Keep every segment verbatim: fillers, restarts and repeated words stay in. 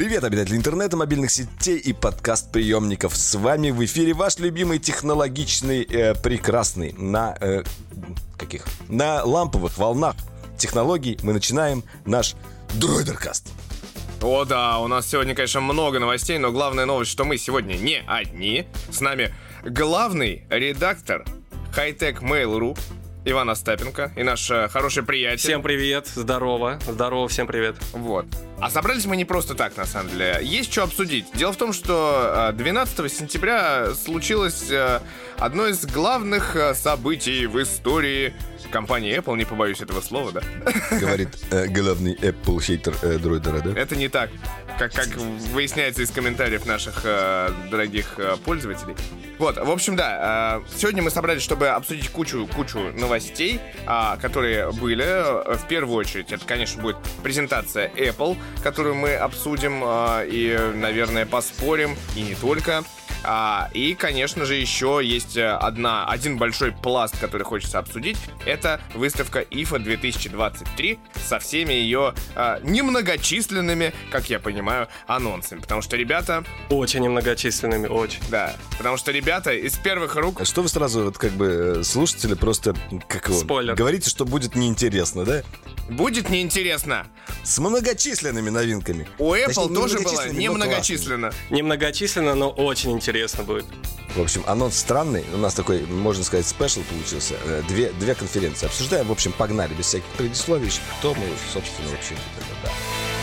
Привет, обитатели интернета, мобильных сетей и подкаст-приемников. С вами в эфире ваш любимый технологичный, э, прекрасный, на... Э, каких? На ламповых волнах технологий мы начинаем наш Дроидеркаст. О да, у нас сегодня, конечно, много новостей, но главная новость, что мы сегодня не одни. С нами главный редактор Хай-Тек Mail.ru Иван Остапенко и наш э, хороший приятель. Всем привет, здорово, здорово, всем привет. Вот. А собрались мы не просто так, на самом деле. Есть что обсудить. Дело в том, что двенадцатого сентября случилось э, одно из главных э, событий в истории компании Apple, не побоюсь этого слова, да? Говорит э, главный Apple хейтер э, дроидера, да? Это не так, как, как выясняется из комментариев наших э, дорогих э, пользователей. Вот, в общем, да, э, сегодня мы собрались, чтобы обсудить кучу, кучу новостей, э, которые были. В первую очередь, это, конечно, будет презентация Apple, которую мы обсудим э, и, наверное, поспорим, и не только. А, и, конечно же, еще есть одна, один большой пласт, который хочется обсудить. Это выставка ай эф эй две тысячи двадцать три со всеми ее а, немногочисленными, как я понимаю, анонсами. Потому что ребята... Очень немногочисленными, очень. Да, потому что ребята из первых рук... Что вы сразу, вот как бы, слушатели просто, как его... Спойлер. Говорите, что будет неинтересно, да? Будет неинтересно. С многочисленными новинками. У Apple Точнее, тоже было немногочисленными, но немногочисленно. Немногочисленно, но очень интересно будет. В общем, анонс странный. У нас такой, можно сказать, спешл получился. Две, две конференции обсуждаем. В общем, погнали без всяких предисловий. Кто мы, собственно, вообще тут это, да.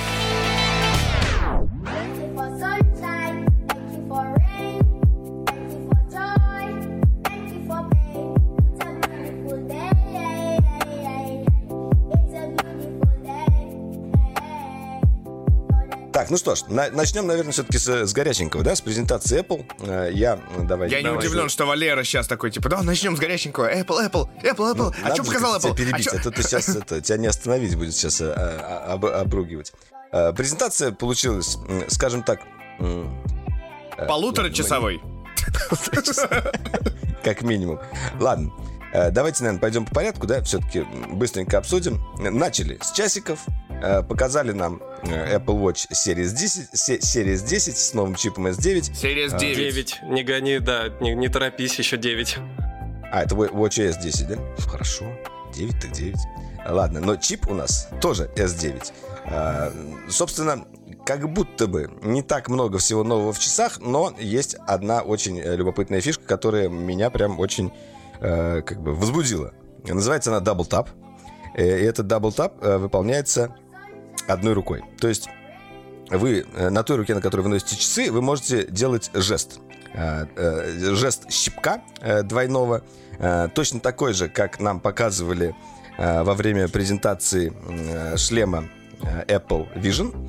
Так, ну что ж, на- начнем, наверное, все-таки с, с горяченького, да, с презентации Apple. Э, я, давай, Я не давай, удивлен, что Валера сейчас такой, типа, да, начнем с горяченького. Apple, Apple, Apple, Apple. А что показал Тебя Apple? перебить, А чё- а то ты сейчас это, тебя не остановить будет сейчас а, а, об- обругивать. Э, презентация получилась, м, скажем так... м, э, Полуторачасовой. Как минимум. Ладно, э, давайте, наверное, пойдем по порядку, да, все-таки быстренько обсудим. Начали с часиков. Э, Показали нам э, Apple Watch Series десять, се- Series десять с новым чипом эс девять. Series девять. девять. Не гони, да, не, не торопись, еще девять. А, это WatchOS десять, да? Хорошо, девять так девять. Ладно, но чип у нас тоже эс девять. А, собственно, как будто бы не так много всего нового в часах, но есть одна очень любопытная фишка, которая меня прям очень э, как бы возбудила. Называется она Double Tap. И этот Double Tap э, выполняется одной рукой. То есть вы э, на той руке, на которой вы носите часы, вы можете делать жест. Э, э, жест щипка э, двойного. Э, точно такой же, как нам показывали э, во время презентации э, шлема Apple Vision.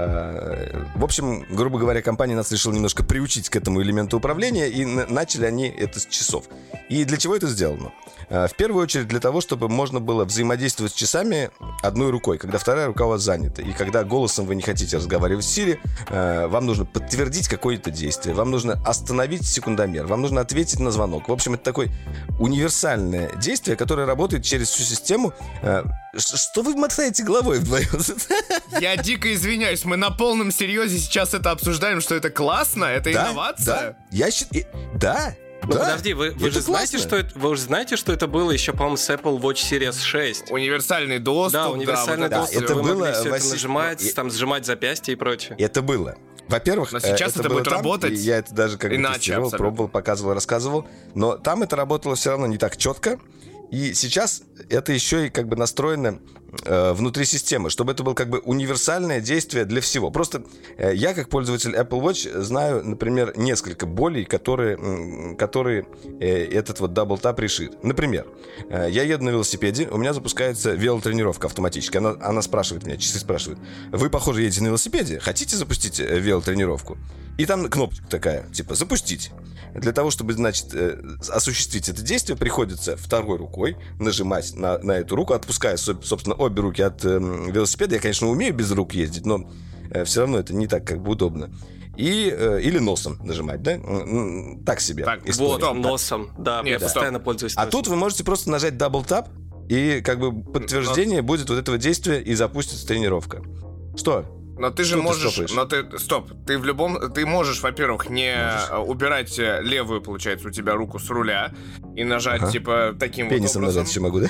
В общем, грубо говоря, компания нас решила немножко приучить к этому элементу управления, и начали они это с часов. И для чего это сделано? В первую очередь для того, чтобы можно было взаимодействовать с часами одной рукой, когда вторая рука у вас занята. И когда голосом вы не хотите разговаривать с Siri, вам нужно подтвердить какое-то действие, вам нужно остановить секундомер, вам нужно ответить на звонок. В общем, это такое универсальное действие, которое работает через всю систему. Что вы мотаете головой вдвоем? Я дико извиняюсь, мы на полном серьезе сейчас это обсуждаем, что это классно, это Да, инновация. да, я считаю, да. Ну да, подожди, вы, вы это же знаете, классно. что это, вы уже знаете, что это было еще, по-моему, с Apple Watch Series шесть. Универсальный доступ. Да, универсальный да, вот доступ. это вы было могли все во это се- нажимать, и- там сжимать запястье и прочее. Это было. Во-первых, Но сейчас э, это было будет там, работать и я это даже как бы иначе тестировал, абсолютно. пробовал, показывал, рассказывал. Но там это работало все равно не так четко. И сейчас это еще и как бы настроено э, внутри системы, чтобы это было как бы универсальное действие для всего. Просто э, я, как пользователь Apple Watch, знаю, например, несколько болей, которые, м, которые э, этот вот Double Tap решит. Например, э, я еду на велосипеде, у меня запускается велотренировка автоматически. Она, она спрашивает меня, часы спрашивают: вы, похоже, едете на велосипеде, хотите запустить э, велотренировку? И там кнопочка такая, типа «запустить». Для того, чтобы, значит, э, осуществить это действие, приходится второй рукой нажимать на, на эту руку, отпуская, собственно, обе руки от э, велосипеда. Я, конечно, умею без рук ездить, но э, все равно это не так как бы удобно. И, э, или носом нажимать, да? М, Так себе. Так, история. Вот, Стоп, носом, да, Нет, я стоп. постоянно пользуюсь А носом. тут вы можете просто нажать Double Tap, и как бы подтверждение будет вот этого действия, и запустится тренировка. Что? Но ты же Что можешь, ты но ты, стоп, ты в любом, ты можешь, во-первых, не можешь. убирать левую, получается, у тебя руку с руля и нажать, ага. типа, таким Пенисом вот образом. нажать еще могу, да?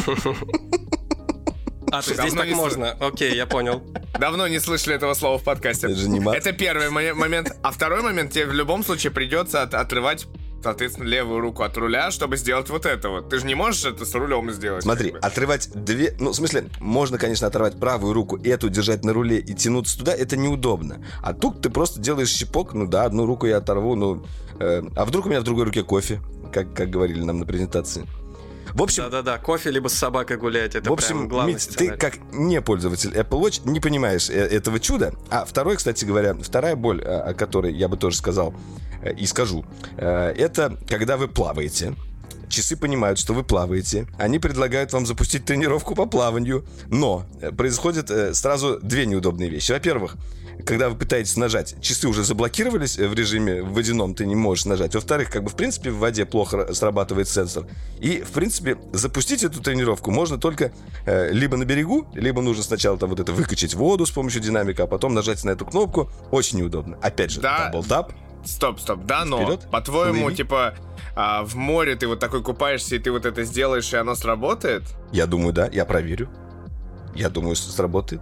А, то здесь так можно. Окей, я понял. Давно не слышали этого слова в подкасте. Это же не мат. Это первый момент. А второй момент, тебе в любом случае придется от, отрывать, соответственно, левую руку от руля, чтобы сделать вот это вот. Ты же не можешь это с рулем сделать. Смотри, как бы. Отрывать две... Ну, в смысле, можно, конечно, оторвать правую руку, эту держать на руле и тянуться туда, это неудобно. А тут ты просто делаешь щипок, ну да, одну руку я оторву, ну... Э, а вдруг у меня в другой руке кофе, как, как говорили нам на презентации. В общем... Да-да-да, кофе либо с собакой гулять, это в общем, прям главный Мить, сценарий. ты как не пользователь Apple Watch не понимаешь этого чуда. А второй, кстати говоря, вторая боль, о которой я бы тоже сказал и скажу, это когда вы плаваете. Часы понимают, что вы плаваете. Они предлагают вам запустить тренировку по плаванию. Но происходят сразу две неудобные вещи. Во-первых, когда вы пытаетесь нажать, часы уже заблокировались в режиме в водяном, ты не можешь нажать. Во-вторых, как бы в принципе в воде плохо срабатывает сенсор. И в принципе запустить эту тренировку можно только э, либо на берегу, либо нужно сначала там вот это выкачать воду с помощью динамика, а потом нажать на эту кнопку. Очень неудобно. Опять же, да. Double Tap. Стоп, стоп, да, но Вперед. по-твоему, Плыви. типа а, в море ты вот такой купаешься, и ты вот это сделаешь, и оно сработает? Я думаю, да, я проверю. Я думаю, сработает.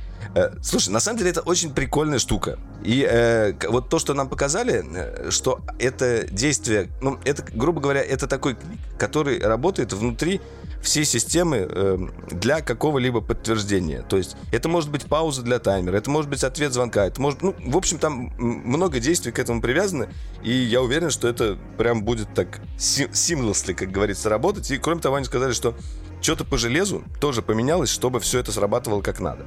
Э, слушай, на самом деле это очень прикольная штука. И э, вот то, что нам показали, э, что это действие, ну, это, грубо говоря, это такой клик, который работает внутри всей системы э, для какого-либо подтверждения. То есть это может быть пауза для таймера, это может быть ответ звонка, это может, ну, в общем, там много действий к этому привязаны, и я уверен, что это прям будет так seamlessly, как говорится, работать. И кроме того, они сказали, что что-то по железу тоже поменялось, чтобы все это срабатывало как надо.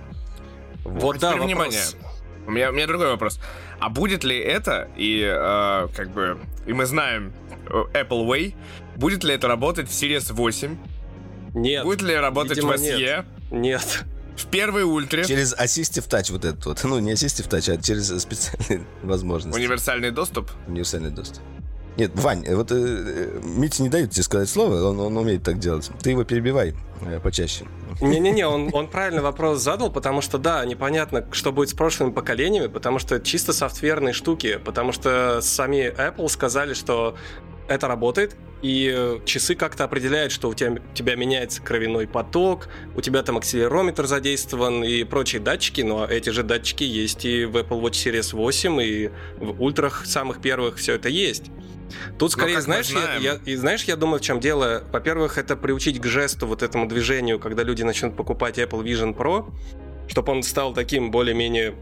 Вот, а да, теперь вопрос. внимание. У меня, у меня другой вопрос. А будет ли это, и э, как бы, и мы знаем Apple Way, будет ли это работать в Series восемь? Нет. Будет ли работать видимо, в эс и? Нет. Нет. В первой ультре? Через Assistive Touch вот этот вот. Ну, не Assistive Touch, а через специальные возможности. Универсальный доступ? Универсальный доступ. Нет, Вань, вот э, Митя не дает тебе сказать слово, он, он умеет так делать. Ты его перебивай э, почаще. Не-не-не, он, он правильный вопрос задал, потому что, да, непонятно, что будет с прошлыми поколениями, потому что это чисто софтверные штуки, потому что сами Apple сказали, что это работает, и часы как-то определяют, что у тебя, у тебя меняется кровяной поток, у тебя там акселерометр задействован и прочие датчики, но эти же датчики есть и в Apple Watch Series восемь, и в ультрах самых первых все это есть. Тут скорее, знаешь, я, я, и знаешь, я думаю, в чем дело. Во-первых, это приучить к жесту, вот этому движению, когда люди начнут покупать Apple Vision Pro, чтобы он стал таким более-менее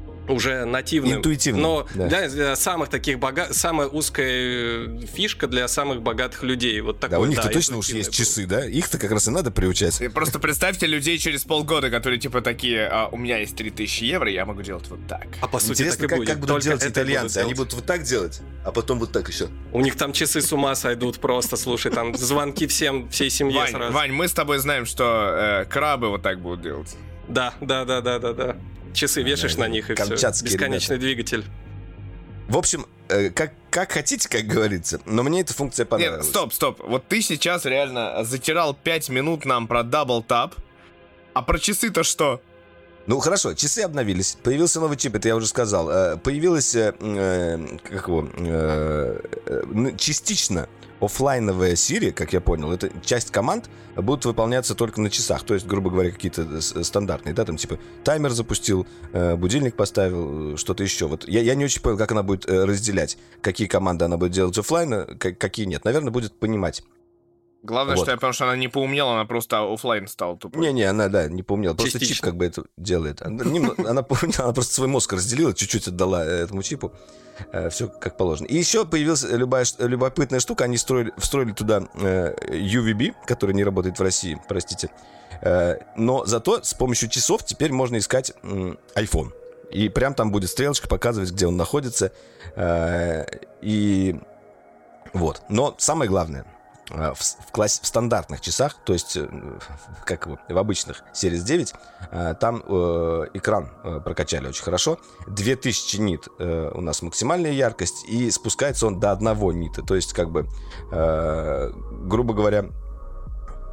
уже нативным. Интуитивным. Но да. для, для самых таких богатых, самая узкая фишка для самых богатых людей. Вот такой, да, у них-то да, точно уж есть часы, да? Их-то как раз и надо приучать. И просто представьте людей через полгода, которые типа такие, а, у меня есть три тысячи евро, я могу делать вот так. А по сути, интересно, так и как, будет. как будут Только делать это итальянцы? будут Они будут вот так делать, а потом вот так еще. У них там часы с ума сойдут просто, слушай, там звонки всем, всей семье Вань, сразу. Вань, мы с тобой знаем, что э, крабы вот так будут делать. Да, да, да, да, да, да. Часы вешаешь да, на них, и все. камчатские Бесконечный ребята. двигатель. В общем, э, как, как хотите, как говорится, но мне эта функция понравилась. Нет, стоп, стоп. Вот ты сейчас реально затирал пять минут нам про Double Tap, а про часы-то что? Ну хорошо, часы обновились, появился новый чип, это я уже сказал. Э, Появилась э, э, как его, э, э, частично оффлайновая Siri, как я понял. Это часть команд будут выполняться только на часах. То есть, грубо говоря, какие-то стандартные, да, там типа таймер запустил, э, будильник поставил, что-то еще. Вот я, я не очень понял, как она будет э, разделять, какие команды она будет делать оффлайн, как, какие нет. Наверное, будет понимать. Главное, Вот. что я понял, что она не поумнела, она просто оффлайн стала тупой. Не-не, она, да, не помнила. Просто Частично. чип как бы это делает. Она, немного- она помнила, она просто свой мозг разделила, чуть-чуть отдала э, этому чипу. Все как положено. И еще появилась любая, ш- любопытная штука. Они строили, встроили туда э, ю ви би, который не работает в России, простите. Э, но зато с помощью часов теперь можно искать м, iPhone. И прям там будет стрелочка показывать, где он находится. Э, и вот. Но самое главное, в, в, класс, в стандартных часах, то есть как его, в обычных Series девять, там э, экран э, прокачали очень хорошо. две тысячи нит э, у нас максимальная яркость, и спускается он до одного нита. То есть, как бы, э, грубо говоря,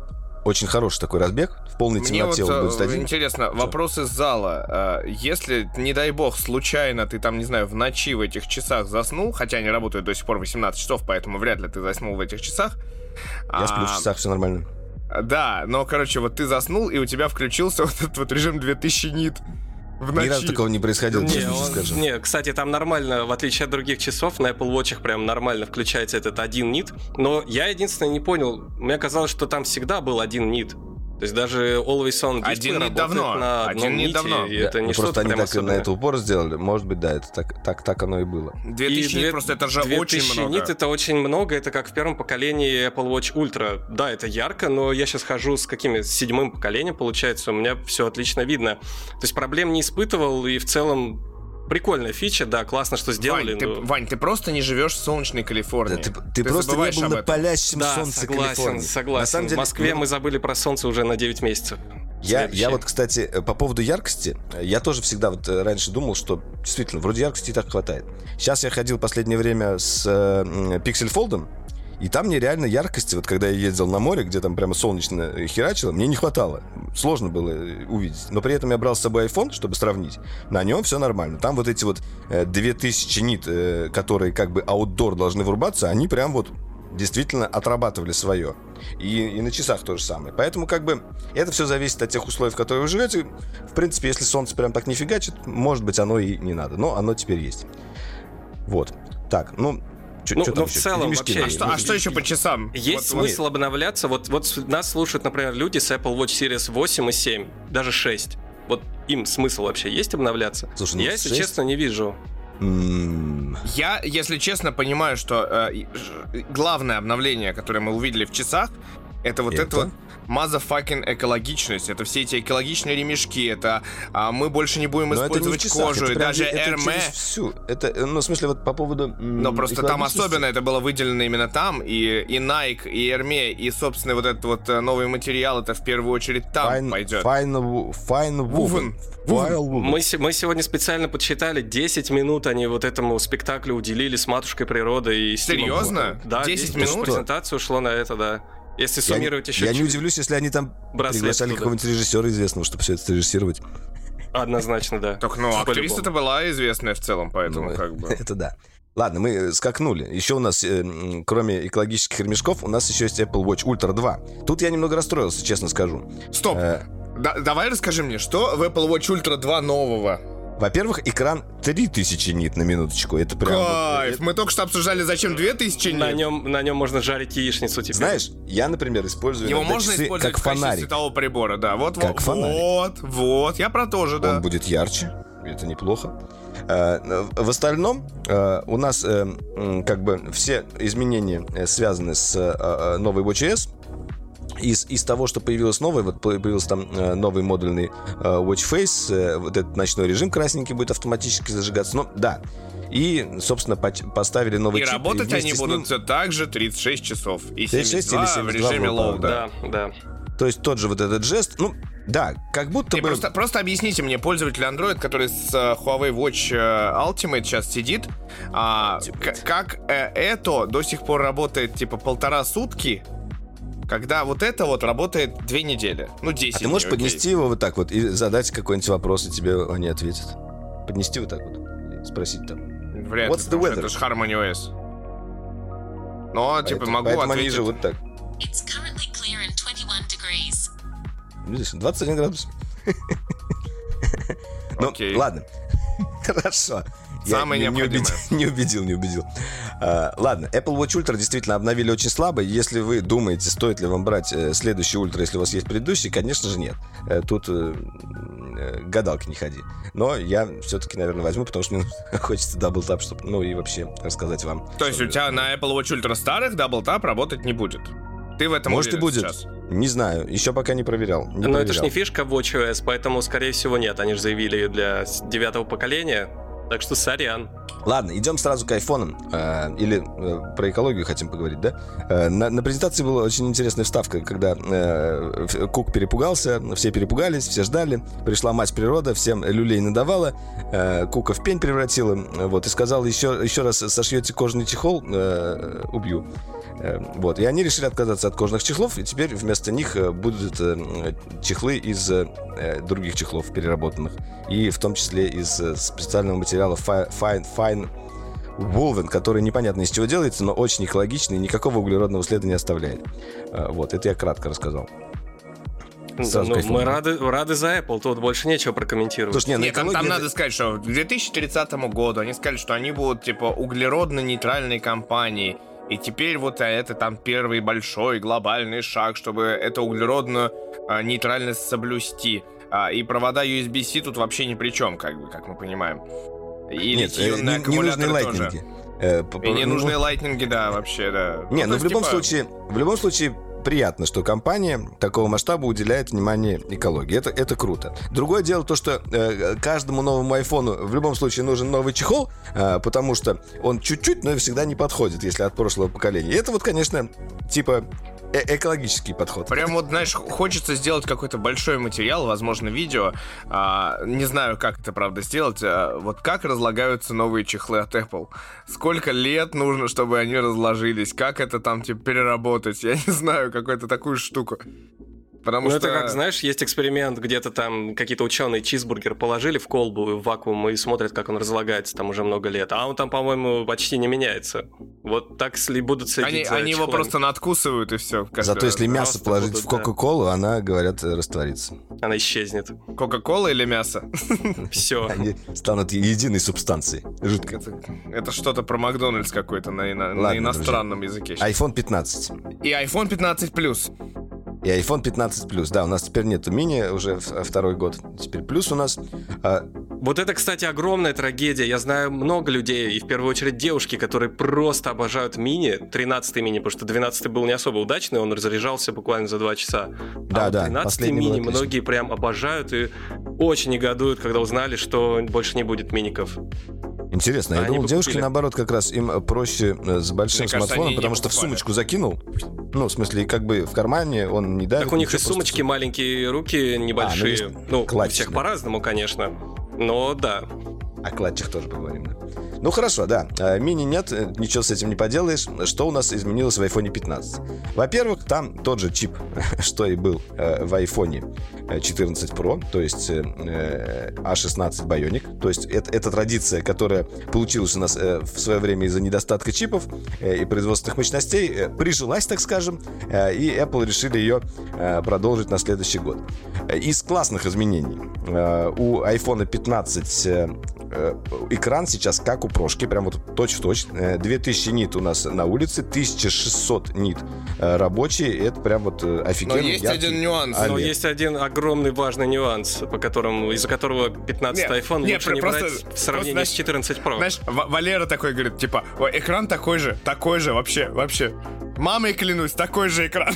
очень хороший такой разбег. В полной Мне темноте вот он будет один. интересно, вопрос из зала. Если, не дай бог, случайно ты там, не знаю, в ночи в этих часах заснул, хотя они работают до сих пор восемнадцать часов, поэтому вряд ли ты заснул в этих часах. Я а... сплю в часах, все нормально. Да, но, короче, вот ты заснул, и у тебя включился вот этот вот режим две тысячи нит в ночи. Ни разу такого не происходило, Не, честно он- скажем. не, кстати, там нормально, в отличие от других часов, на Apple Watch прям нормально включается этот один нит. Но я единственное не понял, мне казалось, что там всегда был один нит. То есть даже Always On Display Один нит работает давно, на одном один нит ните, давно. и Да, это не ну, что-то просто они прям так и на особенное. это упор сделали. Может быть, да, это так, так, так оно и было. две тысячи И нит две- просто это же две очень тысячи много. нит это очень много, это как в первом поколении Apple Watch Ultra. Да, это ярко, но я сейчас хожу с какими, с седьмым поколением, получается, у меня все отлично видно. То есть проблем не испытывал, и в целом прикольная фича, да, классно, что сделали. Вань, ты, но- Вань, ты просто не живешь в солнечной Калифорнии. Да, ты, ты просто не забываешь был об на этом. палящем Да, солнце согласен, Калифорнии. согласен. На самом деле, в Москве ну, мы забыли про солнце уже на девять месяцев. Я, Следующее. я вот, кстати, по поводу яркости, я тоже всегда вот э, раньше думал, что действительно, вроде яркости и так хватает. Сейчас я ходил в последнее время с э, м, Pixel Fold, и там мне реально яркости, вот когда я ездил на море, где там прямо солнечно херачило, мне не хватало. Сложно было увидеть. Но при этом я брал с собой iPhone, чтобы сравнить. На нем все нормально. Там вот эти вот э, две тысячи нит, э, которые как бы аутдор должны врубаться, они прям вот действительно отрабатывали свое. И, и на часах то же самое. Поэтому как бы это все зависит от тех условий, в которых вы живете. В принципе, если солнце прям так не фигачит, может быть, оно и не надо. Но оно теперь есть. Вот. Так, ну... Чё, Ну, чё там ну, в еще? целом, Ремешки вообще, А надо. что, а что еще по часам? Есть Вот- вот- смысл обновляться. Вот, вот с- нас слушают, например, люди с Apple Watch Series восемь и семь, даже шесть. Вот им смысл вообще есть обновляться? Слушай, ну, Я, если шесть? честно, не вижу. М, Я, если честно, понимаю, что э, и- ж- главное обновление, которое мы увидели в часах, это вот Это? это вот motherfucking экологичность. Это все эти экологичные ремешки. Это а, мы больше не будем Но это не в использовать часах, кожу. это И прям даже же- это Hermès. через всю. Это, э, ну, в смысле, вот по поводу... м, Но просто там экологичности. особенно это было выделено именно там. И, и Nike, и Hermès, и, собственно, вот этот вот э, новый материал, это в первую очередь там Fine, пойдет. Fine, wo- fine woven. Woven. File woven. Мы, се- мы сегодня специально подсчитали, десять минут они вот этому спектаклю уделили с матушкой природой и Стивом Серьезно? Хокингом. Да, десять минут минут? презентации ушло на это, да. Если Я, суммировать еще я не чуть- удивлюсь, если они там браслет приглашали туда. какого-нибудь режиссера известного, чтобы все это срежиссировать. Однозначно, да. Так, ну, По-любому. актриса-то была известная в целом, поэтому Ну, как бы... Это да. Ладно, мы э, скакнули. Еще у нас, э, м, кроме экологических ремешков, у нас еще есть Apple Watch Ultra два. Тут я немного расстроился, честно скажу. Стоп! Э, Да- давай расскажи мне, что в Apple Watch Ultra два нового? Во-первых, экран три тысячи нит на минуточку. Это прям... вот, Кайф! это- Мы только что обсуждали, зачем две тысячи На нит. нем, на нем можно жарить яичницу теперь. Знаешь, я, например, использую Его иногда можно часы использовать как в качестве фонарик. светового прибора, да. Вот, Как вот, фонарик. вот, вот. Я про то же, да. Он будет ярче, это неплохо. Э, В остальном э, у нас э, м, как бы все изменения э, связаны с э, э, новой WatchOS. Из, из того, что появилось новое, вот появился там э, новый модульный э, Watch Face, э, вот этот ночной режим красненький будет автоматически зажигаться. Ну, да. И, собственно, поч- поставили новый И чип. работать вместе они с будут ним- все так же тридцать шесть часов. И тридцать шесть семьдесят два или в семьдесят два режиме в лоу, лоу, да. Да, да. То есть тот же вот этот жест, ну, да, как будто И бы... просто, просто объясните мне, пользователь Android, который с э, Huawei Watch э, Ultimate сейчас сидит, а, к- как э, это до сих пор работает типа полтора сутки, когда вот это вот работает две недели. Ну, десять А ты можешь дней, окей. поднести его вот так вот и задать какой-нибудь вопрос, и тебе они ответят? Поднести вот так вот, и спросить там. Вряд What's ли, the потому что weather? это же HarmonyOS. Но, типа, Поэтому- могу поэтому они ответить. же вот так. It's currently clear and twenty-one degrees. Видишь, двадцать один градус. Ну, Окей. ладно. Хорошо. Я Самое не- не необходимое. убедил, не убедил, не убедил. А, ладно, Apple Watch Ultra действительно обновили очень слабо. Если вы думаете, стоит ли вам брать э, следующий Ultra, если у вас есть предыдущий, конечно же нет. Э, Тут э, э, гадалки не ходи. Но я все-таки, наверное, возьму, потому что мне хочется даблтап, чтобы, ну и вообще рассказать вам. То есть у тебя на Apple Watch Ultra старых даблтап работать не будет? Ты в этом Может и уверен будет. сейчас? Не знаю, еще пока не проверял. Не Но это ж проверял. не фишка WatchOS, поэтому, скорее всего, нет. Они же заявили для с- девятого поколения. Так что сорян. Ладно, идем сразу к айфонам. Э, или э, про экологию хотим поговорить, да? Э, на, на презентации была очень интересная вставка, когда э, Кук перепугался, все перепугались, все ждали. Пришла мать природа, всем люлей надавала, э, Кука в пень превратила, вот, и сказал, еще, еще раз сошьете кожаный чехол, э, убью. Э, вот, и они решили отказаться от кожаных чехлов, и теперь вместо них будут э, чехлы из э, других чехлов переработанных, и в том числе из э, специального материала Fine, Fine Woven, который непонятно из чего делается, но очень экологичный, никакого углеродного следа не оставляет. Вот, это я кратко рассказал. Ну, мы рады, рады за Apple, тут больше нечего прокомментировать. Слушай, не, Нет, там, там это... надо сказать, что к две тысячи тридцатому году они сказали, что они будут, типа, углеродно-нейтральной компанией. И теперь вот это там первый большой глобальный шаг, чтобы эту углеродную а, нейтральность соблюсти. А, и провода ю эс би-C тут вообще ни при чем, как бы, как мы понимаем. И Нет, литионные э, аккумуляторы ненужные тоже. лайтнинги. Э, по, И ненужные ну, лайтнинги, да, вообще, да. Не, ну, ну в любом типа... случае, в любом случае приятно, что компания такого масштаба уделяет внимание экологии. Это, это круто. Другое дело то, что э, каждому новому айфону в любом случае нужен новый чехол, э, потому что он чуть-чуть, но всегда не подходит, если от прошлого поколения. И это вот, конечно, типа... Э- экологический подход. Прям вот, знаешь, хочется сделать какой-то большой материал, возможно, видео. А, не знаю, как это, правда, сделать. А, вот как разлагаются новые чехлы от Apple? Сколько лет нужно, чтобы они разложились? Как это там, типа, переработать? Я не знаю, какую-то такую штуку. Потому ну, что... это как, знаешь, есть эксперимент, где-то там какие-то ученые чизбургер положили в колбу, в вакуум и смотрят, как он разлагается там уже много лет. А он там, по-моему, почти не меняется. Вот так сли будут следить Они, за они его чехлами. просто надкусывают и все. Зато если мясо Просто положить будут, в Кока-Колу, да. Она, говорят, растворится. Она исчезнет. Кока-кола или мясо? Все. Они станут единой субстанцией. Жутко. Это, это что-то про Макдональдс какой-то на, на, Ладно, на иностранном друзья. языке. айфон пятнадцать. И айфон пятнадцать плюс. И айфон пятнадцать плюс. Да, у нас теперь нету мини уже второй год. Теперь плюс у нас. А... Вот это, кстати, огромная трагедия. Я знаю много людей, и в первую очередь девушки, которые просто обожают мини, тринадцатый мини, потому что двенадцатый был не особо удачный, он разряжался буквально за два часа. Да, а да. тринадцатый мини многие прям обожают и очень негодуют, когда узнали, что больше не будет миников. Интересно, я Они думал, бы девушки, купили. наоборот, как раз им проще с большим Мне кажется, смартфоном, они не потому что в покупали. сумочку закинул. Ну, в смысле, как бы в кармане он не давит. Так у них и ничего, сумочки просто... маленькие, руки небольшие. А, ну, ну, у клатчные. всех по-разному, конечно. Но да. О клатчах тоже поговорим, да. Ну хорошо, да. А, мини нет, ничего с этим не поделаешь. Что у нас изменилось в айфоне пятнадцать? Во-первых, там тот же чип, что и был э, в айфоне четырнадцать про, то есть э, а шестнадцать Bionic. То есть это, это традиция, которая получилась у нас э, в свое время из-за недостатка чипов э, и производственных мощностей, э, прижилась, так скажем, э, и Apple решили ее э, продолжить на следующий год. Из классных изменений. Э, у айфона пятнадцать э, э, экран сейчас как у прошки, прям вот точь-в-точь. Э, две тысячи нит у нас на улице, тысяча шестьсот нит э, рабочие. Это прям вот э, офигенно. Но есть яркий один нюанс. о Но лед. есть один огромный важный нюанс, по которому, из-за которого пятнадцатый Нет, iPhone нет, лучше не просто- брать в сравнении просто, с четырнадцать про. Знаешь, В- Валера такой говорит, типа, «Ой, экран такой же, такой же вообще, вообще. Мамой клянусь, такой же экран.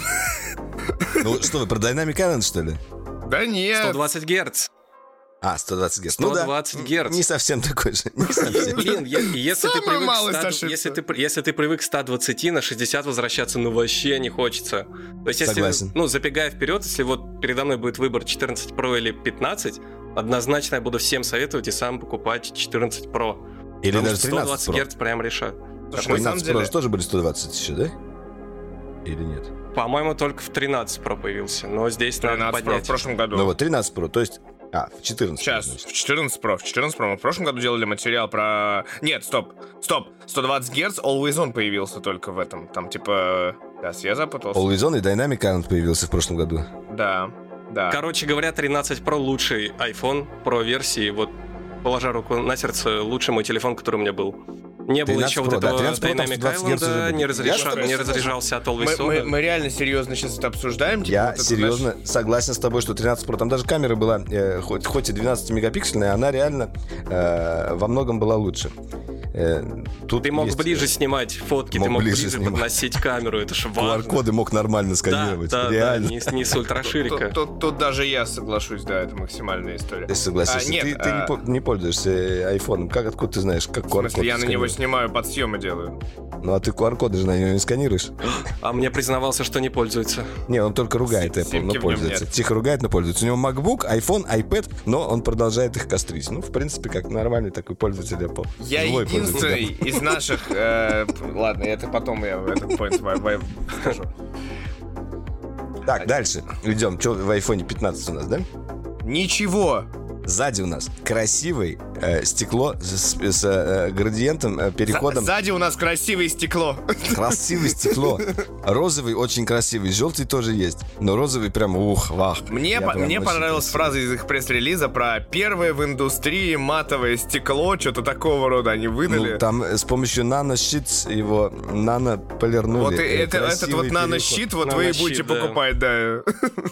Ну что вы, про Dynamic Island, что ли? Да нет. сто двадцать герц. А, сто двадцать герц. сто двадцать ну, да, герц. Не совсем такой же. Не совсем. Блин, е- если ты, Самая привык к малость ста- ошибка. если, ты, если ты привык к ста двадцати, на шестьдесят возвращаться, ну вообще не хочется. То есть, если, Согласен. ну, забегая вперед, если вот передо мной будет выбор четырнадцать про или пятнадцать, однозначно я буду всем советовать и сам покупать четырнадцать про. Или Потому даже что сто тринадцать двадцать про. герц прям решает. Слушай, на самом тринадцать про деле, же тоже были сто двадцать еще, да? Или нет? По-моему, только в тринадцать про появился, но здесь надо тринадцать Pro поднять. в прошлом году. Ну вот, тринадцать про, то есть... А, в четырнадцать. Сейчас, значит. в четырнадцать про. В четырнадцать про мы в прошлом году делали материал про... Нет, стоп, стоп. сто двадцать герц Always On появился только в этом. Там типа... Сейчас, я запутался. Always On и Dynamic Island появился в прошлом году. Да, да. Короче говоря, тринадцать про лучший iPhone Pro версии. Вот, положа руку на сердце, лучший мой телефон, который у меня был. Не было тринадцать еще Pro, вот да, этого тринадцать Pro, там Dynamic сто двадцать герц уже Island, были. не, Я разреша- с тобой не согласен. разряжался от Always Мы, On. мы- мы реально серьезно сейчас это обсуждаем. типа, Я вот это, серьезно знаешь, согласен с тобой, что тринадцать про, там даже камера была, э, хоть, хоть и двенадцатимегапиксельная, она реально э, во многом была лучше. Э, тут Ты мог есть, ближе снимать фотки, мог ты мог ближе ближе снимать. подносить камеру, это же ку ар важно. коды мог нормально Да, сканировать. да, да, Реально. не, с- не с ультраширика. Тут, тут- тут даже я соглашусь, да, это максимальная история. Ты согласишься, А, нет, ты, ты не, а, по- не пользуешься э, айфоном. Как, откуда ты знаешь, как В ку ар код смысле, я на него сканируешь? снимаю, подсъемы делаю. Ну, а ты ку ар коды же на него не сканируешь? А мне признавался, что не пользуется. Не, он только ругает Сим- Apple, симки но в нем пользуется. нет. Тихо ругает, но пользуется. У него MacBook, iPhone, iPad, но он продолжает их кострить. Ну, в принципе, как нормальный такой пользователь Apple. Я Злой пользователь единственный Apple. из наших... э, ладно, это потом я этот point в- в- скажу. Так, дальше. Идем. Что в iPhone пятнадцать у нас, да? Ничего. Сзади у нас красивый э, стекло с, с, э, градиентом, э, переходом. Сзади у нас красивое стекло. Красивое стекло. Розовый очень красивый. Желтый тоже есть. Но розовый прям ух, вах. Мне, Я по- прям мне очень понравилась красивый. фраза из их пресс-релиза про первое в индустрии матовое стекло, что-то такого рода они выдали. Ну, там э, с помощью нанощит его нано-полирнули. Вот и Э, это, этот красивый вот переход. нанощит, вот вы и Нанощит, будете да. покупать, да.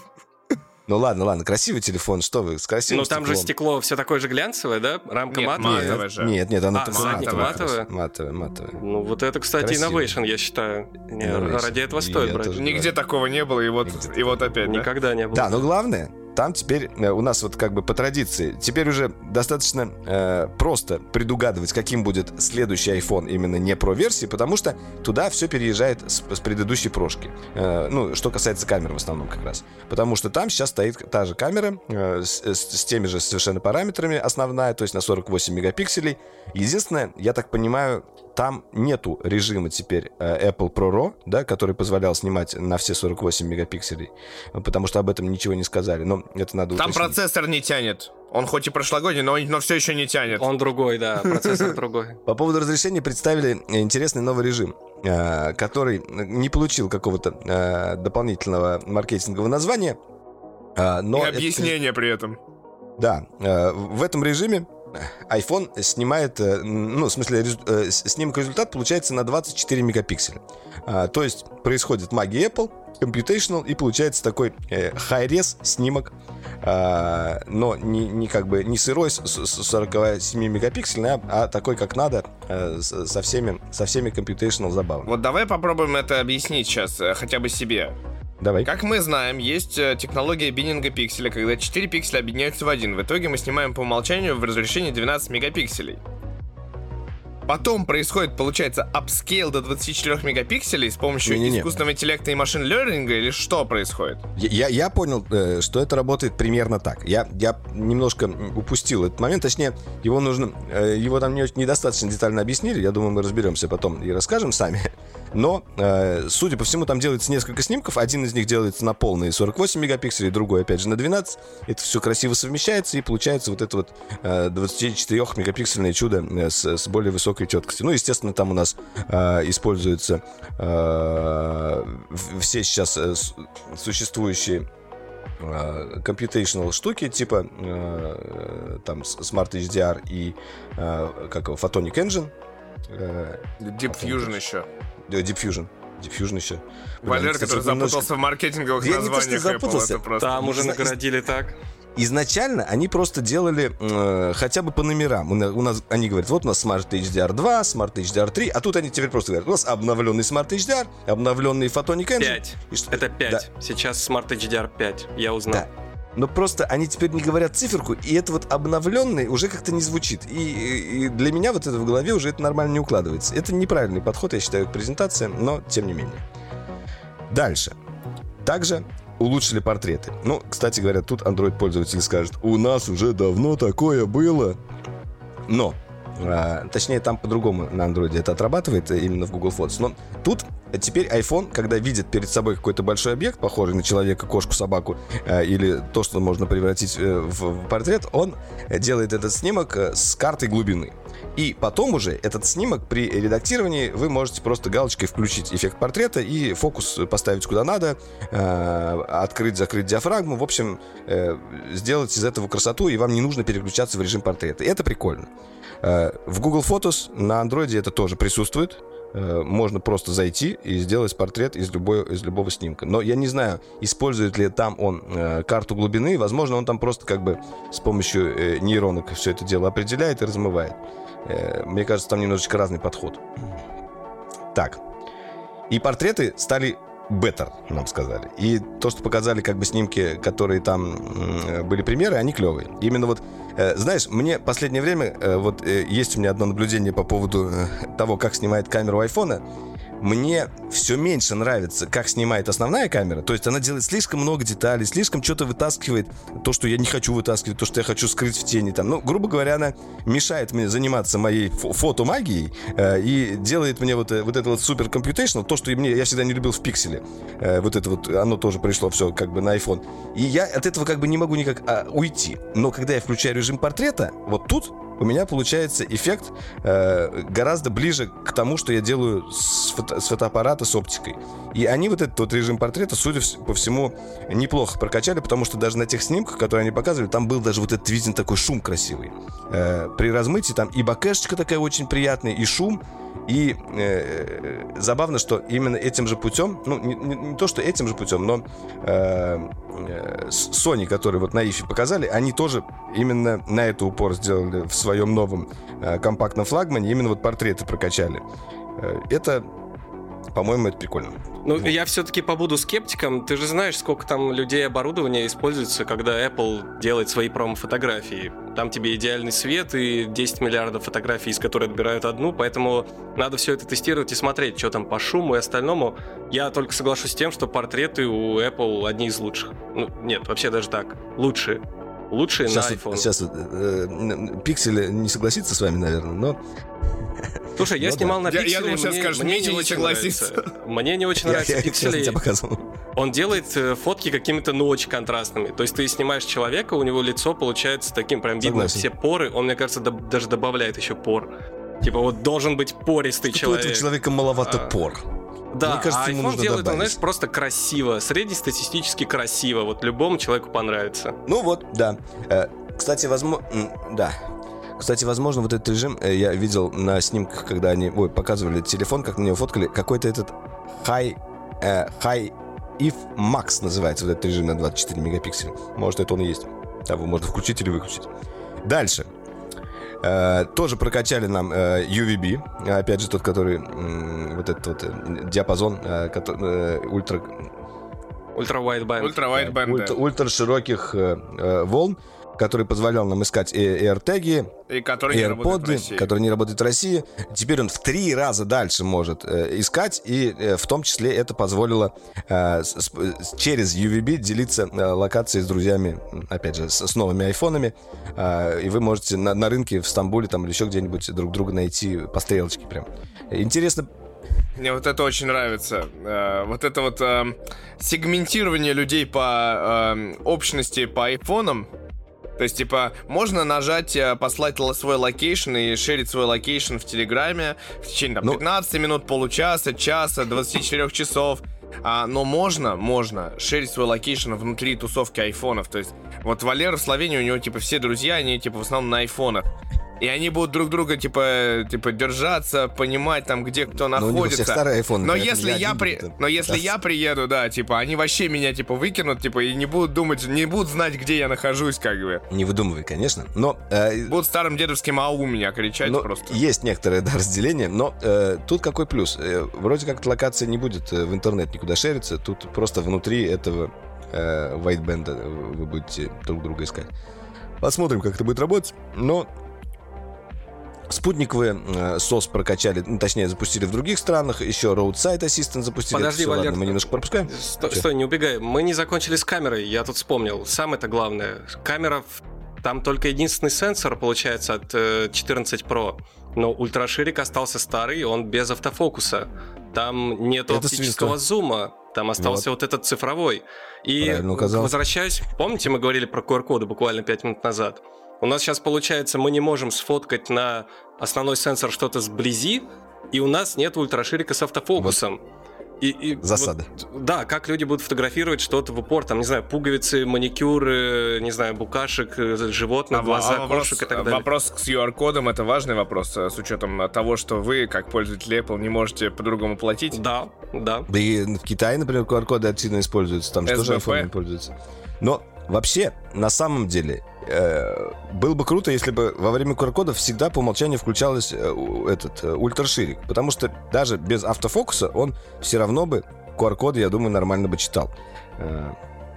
Ну ладно, ладно, красивый телефон, что вы, с красивым Ну там же стеклом. стекло все такое же глянцевое, да? Рамка Нет, матовая. матовое же. Нет, нет, оно А, такое задник матовое. матовое? Матовое, матовое. Ну вот это, кстати, Красиво. innovation, я считаю. Не, Innovation. ради этого И стоит я брать. тоже- Нигде такого не было, и вот, и вот опять, да? Никогда не было. Да, но главное, там теперь э, у нас вот как бы по традиции, теперь уже достаточно э, просто предугадывать, каким будет следующий iPhone именно не Pro-версии, потому что туда все переезжает с, с предыдущей прошки. Э, ну, что касается камер в основном как раз. Потому что там сейчас стоит та же камера э, с, с- с теми же совершенно параметрами основная, то есть на сорок восемь мегапикселей. Единственное, я так понимаю, там нету режима теперь э, Apple ProRAW, да, который позволял снимать на все сорок восемь мегапикселей, потому что об этом ничего не сказали, но это надо Там уточнить. процессор не тянет. Он хоть и прошлогодний, но, но все еще не тянет. Он другой, да, процессор другой. По поводу разрешения представили интересный новый режим, э, который не получил какого-то э, дополнительного маркетингового названия, э, но... И это- объяснение при этом. Да, э, в этом режиме iPhone снимает, э, ну, в смысле, резу- э, с- снимок результат получается на двадцать четыре мегапикселя. А, то есть происходит магия Apple, Computational, и получается такой э, high-res снимок, а, но не, не как бы не сырой с- с- с сорок семь мегапиксельный, а, а такой как надо, э, с- со всеми, со всеми Computational забавами. Вот давай попробуем это объяснить сейчас, э, хотя бы себе. Давай. Как мы знаем, есть э, технология биннинга пикселя, когда четыре пикселя объединяются в один. В итоге мы снимаем по умолчанию в разрешении двенадцать мегапикселей. Потом происходит, получается, апскейл до двадцати четырёх мегапикселей с помощью Не-не-не. искусственного интеллекта и машин-лернинга, или что происходит? Я, я понял, э, что это работает примерно так. Я, я немножко м, упустил этот момент, точнее, его нужно, э, его там не, очень- недостаточно детально объяснили. Я думаю, мы разберемся потом и расскажем сами. Но, э, судя по всему, там делается несколько снимков. Один из них делается на полные сорок восемь мегапикселей, другой, опять же, на двенадцать. Это все красиво совмещается, и получается вот это вот э, двадцатичетырёхмегапиксельное чудо э, с, с более высокой четкостью. Ну, естественно, там у нас э, используются э, в- все сейчас э, с- существующие э, computational штуки, типа э, там с- Smart эйч ди ар и э, как его, Photonic Engine, э, Deep Fusion еще. да, Deep Fusion. Deep Fusion еще. Валер, Кстати, который вот немножко- запутался в маркетинговых Я не то, что названиях Apple, запутался. это просто... Там уже Изна- наградили так. Изначально они просто делали э, хотя бы по номерам. У на- у нас они говорят, вот у нас Smart эйч ди ар два, Smart эйч ди ар три, а тут они теперь просто говорят, у нас обновленный Smart эйч ди ар, обновленный Photonic Engine. пять. И что- Это пять. Сейчас Smart эйч ди ар пять. Я узнал. Да. Но просто они теперь не говорят циферку, и это вот обновленный уже как-то не звучит. И, и- и для меня вот это в голове уже это нормально не укладывается. Это неправильный подход, я считаю, к презентации, но тем не менее. Дальше. Также улучшили портреты. Ну, кстати говоря, тут Android-пользователь скажет, у нас уже давно такое было. Но, а, точнее, там по-другому на Android это отрабатывает, э, именно в Google Photos. Но тут теперь iPhone, когда видит перед собой какой-то большой объект, похожий на человека, кошку, собаку, э, или то, что можно превратить э, в, в портрет, он делает этот снимок э, с картой глубины. И потом уже этот снимок при редактировании вы можете просто галочкой включить эффект портрета и фокус поставить куда надо, э, открыть, закрыть диафрагму, в общем, э, сделать из этого красоту, и вам не нужно переключаться в режим портрета. И это прикольно. Э, в Google Photos на Android это тоже присутствует. э, можно просто зайти и сделать портрет из, любой, из любого снимка. Но я не знаю, использует ли там он э, карту глубины. Возможно, он там просто как бы с помощью э, нейронок все это дело определяет и размывает. Э, мне кажется, там немножечко разный подход. Так. И портреты стали better, нам сказали. И то, что показали как бы снимки, которые там м, были примеры, они клевые. Именно вот, э, знаешь, мне в последнее время, э, вот э, есть у меня одно наблюдение по поводу э, того, как снимает камеру айфона. Мне все меньше нравится, как снимает основная камера. То есть она делает слишком много деталей, слишком что-то вытаскивает. То, что я не хочу вытаскивать, то, что я хочу скрыть в тени. Там. Ну, грубо говоря, она мешает мне заниматься моей фо- фотомагией э, и делает мне вот, вот это вот супер computational, то, что мне, я всегда не любил в пикселе. Э, вот это вот, оно тоже пришло все как бы на iPhone. И я от этого как бы не могу никак а, уйти. Но когда я включаю режим портрета, вот тут у меня получается эффект э, гораздо ближе к тому, что я делаю с, фото, с фотоаппарата с оптикой. И они вот этот вот режим портрета, судя по всему, неплохо прокачали, потому что даже на тех снимках, которые они показывали, там был даже вот этот виден такой шум красивый. Э, при размытии там и бокешечка такая очень приятная, и шум. И э, забавно, что именно этим же путем, ну, не, не, не то, что этим же путем, но э, э, Sony, которые вот на ай эф и показали, они тоже именно на это упор сделали в своем новом э, компактном флагмане, именно вот портреты прокачали. Э, это, по-моему, это прикольно. Ну, вот. Я все-таки побуду скептиком. Ты же знаешь, сколько там людей оборудования используется, когда Apple делает свои промо-фотографии. Там тебе идеальный свет и десять миллиардов фотографий, из которых отбирают одну, поэтому надо все это тестировать и смотреть, что там по шуму и остальному. Я только соглашусь с тем, что портреты у Apple одни из лучших. Ну, нет, вообще даже так. Лучшие. Лучшие сейчас на iPhone. Вот, сейчас вот, э, Пиксель не согласится с вами, наверное, но... Слушай, я ну, снимал да. на Пикселе, я, я думаю, сейчас мне, скажешь, мне не очень нравится. Мне не очень нравится Пиксель. Он делает фотки какими-то, ну, очень контрастными. То есть ты снимаешь человека, у него лицо получается таким, прям видно Согласен. все поры. Он, мне кажется, до, даже добавляет еще пор. Типа вот должен быть пористый Что-то человек. у этого человека маловато а... пор. Да, мне кажется, а ему iPhone нужно делает, он, добавить. знаешь, просто красиво, среднестатистически красиво. Вот любому человеку понравится. Ну вот, да. Кстати, возможно... Да. Кстати, возможно, вот этот режим я видел на снимках, когда они ой, показывали телефон, как на него фоткали. Какой-то этот High, э, High If Max называется вот этот режим на двадцать четыре мегапикселя. Может, это он и есть. Его можно включить или выключить. Дальше. Э, тоже прокачали нам э, ю ви би. Опять же, тот, который... Э, вот этот вот э, диапазон э, который, э, ультра... Ультра-вайдбэнд. Ультра-вайдбэнд, ультра, ультра широких э, э, волн, который позволял нам искать AirTag, и который не работает в России. который не работает в России. Теперь он в три раза дальше может э, искать, и э, в том числе это позволило э, с, с, через ю ви би делиться э, локацией с друзьями, опять же, с, с новыми айфонами, э, и вы можете на, на рынке в Стамбуле там, или еще где-нибудь друг друга найти по стрелочке прям. Интересно. Мне вот это очень нравится. Э, вот это вот э, сегментирование людей по э, общности по айфонам. То есть, типа, можно нажать, послать свой локейшн и шерить свой локейшн в Телеграме в течение там, пятнадцать минут, получаса, часа, двадцать четыре часов. А, но можно, можно шерить свой локейшн внутри тусовки айфонов. То есть, вот Валера в Словении, у него, типа, все друзья, они, типа, в основном на айфонах. И они будут друг друга, типа, типа держаться, понимать, там, где кто находится. Ну, у всех старые айфоны. Но если я, при... это... Но если я приеду, да, типа, они вообще меня, типа, выкинут, типа, и не будут думать, не будут знать, где я нахожусь, как бы. Не выдумывай, конечно, но... Э... Будут старым дедовским ау меня кричать но просто. Есть некоторое, да, разделение, но э, тут какой плюс? Э, вроде как локация не будет в интернет никуда шериться, тут просто внутри этого э, whiteband вы будете друг друга искать. Посмотрим, как это будет работать, но... Спутниковые э, сос прокачали, ну, точнее, запустили в других странах. Еще Roadside Assistant запустили. Подожди, все, Валер, ладно, мы немножко пропускаем. Стой, стой, не убегай. Мы не закончили с камерой, я тут вспомнил. Самое-то главное. Камера, там только единственный сенсор, получается, от э, четырнадцать про. Но ультраширик остался старый, он без автофокуса. Там нет оптического зума. Там остался вот. вот этот цифровой. И возвращаюсь, помните, мы говорили про ку ар коды буквально пять минут назад? У нас сейчас, получается, мы не можем сфоткать на основной сенсор что-то сблизи, и у нас нет ультраширика с автофокусом. Вот. И, и Засада. Вот, да, как люди будут фотографировать что-то в упор, там, не знаю, пуговицы, маникюры, не знаю, букашек, животных, А, глаза, а вопрос, кошек и так далее. Вопрос с ку ар-кодом — это важный вопрос, с учетом того, что вы, как пользователь Apple, не можете по-другому платить. Да, да. Да и в Китае, например, ку ар-коды активно используются, там же тоже эс бэ пэ. iPhone пользуются. Но вообще, на самом деле, э, было бы круто, если бы во время ку ар-кодов всегда по умолчанию включалось э, этот э, ультраширик, потому что даже без автофокуса он все равно бы ку ар-коды, я думаю, нормально бы читал. Э,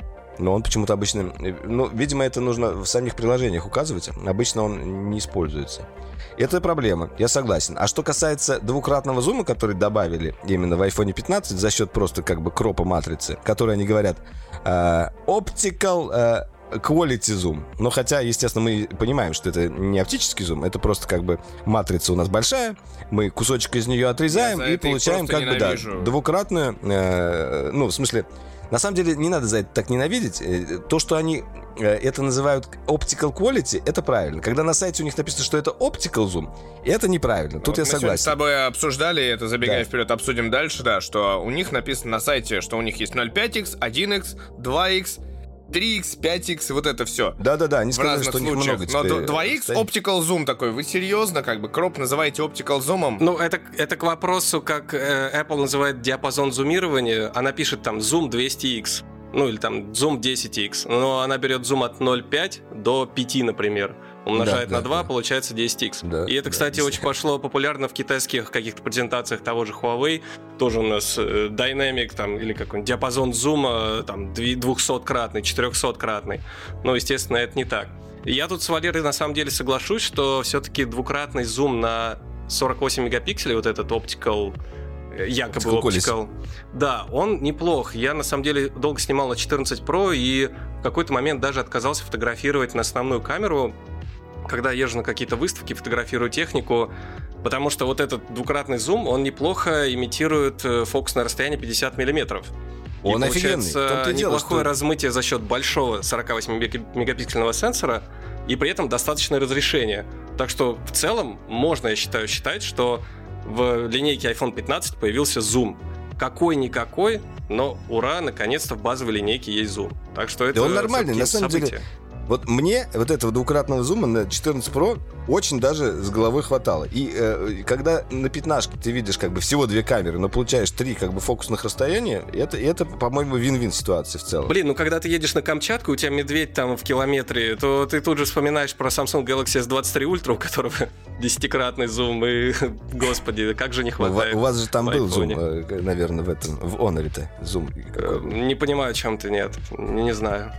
но он почему-то обычно... Ну, видимо, это нужно в самих приложениях указывать. Обычно он не используется. Это проблема, я согласен. А что касается двукратного зума, который добавили именно в айфон пятнадцать за счет просто как бы кропа матрицы, который они говорят э, optical э, quality zoom. Но хотя, естественно, мы понимаем, что это не оптический зум, это просто как бы матрица у нас большая, мы кусочек из нее отрезаем и получаем как бы, да, двукратную, э, ну, в смысле, на самом деле не надо за это так ненавидеть. То, что они э, это называют optical quality, это правильно. Когда на сайте у них написано, что это optical zoom, это неправильно. Тут вот я мы согласен. Мы с тобой обсуждали это, забегая да. вперед, обсудим дальше, да, что у них написано на сайте, что у них есть ноль целых пять икс, один икс, два икс, три икс, пять икс, вот это все. Да-да-да, они в сказали, разных что у них случаях. много Но теперь два икс стоит. optical zoom такой. Вы серьезно, как бы, кроп называете optical zoom? Ну, это, это к вопросу, как э, Apple называет диапазон зумирования. Она пишет там zoom двести икс. Ну, или там zoom десять икс. Но она берет зум от ноль целых пять до пяти, например. Умножает да, на да, два, да. получается десять икс. Да, и это, да, кстати, да. очень пошло популярно в китайских каких-то презентациях того же Huawei. Тоже у нас э, Dynamic там, или какой-нибудь диапазон зума там двухсоткратный, четырехсоткратный. Но, естественно, это не так. И я тут с Валерой на самом деле соглашусь, что все-таки двукратный зум на сорок восемь мегапикселей, вот этот optical... якобы optical. Да, он неплох. Я, на самом деле, долго снимал на четырнадцать про и в какой-то момент даже отказался фотографировать на основную камеру, когда езжу на какие-то выставки, фотографирую технику, потому что вот этот двукратный зум, он неплохо имитирует фокусное расстояние пятьдесят миллиметров. Он и офигенный. получается дело, неплохое что... размытие за счет большого сорок восемь мегапиксельного сенсора и при этом достаточное разрешение. Так что в целом можно, я считаю, считать, что в линейке айфон пятнадцать появился зум. Какой-никакой, но ура, наконец-то в базовой линейке есть зум. Так что это Да он нормальный, на самом событие. деле. Вот мне вот этого двукратного зума на четырнадцать про очень даже с головой хватало. И э, когда на пятнашке ты видишь как бы всего две камеры, но получаешь три как бы фокусных расстояния, это, это по-моему, вин-вин ситуация в целом. Блин, ну когда ты едешь на Камчатку, у тебя медведь там в километре, то ты тут же вспоминаешь про Samsung Galaxy эс двадцать три Ultra, у которого десятикратный зум, и, господи, как же не хватает. У вас же там был зум, айфоне. наверное, в этом, в Honor-то зум. Э, Не понимаю, о чем ты, нет, не, не знаю.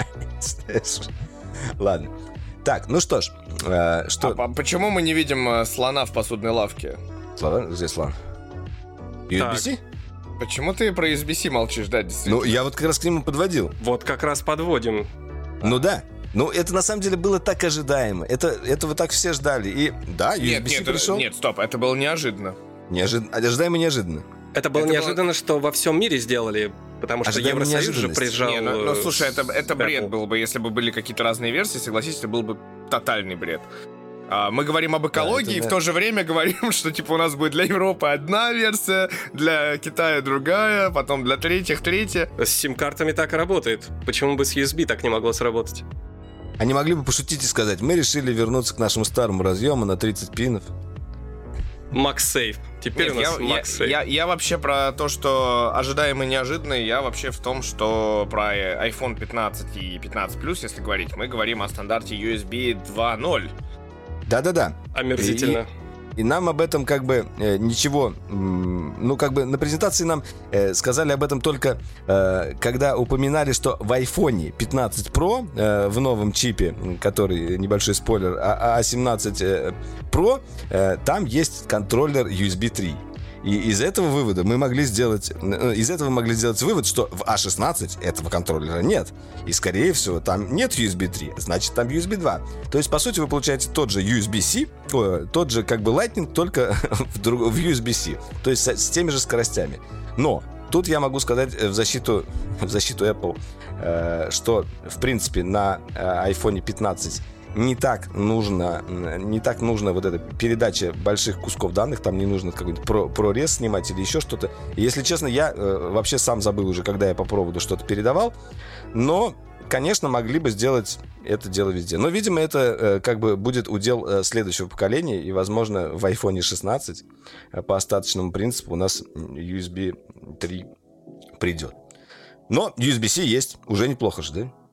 Ладно. Так, ну что ж, э, что... А почему мы не видим э, слона в посудной лавке? Слава, где слон? ю эс би-C? Почему ты про ю эс би-C молчишь, да, действительно? Ну, я вот как раз к нему подводил. Вот как раз подводим. Ну да. Ну, это на самом деле было так ожидаемо. Это, этого так все ждали. И да, ю эс Нет, би-C нет, пришел. нет, стоп, это было неожиданно. Неожид... Ожидаемо и неожиданно. Это было Это неожиданно, было- что во всем мире сделали, потому что Ожидаемо Евросоюз же неожиданность. прижал... Не, ну, ну, э, слушай, это, это бред Apple. был бы, если бы были какие-то разные версии, согласитесь, это был бы тотальный бред. А, мы говорим об экологии, это и в да. то же время говорим, что типа у нас будет для Европы одна версия, для Китая другая, потом для третьих третья. С сим-картами так и работает. Почему бы с ю эс би так не могло сработать? Они могли бы пошутить и сказать: мы решили вернуться к нашему старому разъему на тридцать пинов. MagSafe. Теперь Нет, у нас я, я, MagSafe. я, я вообще про то, что ожидаемо и неожиданно, я вообще в том, что про айфон пятнадцать и пятнадцать плюс, если говорить, мы говорим о стандарте ю эс би два ноль. Да-да-да. Омерзительно. И нам об этом как бы э, ничего, м, ну как бы на презентации нам э, сказали об этом только э, когда упоминали, что в айфоне пятнадцать про э, в новом чипе, который небольшой спойлер, а, а семнадцать э, про, э, там есть контроллер ю эс би три. И из этого вывода мы могли сделать, э, из этого мы могли сделать вывод, что в а шестнадцать этого контроллера нет. И, скорее всего, там нет ю эс би три, значит, там ю эс би два. То есть, по сути, вы получаете тот же ю эс би-C, о, тот же, как бы, Lightning, только в, друг, в ю эс би-C. То есть, с, с теми же скоростями. Но тут я могу сказать в защиту, в защиту Apple, э, что, в принципе, на э, айфон пятнадцать не так нужно, не так нужно вот эта передача больших кусков данных, там не нужно какой-нибудь про, прорез снимать или еще что-то. И, если честно, я э, вообще сам забыл уже, когда я по проводу что-то передавал, но, конечно, могли бы сделать это дело везде. Но, видимо, это э, как бы будет удел э, следующего поколения, и, возможно, в айфон шестнадцать э, по остаточному принципу у нас ю эс би три придет. Но ю эс би-C есть, уже неплохо же, да?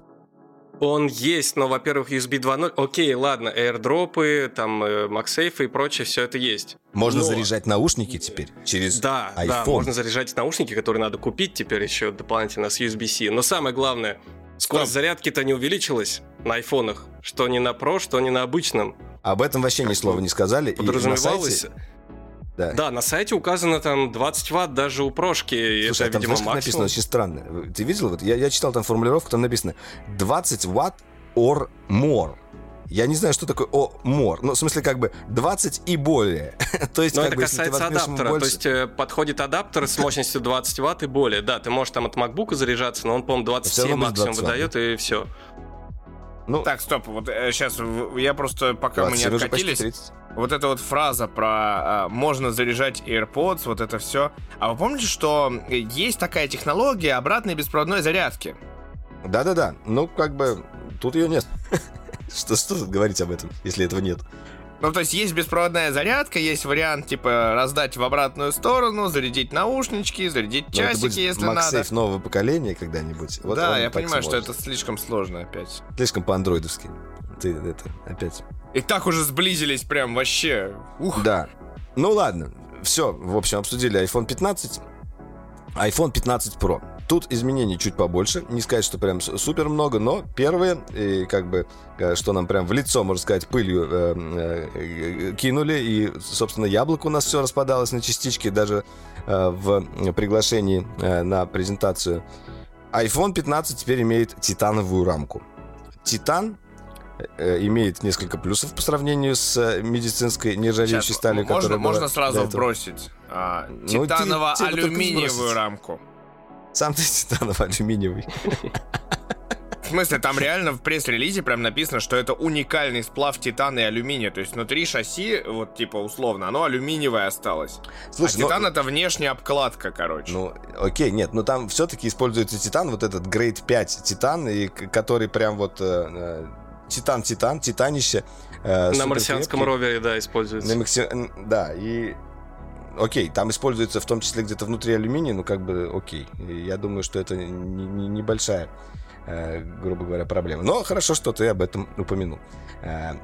Он есть, но, во-первых, ю эс би два ноль, окей, ладно, AirDrop'ы, там, MagSafe и прочее, все это есть. Можно но... заряжать наушники теперь через да, iPhone. Да, можно заряжать наушники, которые надо купить теперь еще дополнительно с ю эс би-C. Но самое главное, скорость Стоп. зарядки-то не увеличилась на айфонах, что не на Pro, что не на обычном. Об этом вообще как ни слова не сказали. Подразумевалось... И на сайте... Да. да, на сайте указано там двадцать ватт даже у прошки. Слушай, это, а там, видимо, знаешь, максимум. написано очень странно. Ты видел? Вот я, я читал там формулировку, там написано двадцать ватт or more. Я не знаю, что такое or more. Ну, в смысле, как бы двадцать и более. То есть, но как это бы, касается адаптера. больше... То есть э, подходит адаптер с мощностью двадцать ватт и более. Да, ты можешь там от MacBook заряжаться, но он, по-моему, двадцать семь максимум выдает, и все. Ну, так, стоп, вот э, сейчас я просто, пока мы не откатились, вот эта вот фраза про э, можно заряжать AirPods, вот это все. А вы помните, что есть такая технология обратной беспроводной зарядки? Да-да-да, ну как бы тут ее нет. Что, что тут говорить об этом, если этого нет? Ну, то есть есть беспроводная зарядка, есть вариант, типа, раздать в обратную сторону, зарядить наушнички, зарядить часики, если надо. MagSafe нового поколения когда-нибудь. Вот да, я понимаю, сможет. что это слишком сложно опять. Слишком по-андроидовски. Ты это опять... И так уже сблизились прям вообще. Ух. Да. Ну ладно, все, в общем, обсудили айфон пятнадцать. айфон пятнадцать Pro. Тут изменений чуть побольше. Не сказать, что прям супер много, но первые, и как бы, что нам прям в лицо, можно сказать, пылью э, э, кинули. И, собственно, яблоко у нас все распадалось на частички, даже э, в приглашении э, на презентацию. айфон пятнадцать теперь имеет титановую рамку. Титан э, имеет несколько плюсов по сравнению с медицинской нержавеющей сталью, можно, которая можно была сразу вбросить а, ну, титаново-алюминиевую рамку. Сам ты титаново-алюминиевый. В смысле, там реально в пресс-релизе прям написано, что это уникальный сплав титана и алюминия. То есть внутри шасси, вот типа условно, оно алюминиевое осталось. Слушай, а титан но... это внешняя обкладка, короче. Ну, окей, нет, но там все-таки используется титан, вот этот грейд пять титан, и, который прям вот э, титан-титан, титанище. Э, На марсианском ровере, да, используется. На макси... Да, и... Окей, там используется в том числе где-то внутри алюминия, ну как бы окей. Я думаю, что это не, не, небольшая, э, грубо говоря, проблема. Но хорошо, что ты об этом упомянул. Э,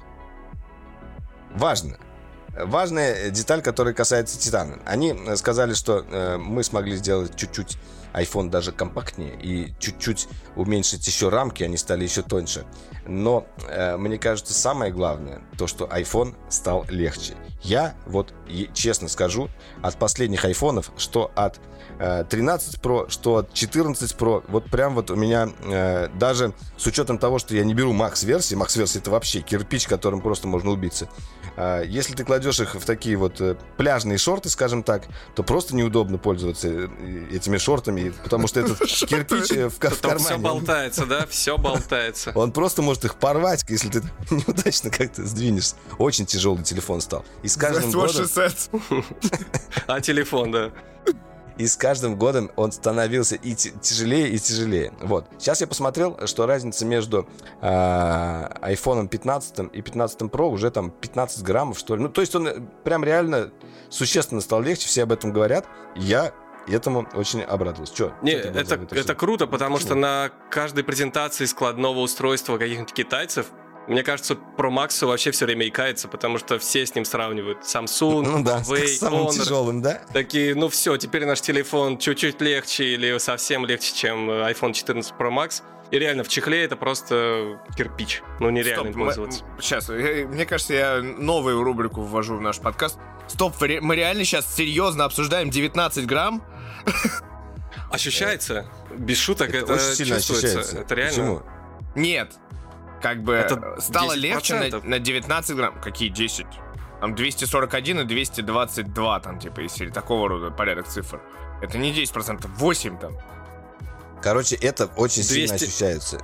важно. Важная деталь, которая касается титана. Они сказали, что э, мы смогли сделать чуть-чуть iPhone даже компактнее и чуть-чуть уменьшить еще рамки, они стали еще тоньше. Но э, мне кажется, самое главное, то, что iPhone стал легче. Я вот честно скажу, от последних айфонов, что от э, тринадцать Pro, что от четырнадцать Pro, вот прям вот у меня э, даже с учетом того, что я не беру Max-версии, Max-версия это вообще кирпич, которым просто можно убиться. Э, если ты кладешь их в такие вот э, пляжные шорты, скажем так, то просто неудобно пользоваться этими шортами, потому что этот кирпич в кармане. Все болтается, да? Все болтается. Он просто может их порвать, если ты неудачно как-то сдвинешься. Очень тяжелый телефон стал. И с каждым годом... А телефон, да. И с каждым годом он становился и тяжелее, и тяжелее. Вот. Сейчас я посмотрел, что разница между э, айфон пятнадцать и пятнадцать Pro уже там пятнадцать граммов, что ли. Ну, то есть он прям реально существенно стал легче, все об этом говорят. Я этому очень обрадовался. Чё? Не, Чё это, это круто, потому Почему? что на каждой презентации складного устройства каких-нибудь китайцев, мне кажется, Pro Max вообще все время икается, потому что все с ним сравнивают. Samsung, ну, да, Huawei, с самым Honor. Тяжелым, да? Такие, ну все, теперь наш телефон чуть-чуть легче или совсем легче, чем айфон четырнадцать Pro Max. И реально в чехле это просто кирпич. Ну нереально им пользоваться. Мы, сейчас, я, мне кажется, я новую рубрику ввожу в наш подкаст. Стоп, мы реально сейчас серьезно обсуждаем девятнадцать грамм? Ощущается? Без шуток это, это очень сильно чувствуется. Ощущается. Это реально. Почему? Нет. Как бы это стало легче на, на девятнадцать грамм. Какие десять? Там двести сорок один и двести двадцать два, там, типа, из серии такого рода порядок цифр. Это не десять процентов, восемь там. Короче, это очень двести сильно ощущается.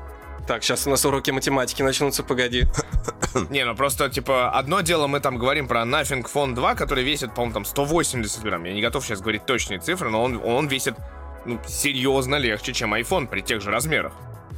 Так, сейчас у нас уроки математики начнутся, погоди. Не, ну просто, типа, одно дело мы там говорим про Nothing Phone два, который весит, по-моему, там сто восемьдесят грамм. Я не готов сейчас говорить точные цифры, но он, он весит, ну, серьезно легче, чем iPhone при тех же размерах.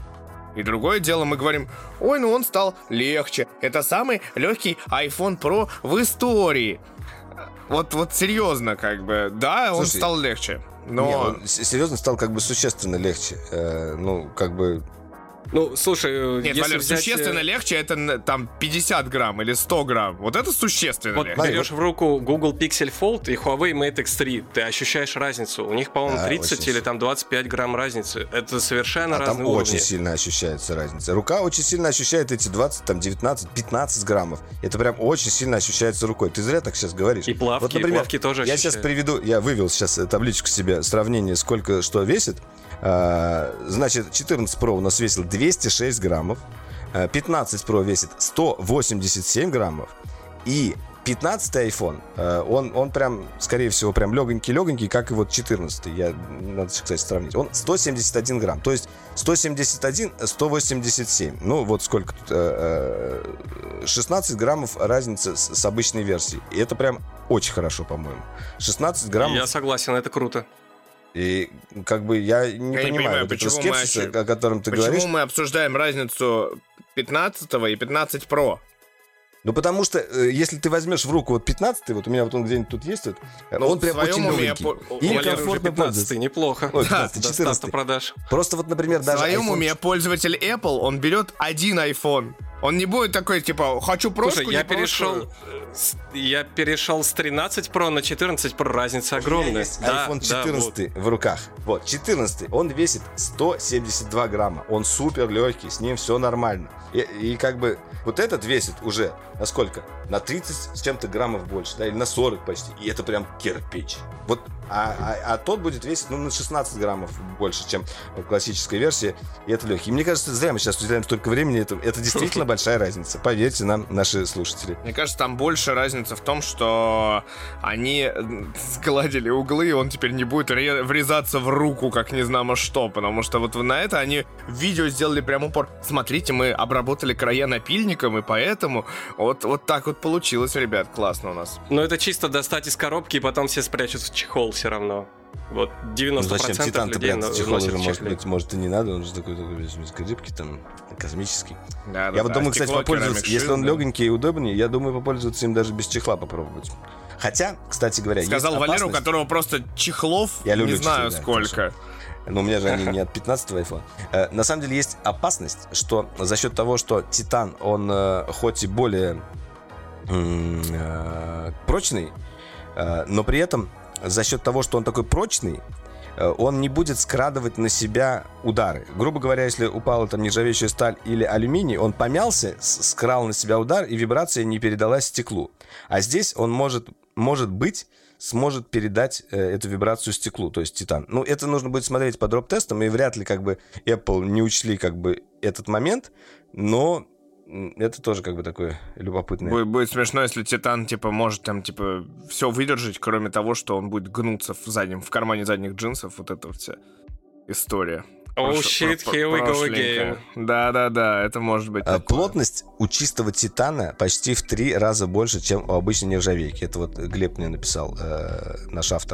И другое дело, мы говорим, ой, ну он стал легче. Это самый легкий iPhone Pro в истории. Вот, вот серьезно, как бы, да, он Слушай, стал легче. Но... Не, он с- серьезно стал как бы существенно легче. Э, ну, как бы... Ну, слушай, Нет, если Валер, взять, существенно э, легче это н- там пятьдесят грамм или сто грамм. Вот это существенно Вот легче. берешь в руку Google Pixel Fold и Huawei Mate икс три, ты ощущаешь разницу. У них, по-моему, Да, тридцать очень или там двадцать пять грамм разницы. Это совершенно А там разные очень уровни. сильно ощущается разница. Рука очень сильно ощущает эти двадцать, там, девятнадцать, пятнадцать граммов. Это прям очень сильно ощущается рукой. Ты зря так сейчас говоришь. И плавки, вот, и например, плавки тоже я сейчас ощущаю. приведу, я вывел сейчас табличку себе, сравнение, сколько что весит. А, значит, четырнадцать Pro у нас весил двести шесть граммов, а, пятнадцать Pro весит сто восемьдесят семь граммов, и пятнадцатый iPhone, а, он, он прям, скорее всего, прям легонький-легонький, как и вот четырнадцатый. Я, надо, кстати, сравнить. Он сто семьдесят один грамм, то есть сто семьдесят один, сто восемьдесят семь. Ну, вот сколько тут, а, а, шестнадцать граммов разница с, с обычной версией. И это прям очень хорошо, по-моему. шестнадцать граммов. Я согласен, это круто. И как бы я не Я не понимаю, понимаю, вот этого почему мы скепсиса, ощу- о котором ты Почему говоришь. мы обсуждаем разницу пятнадцатого и пятнадцать Pro? Ну, потому что, э, если ты возьмешь в руку вот пятнадцатый, вот у меня вот он где-нибудь тут есть, вот, э, Ну, он в прям своем очень уме я легенький. по- Им У Валеры уже комфортно пятнадцатый, пользоваться. неплохо. Ой, Да, пятнадцатый, до четырнадцатый. старта продаж. Просто вот, например, В даже своем iPhone уме пользователь Apple, он берет один iPhone. Он не будет такой, типа, хочу прошку, Слушай, не я прошку. перешел, э, с- я перешел с тринадцать Pro на четырнадцать Pro, разница У меня огромная. есть Да, iPhone да, четырнадцать в руках. Вот, четырнадцатый, он весит сто семьдесят два грамма. Он супер легкий, с ним все нормально. И, и как бы вот этот весит уже на сколько? На тридцать с чем-то граммов больше, да, или на сорок почти. И это прям кирпич. Вот, а, а, а тот будет весить, ну, на шестнадцать граммов больше, чем в классической версии. И это легкий. И мне кажется, зря мы сейчас уделяем столько времени. Это, это действительно большая разница. Поверьте нам, наши слушатели. Мне кажется, там больше разница в том, что они сгладили углы, и он теперь не будет ре- врезаться в руку, как не знамо что, потому что вот на это они в видео сделали прям упор. Смотрите, мы обработали края напильником, и поэтому вот, вот так вот получилось, ребят, классно у нас. Но это чисто достать из коробки, и потом все спрячут в чехол все равно. Вот Ну, девяносто зачем процентов Титан-то людей прятать но- чехол носят уже, может чехли. быть, может и не надо, он же такой, такой весь крепкий, там, космический. Да, Я вот думаю, кстати, попользоваться, если он легенький и удобнее, я думаю, попользоваться им даже без чехла попробовать. Хотя, кстати говоря, Сказал есть Валеру, у опасность. которого просто чехлов Я люблю не знаю чехлы, да, сколько. Но у меня же они не от пятнадцатого iPhone. Э, На самом деле есть опасность, что за счет того, что Титан, он э, хоть и более м, э, прочный, э, но при этом за счет того, что он такой прочный, э, он не будет скрадывать на себя удары. Грубо говоря, если упала там нержавеющая сталь или алюминий, он помялся, с- скрал на себя удар, и вибрация не передалась стеклу. А здесь он может, может быть, сможет передать э, эту вибрацию стеклу, то есть Титан. Ну, это нужно будет смотреть по дроп-тестам, и вряд ли как бы Apple не учли как бы этот момент, но м, это тоже как бы такое любопытное. Будет, будет смешно, если Титан, типа, может там, типа, все выдержать, кроме того, что он будет гнуться в заднем, в кармане задних джинсов. Вот эта вот вся история. Oh Прош- shit, про- here we go прошленькая. again. Да-да-да, это может быть А, такое. Плотность у чистого Титана почти в три раза больше, чем у обычной нержавейки. Это вот Глеб мне написал, э, наш автор.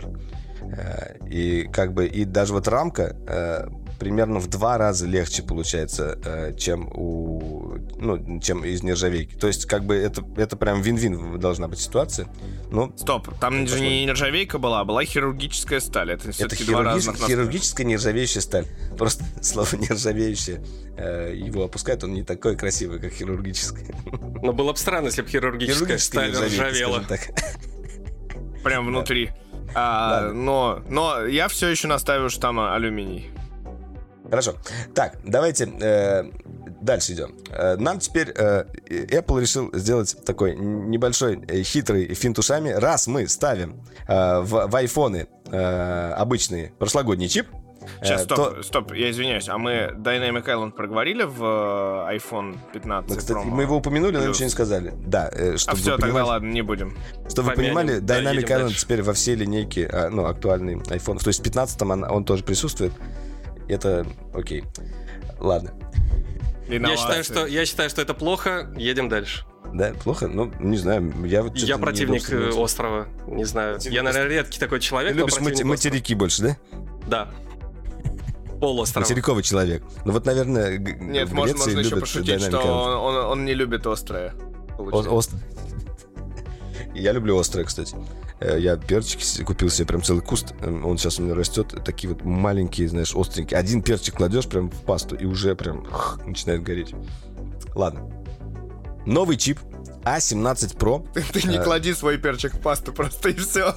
Э, и как бы и даже вот рамка э, примерно в два раза легче получается, э, чем у ну чем из нержавейки. То есть как бы это это прям вин-вин должна быть ситуация. Ну, Стоп, там же не нержавейка была, а была хирургическая сталь. Это это все-таки два хирургич- разных настроя. хирургическая нержавеющая сталь. Просто слово нержавеющая э, его опускает, он не такой красивый, как хирургическая. Но было бы странно, если бы хирургическая Хирургическая сталь нержавейка, ржавела. скажем так. Прям внутри. А, Ладно. но, но я все еще настаиваю, что там алюминий. Хорошо. Так, давайте э, дальше идем. Э, нам теперь э, Apple решил сделать такой небольшой э, хитрый финт ушами. Раз мы ставим э, в, в айфоны э, обычный прошлогодний чип, Сейчас, э, стоп, то- стоп, я извиняюсь. А мы Dynamic Island проговорили в э, iPhone пятнадцать ну, кстати, Pro? мы его упомянули, но Плюс. ничего не сказали. Да, э, А чтобы все, вы тогда понимали, ладно, не будем. чтобы вы Помянем. понимали, Да, Dynamic едем Island дальше. теперь во всей линейке, а, ну, актуальный iPhone. То есть в пятнадцатом он, он тоже присутствует. Это окей. Ладно. Я считаю, что, я считаю, что это плохо. Едем дальше. Да, плохо? Ну, не знаю. Я, вот я противник острова. Не знаю. Противник я, наверное, редкий такой человек. Ты любишь мати- материки больше, да? Да. Полуострова. Материковый человек. Ну вот, наверное, г- Нет, в можно, Греции можно еще любят пошутить, что он, он, он не любит острое. О- ост... Я люблю острое, кстати. Я перчики купил себе прям целый куст. Он сейчас у меня растет. Такие вот маленькие, знаешь, остренькие. Один перчик кладешь прям в пасту, и уже прям начинает гореть. Ладно. Новый чип а семнадцать Pro. Ты, ты не а... клади свой перчик в пасту просто, и все.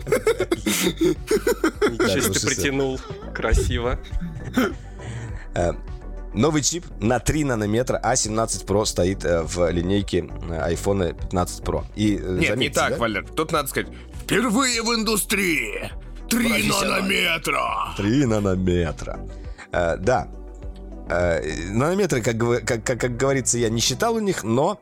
Ничего ты притянул. Красиво. Новый чип на три нанометра а семнадцать Pro стоит в линейке iPhone пятнадцать Pro. И, Нет, заметьте, не так, да? Валер. Тут надо сказать, впервые в индустрии три нанометра. три нанометра. А, да. А, нанометры, как, как, как, как говорится, я не считал у них, но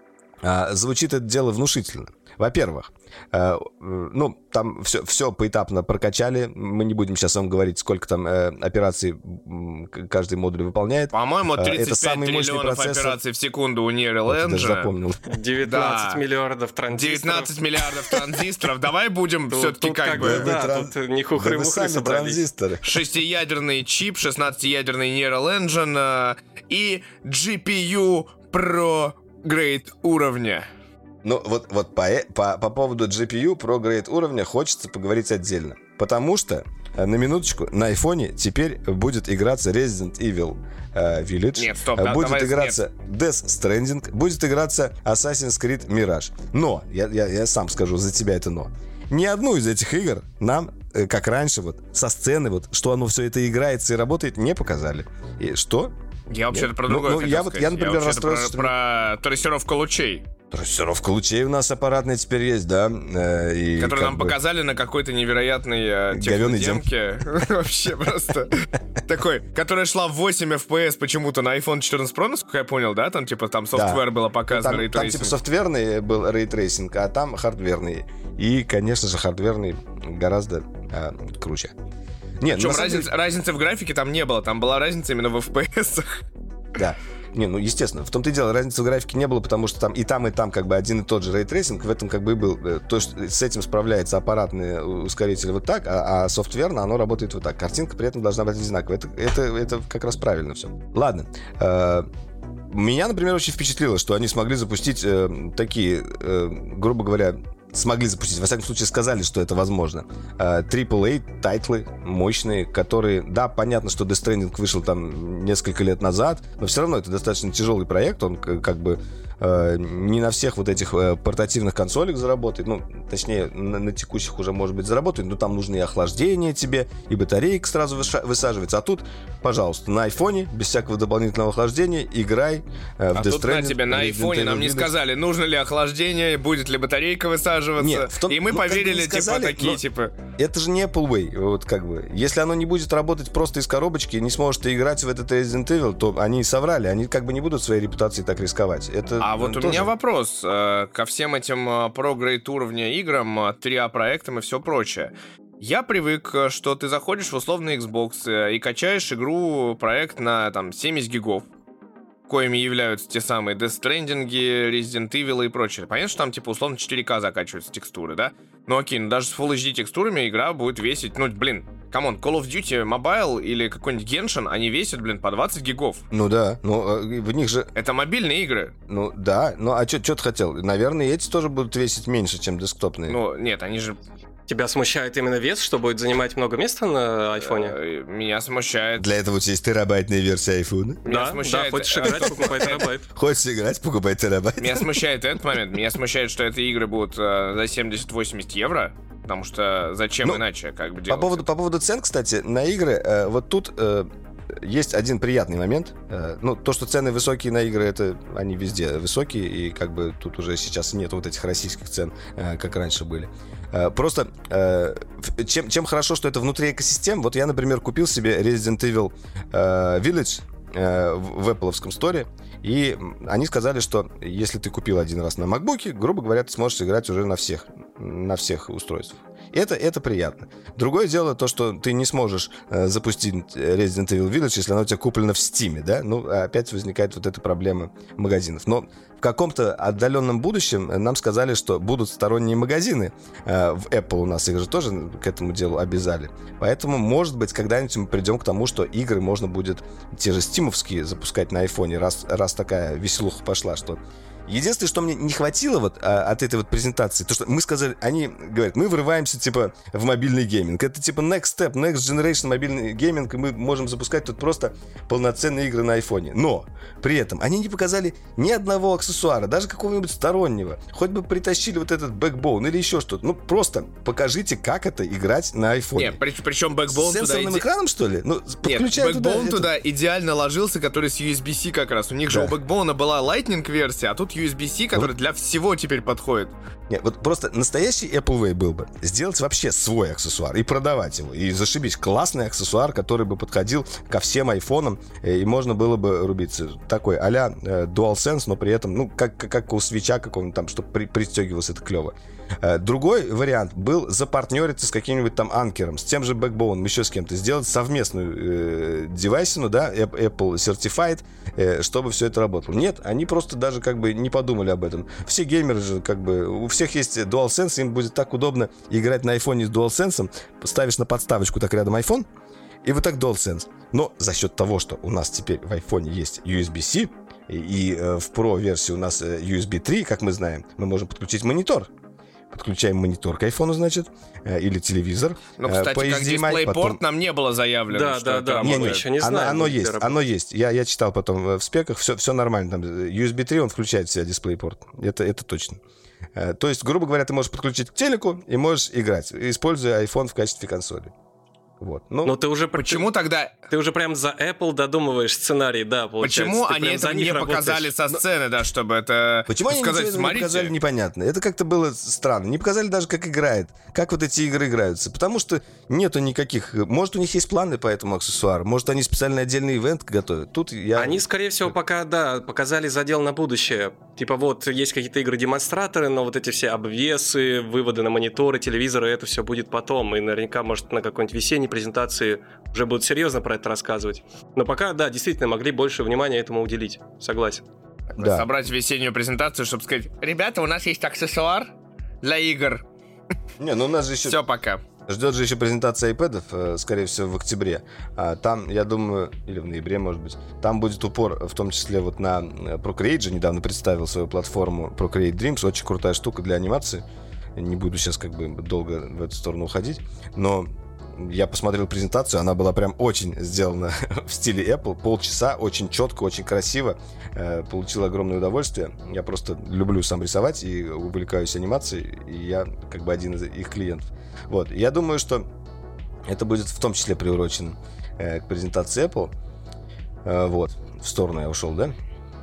а, звучит это дело внушительно. Во-первых, э, ну, там все, все поэтапно прокачали. Мы не будем сейчас вам говорить, сколько там э, операций каждый модуль выполняет. По-моему, тридцать пять триллионов операций в секунду у Neural Engine. Запомнил. девятнадцать миллиардов транзисторов. девятнадцать миллиардов транзисторов. Давай будем все-таки как бы... Да, тут не хухры-мухры собрались. Шестиядерный чип, шестнадцатиядерный Neural Engine и джи пи ю Pro Grade уровня. Ну, вот, вот по, по, по поводу джи пи ю Pro Grade уровня хочется поговорить отдельно. Потому что, на минуточку, на айфоне теперь будет играться Resident Evil э, Village. Нет, стоп, да, будет давай, играться нет. Death Stranding, будет играться Assassin's Creed Mirage. Но, я, я, я сам скажу за тебя это но. Ни одну из этих игр нам, э, как раньше, вот, со сцены, вот, что оно все это играется и работает, не показали. И что? Я вообще-то про другое ну, хотел я, сказать. Вот, я, например, я расстроился, про, что... про трассировку лучей. Трассировка лучей у нас аппаратная теперь есть, да. Э, и Который нам бы... показали на какой-то невероятной э, технодемке. Вообще просто такой, которая шла в восемь эф пи эс почему-то на iPhone четырнадцать Pro, насколько я понял, да? Там типа там софтвер было показано, рейтрейсинг. Там типа софтверный был рейтрейсинг, а там хардверный. И, конечно же, хардверный гораздо круче. Нет, причем разницы, деле... разницы в графике там не было, там была разница именно в эф пи эс. Да. Не, ну, естественно, в том-то и дело, разницы в графике не было, потому что там и там, и там как бы один и тот же рейтрейсинг, в этом как бы и был. То, что с этим справляется аппаратный ускоритель вот так, а, а софтверно оно работает вот так. Картинка при этом должна быть одинаковая. Это, это, это как раз правильно все. Ладно. Меня, например, очень впечатлило, что они смогли запустить э, такие, э, грубо говоря, смогли запустить, во всяком случае сказали, что это возможно. трипл эй тайтлы мощные, которые, да, понятно, что Death Stranding вышел там несколько лет назад, но все равно это достаточно тяжелый проект, он как бы э, не на всех вот этих э, портативных консолях заработает, ну, точнее, на, на текущих уже, может быть, заработает, но там нужно и охлаждение тебе, и батарейка сразу выша- высаживается, а тут, пожалуйста, на айфоне, без всякого дополнительного охлаждения, играй э, в а Death Stranding. А тут на тебе, на айфоне нам не сказали, нужно ли охлаждение, будет ли батарейка высаживаться. Нет, том, и мы ну, поверили, сказали, типа, такие, типа... Это же не Apple Way, вот как бы. Если оно не будет работать просто из коробочки, не сможет играть в этот Resident Evil, то они соврали, они как бы не будут своей репутацией так рисковать. Это, а вот тоже... у меня вопрос э, ко всем этим Pro Grade уровня играм, три А проектам и все прочее. Я привык, что ты заходишь в условный Xbox и качаешь игру, проект на там семьдесят гигов, коими являются те самые Death Stranding, Resident Evil и прочее. Понятно, что там, типа, условно четыре ка закачиваются текстуры, да? Ну окей, ну даже с Full эйч ди текстурами игра будет весить, ну, блин, камон, Call of Duty Mobile или какой-нибудь Genshin, они весят, блин, по двадцать гигов. Ну да, ну в них же... Это мобильные игры. Ну да, ну а что ты хотел? Наверное, эти тоже будут весить меньше, чем десктопные. Ну, нет, они же... Тебя смущает именно вес, что будет занимать много места на айфоне? Меня смущает... Для этого у тебя есть терабайтная версия айфона? Да, смущает... да, хочешь играть, покупай терабайт. Хочешь играть, покупай терабайт. Меня смущает этот момент. Меня смущает, что эти игры будут э, за семьдесят-восемьдесят евро. Потому что зачем ну, иначе как бы делать? По поводу, по поводу цен, кстати, на игры, э, вот тут... Э, есть один приятный момент. Ну, то, что цены высокие на игры, это они везде высокие, и как бы тут уже сейчас нет вот этих российских цен, как раньше были. Просто чем, чем хорошо, что это внутри экосистем. Вот я, например, купил себе Resident Evil Village в Apple'овском сторе, и они сказали, что если ты купил один раз на MacBook'е, грубо говоря, ты сможешь играть уже на всех, на всех устройствах. Это, это приятно. Другое дело то, что ты не сможешь э, запустить Resident Evil Village, если оно у тебя куплено в Steam, да? Ну, опять возникает вот эта проблема магазинов. Но в каком-то отдаленном будущем нам сказали, что будут сторонние магазины. Э, в Apple у нас их же тоже к этому делу обязали. Поэтому, может быть, когда-нибудь мы придем к тому, что игры можно будет те же стимовские запускать на айфоне, раз, раз такая веселуха пошла, что... Единственное, что мне не хватило вот а, от этой вот презентации, то, что мы сказали, они говорят, мы врываемся, типа, в мобильный гейминг. Это, типа, next step, next generation мобильный гейминг, и мы можем запускать тут просто полноценные игры на айфоне. Но при этом они не показали ни одного аксессуара, даже какого-нибудь стороннего. Хоть бы притащили вот этот Backbone или еще что-то. Ну, просто покажите, как это играть на айфоне. Нет, при, причем Backbone с сенсорным туда... экраном, что ли? Ну, Нет, Backbone туда, туда это... идеально ложился, который с ю эс би-C как раз. У них да. же у Backbone была Lightning-версия, а тут ю эс би-C, который вот. Для всего теперь подходит. Нет, вот просто настоящий Apple Way был бы сделать вообще свой аксессуар и продавать его. И зашибись. Классный аксессуар, который бы подходил ко всем айфонам, и можно было бы рубиться. Такой а-ля э, DualSense, но при этом, ну, как, как у свитча какого-нибудь там, чтобы при, пристегивалось это клево. Э, другой вариант был запартнериться с каким-нибудь там анкером, с тем же Backbone, еще с кем-то, сделать совместную э, девайсину, да, Apple Certified, э, чтобы все это работало. Нет, они просто даже как бы не подумали об этом. Все геймеры же, как бы, у всех есть DualSense, им будет так удобно играть на айфоне с DualSense, ставишь на подставочку так рядом iPhone, и вот так DualSense. Но за счет того, что у нас теперь в айфоне есть ю эс би-C, и, и э, в Pro-версии у нас э, ю эс би три, как мы знаем, мы можем подключить монитор. Подключаем монитор к айфону, значит, э, или телевизор. Ну, кстати, по как DisplayPort потом... нам не было заявлено, да, что да, это да, работает. мы еще не оно, знаем. Оно есть, оно есть. Я, я читал потом в спеках, все, все нормально. Там ю эс би три, он включает в себя DisplayPort. Это, это точно. Э, то есть, грубо говоря, ты можешь подключить к телеку и можешь играть, используя iPhone в качестве консоли. Вот. Ну, Но ты уже... Почему ты, тогда... Ты уже прям за Apple додумываешь сценарий, да, получается. Почему ты они это не работаешь. показали со сцены, да, чтобы это... Почему они сказать, ничего не показали, непонятно. Это как-то было странно. Не показали даже, как играет. Как вот эти игры играются. Потому что нету никаких... Может, у них есть планы по этому аксессуару. Может, они специальный отдельный ивент готовят. Тут я... Они, скорее всего, пока, да, показали задел на будущее. Типа вот, есть какие-то игры-демонстраторы, но вот эти все обвесы, выводы на мониторы, телевизоры, это все будет потом. И наверняка, может, на какой-нибудь весенней презентации уже будут серьезно про это рассказывать. Но пока, да, действительно, могли больше внимания этому уделить. Согласен. Да. Собрать весеннюю презентацию, чтобы сказать: ребята, у нас есть аксессуар для игр. Не, ну у нас же еще... Все, пока. Ждет же еще презентация iPad'ов, скорее всего, в октябре. А там, я думаю, или в ноябре, может быть, там будет упор, в том числе вот на Procreate же недавно представил свою платформу Procreate Dreams. Очень крутая штука для анимации. Не буду сейчас как бы долго в эту сторону уходить. Но я посмотрел презентацию, она была прям очень сделана в стиле Apple. Полчаса, очень четко, очень красиво. Получил огромное удовольствие. Я просто люблю сам рисовать и увлекаюсь анимацией. И я как бы один из их клиентов. Вот. Я думаю, что это будет в том числе приурочено э, к презентации Apple. Э, вот. В сторону я ушел, да?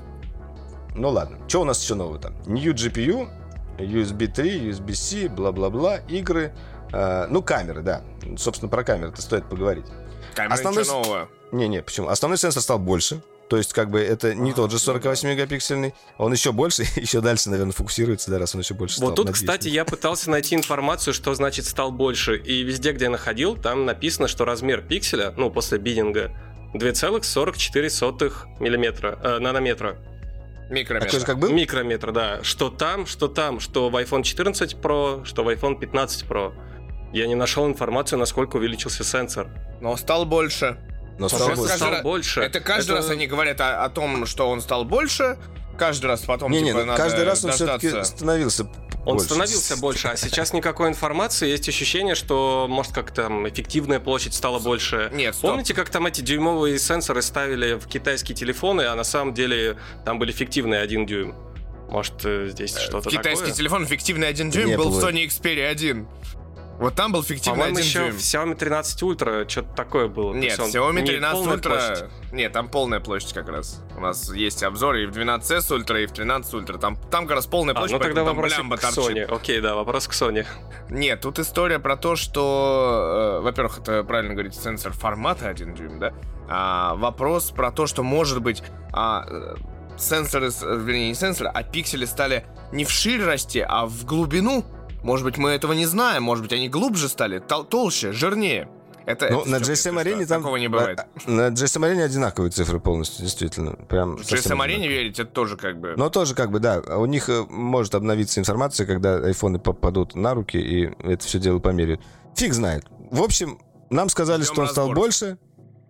Ну ладно. Что у нас еще нового там? New джи пи ю, ю эс би три, ю эс би-C, бла-бла-бла, игры. Э, ну, камеры, да. Собственно, про камеры-то стоит поговорить. Камера Основной... ничего нового. Не-не, почему? Основной сенсор стал больше. То есть, как бы, это не а, тот же сорок восемь мегапиксельный. Он еще больше, еще дальше, наверное, фокусируется, да, раз он еще больше стал. Вот тут, надеюсь. Кстати, я пытался найти информацию, что значит стал больше. И везде, где я находил, там написано, что размер пикселя, ну, после биддинга, два целых сорок четыре сотых миллиметра, э, нанометра. Микрометр. А как был? Микрометр, да. Что там, что там, что в iPhone четырнадцать Pro, что в iPhone пятнадцать Pro. Я не нашел информацию, насколько увеличился сенсор. Но стал больше. Но стал, стал, стал раз, больше. Это каждый это... раз они говорят о, о том, что он стал больше. Каждый раз потом не, типа, не, надо каждый раз он дождаться. все-таки становился Он больше. становился больше, а сейчас никакой информации. Есть ощущение, что, может, как там эффективная площадь стала больше. Нет, стоп. Помните, как там эти дюймовые сенсоры ставили в китайские телефоны, а на самом деле там были фиктивные один дюйм? Может, здесь что-то такое? Китайский телефон фиктивный один дюйм был в Sony Xperia один. Вот там был фиктивный один еще дюйм. В Xiaomi тринадцать Ultra что-то такое было. Нет, Xiaomi тринадцать Ultra... Нет, там полная площадь как раз. У нас есть обзоры и в двенадцать эс Ultra, и в тринадцать Ultra. Там, там как раз полная площадь, а, ну тогда там вопрос блямба к торчит. Sony. Окей, да, вопрос к Sony. Нет, тут история про то, что... Э, во-первых, это правильно говорить, сенсор формата один дюйм, да? А, вопрос про то, что, может быть... А, сенсоры, вернее, не сенсоры, а пиксели стали не вширь расти, а в глубину. Может быть, мы этого не знаем, может быть, они глубже стали, тол- толще, жирнее. Это, Ну, это на всё, джи эс эм-арене что, там... такого не бывает. На джи эс эм-арене одинаковые цифры полностью, действительно. Прям В джи эс совсем эм-арене одинаковые. верить, это тоже как бы... Но тоже как бы, да, у них э, может обновиться информация, когда айфоны попадут на руки, и это все дело померяют. Фиг знает. В общем, нам сказали, Ждем что он стал разбора. больше,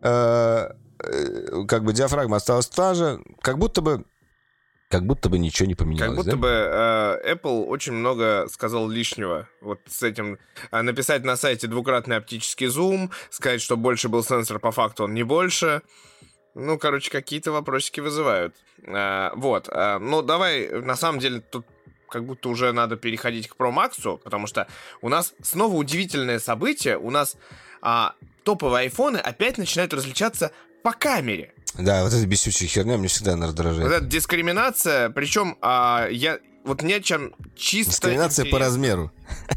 э, э, как бы диафрагма осталась та же, как будто бы, как будто бы ничего не поменялось. Как будто да? бы э, Apple очень много сказал лишнего. Вот с этим э, написать на сайте двукратный оптический зум, сказать, что больше был сенсор, по факту он не больше. Ну, короче, какие-то вопросики вызывают. Э, вот. Э, ну, давай, на самом деле, тут как будто уже надо переходить к Pro Max, потому что у нас снова удивительное событие. У нас а, топовые айфоны опять начинают различаться по камере. Да, вот эта бесючая херня мне всегда она раздражает. Вот эта дискриминация, причем а, я вот мне чем чисто Дискриминация по интерес- размеру.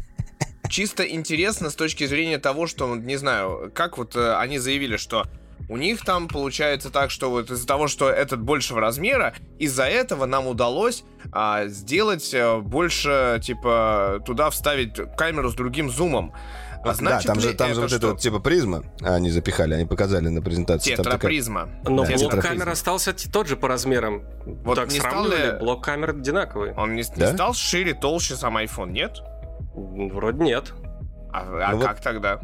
чисто интересно с точки зрения того, что не знаю, как вот э, они заявили, что у них там получается так, что вот из-за того, что этот большего размера, из-за этого нам удалось а, сделать а, больше, типа, туда вставить камеру с другим зумом. А значит да, там ли же, там же это вот что? это вот типа призма они запихали, они показали на презентации. Там такая- Тетрапризма. Но Да, блок тетрапризма. камер остался т- тот же по размерам. Вот так не стал сравнивали, ли- блок камер одинаковый. Он не, не Да? стал шире, толще сам iPhone, нет? М, Вроде нет. А, а Ну вот- как тогда?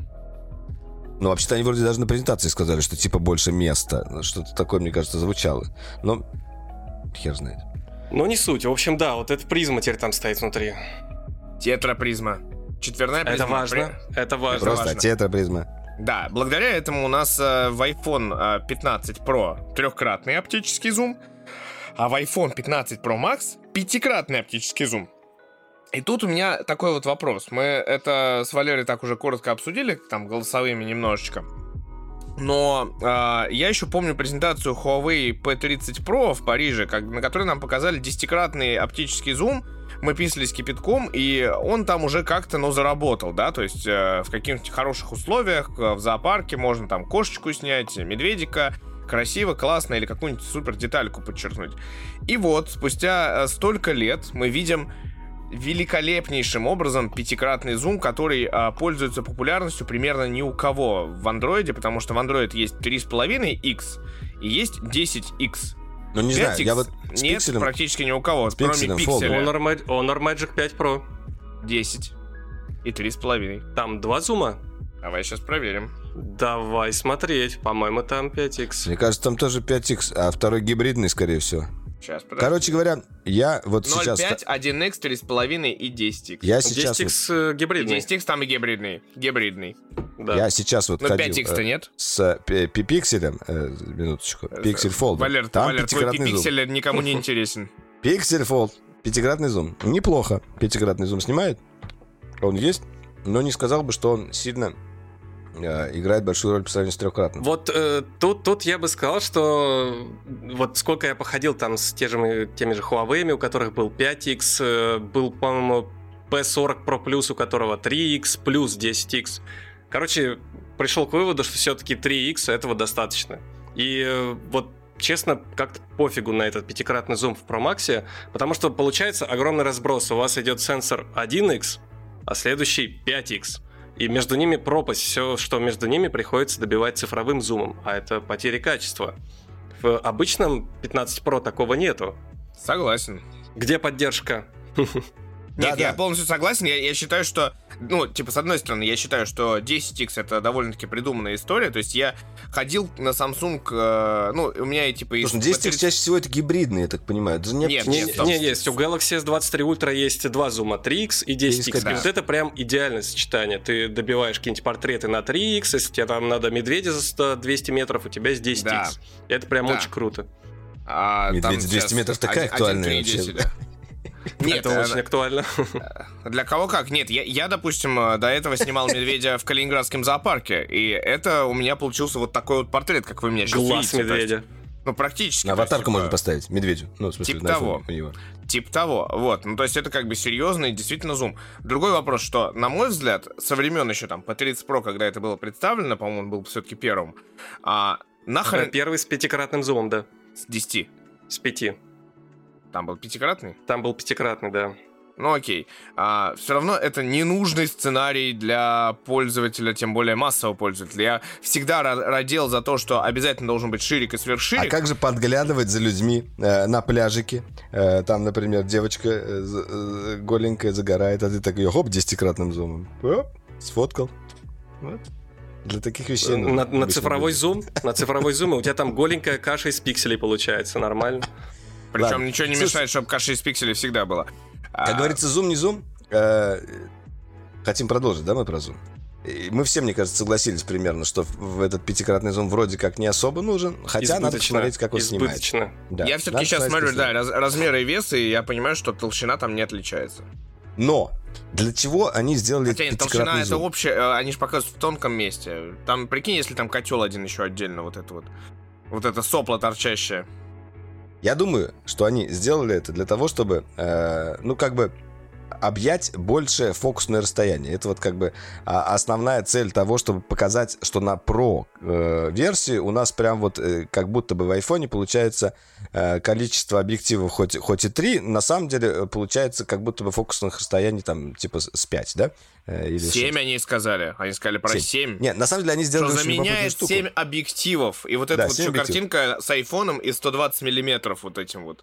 Ну, вообще-то они вроде даже на презентации сказали, что типа больше места. Ну, что-то такое, мне кажется, звучало. Но хер знает. Но не суть. В общем, да, вот эта призма теперь там стоит внутри. Тетрапризма. Четверная призма. Это важно. При- Это важно. Просто важно. тетрапризма. Да, благодаря этому у нас э, в iPhone э, пятнадцать Pro трехкратный оптический зум, а в iPhone пятнадцать Pro Max пятикратный оптический зум. И тут у меня такой вот вопрос. Мы это с Валерой так уже коротко обсудили, там голосовыми немножечко. Но э, я еще помню презентацию Huawei пи тридцать Pro в Париже, как, на которой нам показали десятикратный оптический зум. Мы писались кипятком, и он там уже как-то, ну, заработал, да, то есть э, в каких-то хороших условиях, э, в зоопарке можно там кошечку снять, медведика, красиво, классно, или какую-нибудь супер детальку подчеркнуть. И вот, спустя э, столько лет мы видим великолепнейшим образом пятикратный зум, который а, пользуется популярностью примерно ни у кого в андроиде, потому что в Android есть три с половиной икс и есть десять икс. Ну, не знаю, я вот с нет пикселем... практически ни у кого, с кроме пикселем пикселя. Honor, Mag- Honor Magic пять Pro. десять и три с половиной. Там два зума? Давай сейчас проверим. Давай смотреть. По-моему, там пять икс. Мне кажется, там тоже пять икс, а второй гибридный, скорее всего. Сейчас, подожди. Короче говоря, я вот ноль сейчас... пять, один икс, три с половиной и десять икс. Я сейчас, десять икс э, И гибридный. десять икс там и гибридный. Гибридный. Да. я сейчас вот Но ходил пять икс-то э, нет? с пи- пи- пикселем, э, минуточку, пиксель фолд. Валер, Там Валер, твой пятикратный зум. пиксель никому не интересен. Пиксель фолд, пятикратный зум. Неплохо. Пятикратный зум снимает. Он есть, но не сказал бы, что он сильно э, играет большую роль по сравнению с трехкратным. Вот э, тут, тут я бы сказал, что вот сколько я походил там с те же, теми же Huawei, у которых был пять икс, э, был, по-моему, пи сорок Pro Plus, у которого три икс плюс десять икс. Короче, пришел к выводу, что все-таки три икс этого достаточно. И э, вот честно, как-то пофигу на этот пятикратный зум в Pro Max, потому что получается огромный разброс. У вас идет сенсор один икс, а следующий пять икс. И между ними пропасть. Все, что между ними, приходится добивать цифровым зумом. А это потеря качества. В обычном пятнадцать Pro такого нету. Согласен. Где поддержка? Нет, Да, я да. полностью согласен. Я, я считаю, что, ну, типа, с одной стороны, я считаю, что десять икс это довольно-таки придуманная история. То есть я ходил на Samsung, э, ну, у меня и типа... и Слушай, ну с десять икс тридцать чаще всего это гибридный, я так понимаю. Это же не Нет, оптический. Не, нет, стоп. не, есть. У Galaxy эс двадцать три Ultra есть два зума, три икс и десять икс. Да. И вот это прям идеальное сочетание. Ты добиваешь какие-нибудь портреты на три икс, если тебе там надо медведя за сто двести метров, у тебя есть десять икс. Это прям Да. очень круто. А, Медведь там за двести сейчас метров такая один- актуальная один три вообще. десять, да. Нет, это э, очень актуально. для кого как. Нет, я, я, допустим, э, до этого снимал медведя в Калининградском зоопарке, и это у меня получился вот такой вот портрет, как вы меня сейчас Глаз видите. То есть, медведя. ну, практически. На то есть, аватарку типа, можно поставить, медведю. Ну, в смысле, Типа на того. iPhone у него. Типа того, вот. Ну, то есть это как бы серьезный действительно зум. Другой вопрос, что, на мой взгляд, со времен еще там пи тридцать Pro, когда это было представлено, по-моему, он был все-таки первым, а нахрен... Первый с пятикратным зумом, да. С десяти. С пяти. Там был пятикратный? Там был пятикратный, да. ну окей. А, все равно это ненужный сценарий для пользователя, тем более массового пользователя. Я всегда родил за то, что обязательно должен быть ширик и сверхширик. А как же подглядывать за людьми э, на пляжике? Э, там, например, девочка э, э, голенькая загорает, а ты так ее хоп, десятикратным зумом. Оп, сфоткал. Вот. Для таких вещей... На, на цифровой зум, на цифровой зум, и у тебя там голенькая каша из пикселей получается, нормально. Причем Ладно. ничего не Слушай, мешает, чтобы каша из пикселей всегда была. Как А, говорится, зум не зум. Э, хотим продолжить, да, мы про зум? И мы все, мне кажется, согласились примерно, что в этот пятикратный зум вроде как не особо нужен, хотя надо посмотреть, как он снимается. Избыточно. Да, я все-таки надо сейчас посмотреть, смотрю, как да, раз- размеры и весы, и я понимаю, что толщина там не отличается. Но для чего они сделали Хотя этот нет, толщина пятикратный это зум? общее, э, они же показывают в тонком месте. Там, прикинь, если там котел один еще отдельно, вот это вот. Вот это сопло торчащее. Я думаю, что они сделали это для того, чтобы, э, ну, как бы объять больше фокусное расстояние. Это вот как бы а, основная цель того, чтобы показать, что на Pro э, версии у нас прям вот э, как будто бы в айфоне получается э, количество объективов хоть, хоть и три, на самом деле э, получается как будто бы фокусных расстояний там типа с пять, да? Э, или семь шесть. они сказали. Они сказали про Семь. семь. Нет, на самом деле они сделали Что очень любопытную заменяет штуку. семь объективов. И вот эта Да, вот семь еще объективов. картинка с айфоном и сто двадцать миллиметров вот этим вот.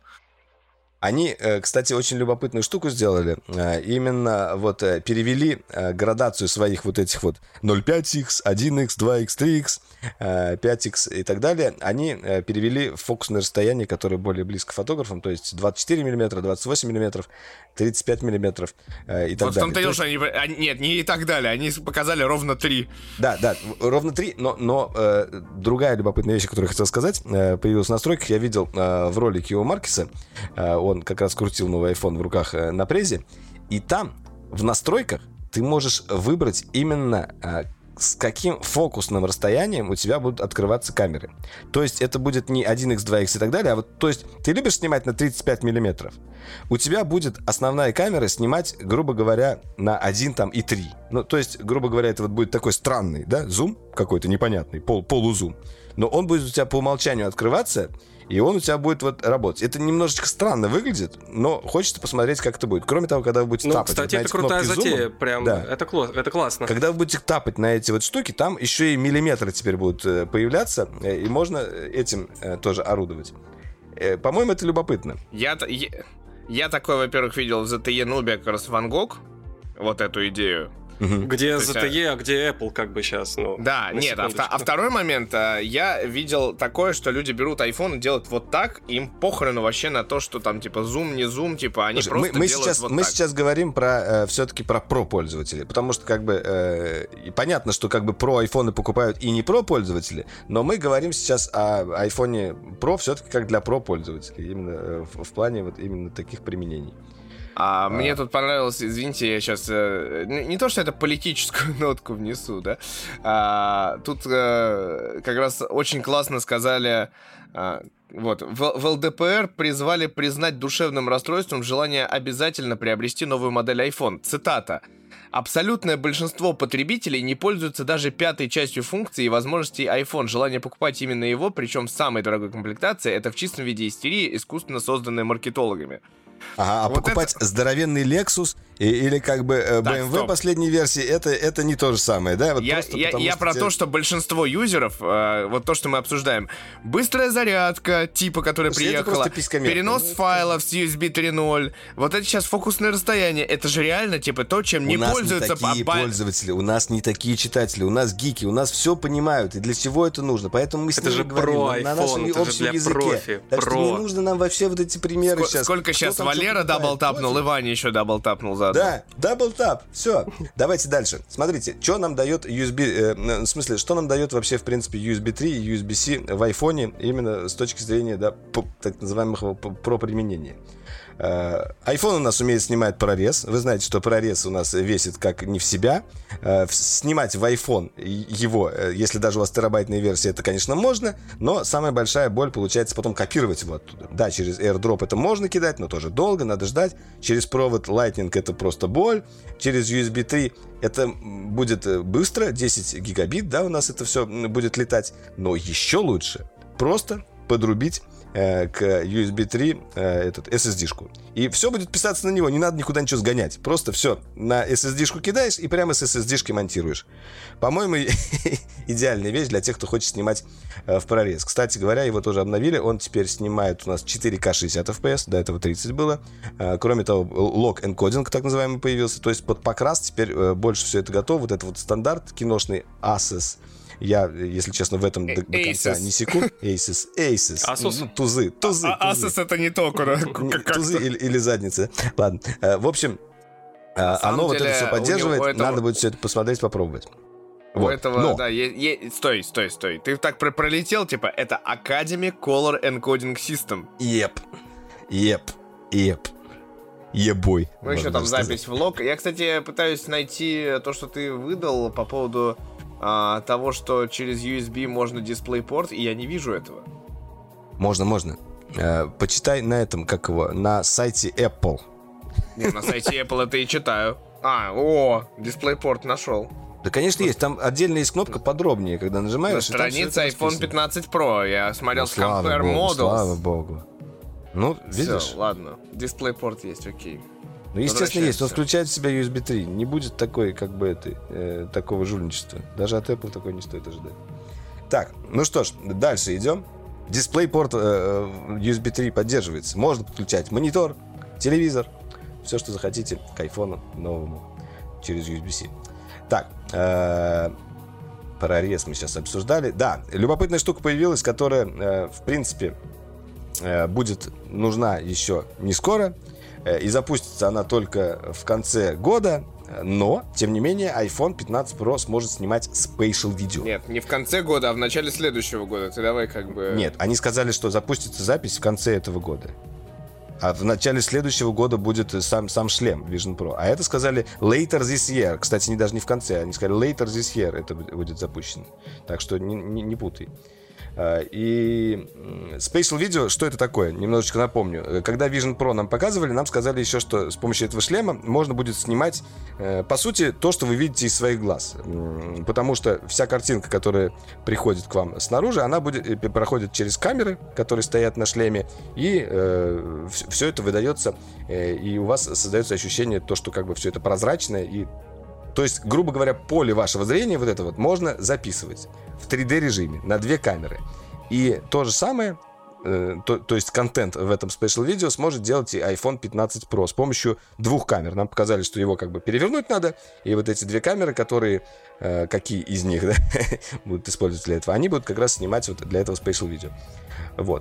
Они, э, кстати, очень любопытную штуку сделали. Э, Именно вот э, перевели э, градацию своих вот этих вот ноль целых пять икс, один икс, два икс, три икс, э, пять икс и так далее. Они э, перевели в фокусное расстояние, которое более близко к фотографам, то есть двадцать четыре миллиметра, двадцать восемь миллиметров, тридцать пять миллиметров э, и так Вот в далее. том-то и дело, То что они, они... Нет, не и так далее. Они показали ровно три. Да, да, в- ровно три, но, но э, другая любопытная вещь, которую я хотел сказать, э, появилась в настройках, я видел э, в ролике у Маркеса, э, он как раз крутил новый iPhone в руках э, на презе, и там в настройках ты можешь выбрать именно э, с каким фокусным расстоянием у тебя будут открываться камеры. То есть это будет не один икс, два икс и так далее, а вот, то есть ты любишь снимать на тридцать пять миллиметров, у тебя будет основная камера снимать, грубо говоря, на один там и три. Ну, то есть, грубо говоря, это вот будет такой странный, да, зум какой-то непонятный, пол, полузум. Но он будет у тебя по умолчанию открываться, и он у тебя будет вот работать. Это немножечко странно выглядит, но хочется посмотреть, как это будет. Кроме того, когда вы будете Ну, тапать кстати, вот на это эти крутая кнопки затея, зума, прям, да. это, кло- это классно. Когда вы будете тапать на эти вот штуки, там еще и миллиметры теперь будут э, появляться, э, и можно этим э, тоже орудовать. Э, По-моему, это любопытно. Я, я, я такой, во-первых, видел в зет ти и Nubia как раз Van Gogh. Вот эту идею. Мгм. Где То есть, зет ти и, а где Apple, как бы сейчас, ну. Да, на нет, а, вта- секундочку. а второй момент, а, я видел такое, что люди берут iPhone и делают вот так, и им похрену вообще на то, что там типа зум, не зум, типа они Слушай, просто мы, мы делают сейчас, вот мы так. сейчас говорим про э, все-таки про про пользователей, потому что как бы э, и понятно, что как бы про айфоны покупают и не про пользователи, но мы говорим сейчас о айфоне Pro все-таки как для про пользователей, именно э, в, в плане вот именно таких применений. А, мне тут понравилось, извините, я сейчас э, не, не то, что это политическую нотку внесу, да. А, тут э, как раз очень классно сказали. а, Вот, в, в эл дэ пэ эр призвали признать душевным расстройством желание обязательно приобрести новую модель iPhone. Цитата. Абсолютное большинство потребителей не пользуются даже пятой частью функций и возможностей iPhone. Желание покупать именно его, причем в самой дорогой комплектации, это в чистом виде истерия, искусственно созданная маркетологами. Ага, а Вот покупать это- здоровенный Lexus и- или как бы э, Так, бэ эм вэ стоп. последней версии, это, это не то же самое, да? Вот Я, просто я, потому я что про тебе- то, что большинство юзеров, э, вот то, что мы обсуждаем, быстрая зарядка, типа, которая Слушай, это приехала, просто писькомерка. перенос Ну, это- файлов с ю эс би три ноль, вот это сейчас фокусное расстояние, это же реально, типа, то, чем не у нас пользуются... не такие по- по- пользователи, у нас не такие читатели, у нас гики, у нас все понимают, и для чего это нужно, поэтому мы с Это ними же говорим про на- на iPhone, нашем это же общем для языке. профи, Так что про. не нужно нам вообще вот эти примеры Ск- сейчас. Сколько Кто сейчас там что Валера покупает? дабл тапнул, Пофиг. и Ваня еще дабл тапнул заодно. Да, дабл тап, все. Давайте дальше. Смотрите, что нам дает ю эс би, э, в смысле, что нам дает вообще, в принципе, ю эс би три и ю эс би-C в айфоне, именно с точки зрения, да, по- так называемых по- про применения. Э, iPhone у нас умеет снимать прорез. Вы знаете, что прорез у нас весит как не в себя. Э, в- Снимать в iPhone его, э, если даже у вас терабайтная версия, это, конечно, можно, но самая большая боль получается потом копировать его оттуда. Да, через AirDrop это можно кидать, но тоже долго, надо ждать. Через провод Lightning это просто боль. Через ю эс би три это будет э, быстро, десять гигабит, да, у нас это все будет летать. Но еще лучше просто подрубить э, к ю эс би три э, этот, эс эс ди-шку. И все будет писаться на него, не надо никуда ничего сгонять. Просто все на эс эс ди-шку кидаешь и прямо с эс эс ди-шки монтируешь. По-моему, идеальная вещь для тех, кто хочет снимать э, в прорез. Кстати говоря, его тоже обновили. Он теперь снимает у нас четыре ка шестьдесят эф пи эс, до этого тридцать было. Э, кроме того, лог-энкодинг так называемый появился. То есть под покрас теперь э, больше все это готово. Вот это вот стандарт киношный Asus. Я, если честно, в этом до, до конца не секу. Asus. Asus. Asus. Ну, тузы. Тузы. А, Asus это не то, куда... Тузы или, или задницы. Ладно. Э, в общем, э, оно вот это все поддерживает. этого... Надо будет все это посмотреть, попробовать. У Вот. этого, Но... да, е- е- стой, стой, стой. Ты так про- пролетел, типа, это Academy Color Encoding System. Еп. Еп. Еп. Ебой. Ну, еще там запись в лог. Я, кстати, пытаюсь найти то, что ты выдал по поводу а, того, что через ю эс би можно DisplayPort, и я не вижу этого. Можно, можно. Э, почитай на этом, как его, на сайте Apple. Не, на сайте Apple это и читаю. А, о, DisplayPort нашел. Да, конечно, есть. Там отдельно есть кнопка подробнее, когда На нажимаешь. и там всё странице это iPhone расписано. пятнадцать Pro. Я смотрел Ну, в слава Compare богу, Models. слава богу. Ну, видишь? Всё, ладно. DisplayPort есть, окей. Ну, естественно, есть. Он Возвращаемся. включает в себя ю эс би три. Не будет такой, как бы, этой, э, такого жульничества. Даже от Apple такой не стоит ожидать. Так, ну что ж, дальше идем. DisplayPort э, ю эс би три поддерживается. Можно подключать монитор, телевизор, все, что захотите к айфону новому через ю эс би-C. Так, э, прорез мы сейчас обсуждали. Да, любопытная штука появилась, которая, э, в принципе, э, будет нужна еще не скоро. Э, и запустится она только в конце года. Но, тем не менее, iPhone пятнадцать Pro сможет снимать Spatial Video. Нет, не в конце года, а в начале следующего года. Ты давай как бы... Нет, они сказали, что запустится запись в конце этого года. А в начале следующего года будет сам, сам шлем Vision Pro. А это сказали later this year. Кстати, не, даже не в конце, они сказали later this year это будет запущено. Так что не, не, не путай. И Spatial Video, что это такое? Немножечко напомню. Когда Vision Pro нам показывали, нам сказали еще, что с помощью этого шлема можно будет снимать, по сути, то, что вы видите из своих глаз. Потому что вся картинка, которая приходит к вам снаружи, она будет, проходит через камеры, которые стоят на шлеме, и э, все это выдается, и у вас создается ощущение, то, что как бы все это прозрачное и... То есть, грубо говоря, поле вашего зрения, вот это вот, можно записывать в три дэ режиме на две камеры. И то же самое, э, то, то есть контент в этом Spatial Video сможет делать и iPhone пятнадцать Pro с помощью двух камер. Нам показали, что его как бы перевернуть надо, и вот эти две камеры, которые, э, какие из них да, будут использовать для этого, они будут как раз снимать вот для этого Spatial Video. Вот.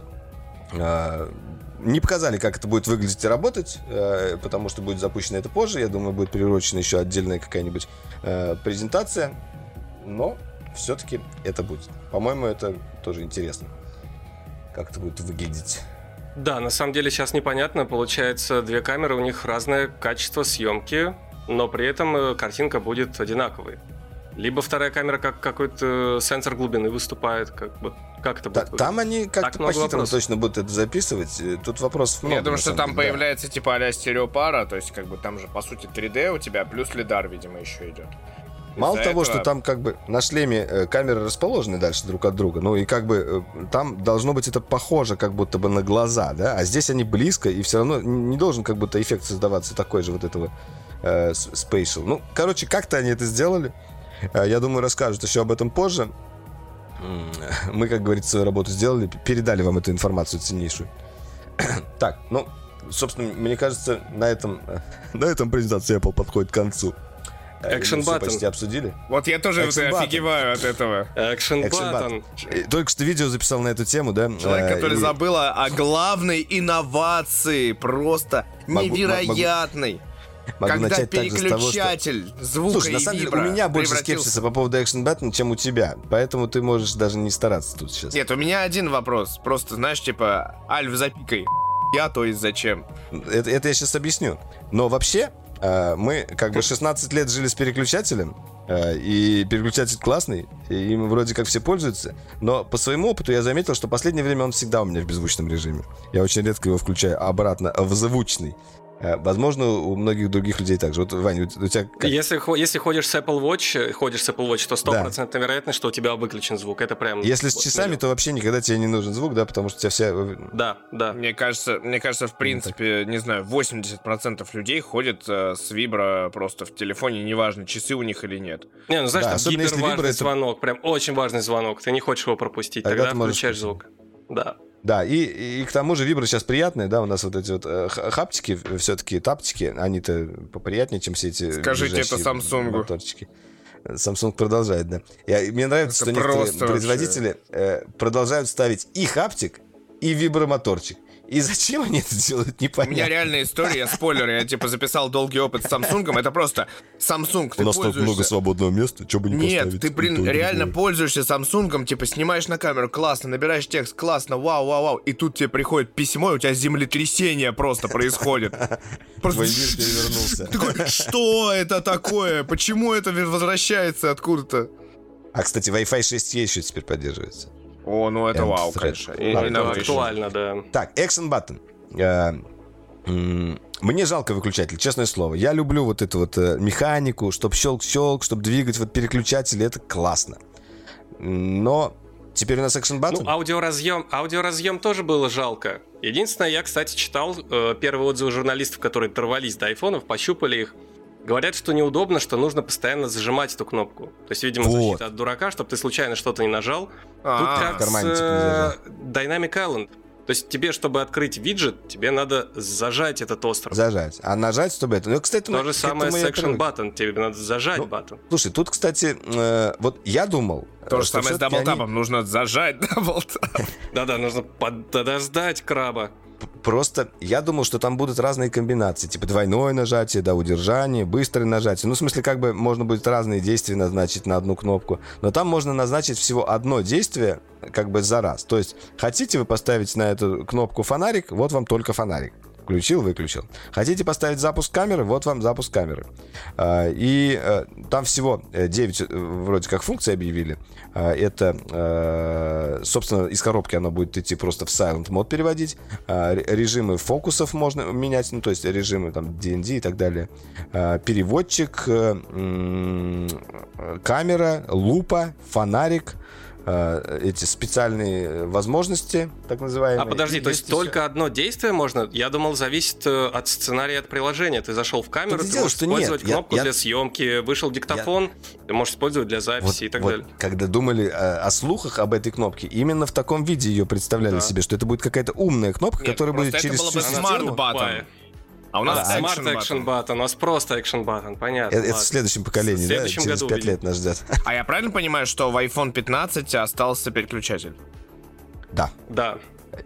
Не показали, как это будет выглядеть и работать, потому что будет запущено это позже. Я думаю, будет приурочена еще отдельная какая-нибудь презентация. Но все-таки это будет. По-моему, это тоже интересно, как это будет выглядеть. Да, на самом деле сейчас непонятно. Получается, две камеры, у них разное качество съемки, но при этом картинка будет одинаковой. Либо вторая камера как какой-то сенсор глубины выступает, как бы. Как это будет? Там они как-то по-хитрому точно будут это записывать. Тут вопросов много. Я думаю, что там деле, появляется да. типа а-ля стереопара, то есть как бы там же по сути три дэ у тебя, плюс лидар, видимо, еще идет. Мало Из-за того, этого... что там как бы на шлеме э, камеры расположены дальше друг от друга, ну и как бы э, там должно быть это похоже как будто бы на глаза, да, а здесь они близко, и все равно не должен как будто эффект создаваться такой же вот этого э, spatial. Ну, короче, как-то они это сделали. Э, я думаю, расскажут еще об этом позже. Мы, как говорится, свою работу сделали, передали вам эту информацию ценнейшую. Так, ну, собственно, мне кажется, на этом, на этом презентация Apple подходит к концу. Action Button. Почти обсудили. Вот я тоже Action вот офигеваю от этого. Action, Action Button. Button. Только что видео записал на эту тему, да? Человек, который И... забыл о главной инновации, просто Могу, невероятной. Могу Когда начать также с того, что... переключатель звука Слушай, и на самом деле, у вибра меня больше превратился... скепсиса по поводу Action Button, чем у тебя. Поэтому ты можешь даже не стараться тут сейчас. Нет, у меня один вопрос. Просто, знаешь, типа, Альф, запикай. Я, то есть зачем? Это, это я сейчас объясню. Но вообще, э, мы как бы шестнадцать лет жили с переключателем, э, и переключатель классный, и им вроде как все пользуются. Но по своему опыту я заметил, что в последнее время он всегда у меня в беззвучном режиме. Я очень редко его включаю обратно в звучный. Возможно, у многих других людей также. Вот, Ваня, у тебя как? Если, если ходишь с Apple Watch, ходишь с Apple Watch, то сто процентов да. вероятность, что у тебя выключен звук. Это прям... Если с часами, миллион. То вообще никогда тебе не нужен звук, да, потому что у тебя вся... Да, да. Мне кажется, мне кажется, в принципе, не знаю, восемьдесят процентов людей ходят э, с вибро просто в телефоне, неважно, часы у них или нет. Не, ну знаешь, да, там гиперважный это... звонок, прям очень важный звонок, ты не хочешь его пропустить, тогда, тогда включаешь звук. Да. Да, и, и к тому же вибро сейчас приятные, да, у нас вот эти вот э, хаптики, все-таки таптики, они-то поприятнее, чем все эти... Скажите это Samsung. Моторчики. Samsung продолжает, да. Я, мне нравится, это что некоторые производители э, продолжают ставить и хаптик, и вибромоторчик. И зачем они это делают, непонятно. У меня реальная история, я спойлер, я типа записал долгий опыт с Samsung, это просто Samsung, ты У нас пользуешься... так много свободного места, что бы не Нет, поставить. ты, блин, реально пользуешься Samsung, типа снимаешь на камеру, классно, набираешь текст, классно, вау, вау, вау, и тут тебе приходит письмо, и у тебя землетрясение просто происходит. Твой мир перевернулся. Такой, что это такое? Почему это возвращается откуда-то? А, кстати, Wi-Fi шесть и еще теперь поддерживается. О, ну это вау, конечно. Это актуально, да. Так, Action Button. Мне жалко выключатель, честное слово. Я люблю вот эту вот механику, чтобы щелк-щелк, чтобы двигать вот переключатели, это классно. Но теперь у нас Action Button. Ну, аудиоразъем, аудиоразъем тоже было жалко. Единственное, я, кстати, читал э, первые отзывы журналистов, которые оторвались до айфонов, пощупали их. Говорят, что неудобно, что нужно постоянно зажимать эту кнопку. То есть, видимо, вот. защита от дурака, чтобы ты случайно что-то не нажал. А-а-а. Тут как с э, Dynamic Island. То есть тебе, чтобы открыть виджет, тебе надо зажать этот остров. Зажать. А нажать, чтобы это... Ну, кстати, То же самое с Action Button. Тебе надо зажать ну, button. Слушай, тут, кстати, э, вот я думал... То же самое с даблтапом. Они... Нужно зажать даблтап. Да-да, нужно подождать краба. Просто я думал, что там будут разные комбинации, типа двойное нажатие, да, удержание, быстрое нажатие. Ну, в смысле, как бы можно будет разные действия назначить на одну кнопку. Но там можно назначить всего одно действие, как бы за раз. То есть, хотите вы поставить на эту кнопку фонарик, вот вам только фонарик. Включил, выключил. Хотите поставить запуск камеры, вот вам запуск камеры. И там всего девять вроде как функций объявили. Это, собственно, из коробки оно будет идти просто в silent мод переводить. Режимы фокусов можно менять, ну, то есть режимы там ди эн ди и так далее. Переводчик, камера, лупа, фонарик. Эти специальные возможности, так называемые. А подожди, то есть только все. Одно действие можно? Я думал, зависит от сценария, от приложения. Ты зашел в камеру, ты, ты можешь использовать нет. кнопку я, для я... съемки, вышел диктофон, я... ты можешь использовать для записи вот, и так вот, далее. Когда думали о, о слухах об этой кнопке, именно в таком виде ее представляли да. себе, что это будет какая-то умная кнопка, нет, которая будет через... Это было бы смарт-баттон. А у нас да, Smart Action Button, у нас просто Action Button, понятно. Это, это в следующем поколении, в следующем да? Через году пять лет нас ждет. А я правильно понимаю, что в айфон пятнадцать остался переключатель? Да. Да.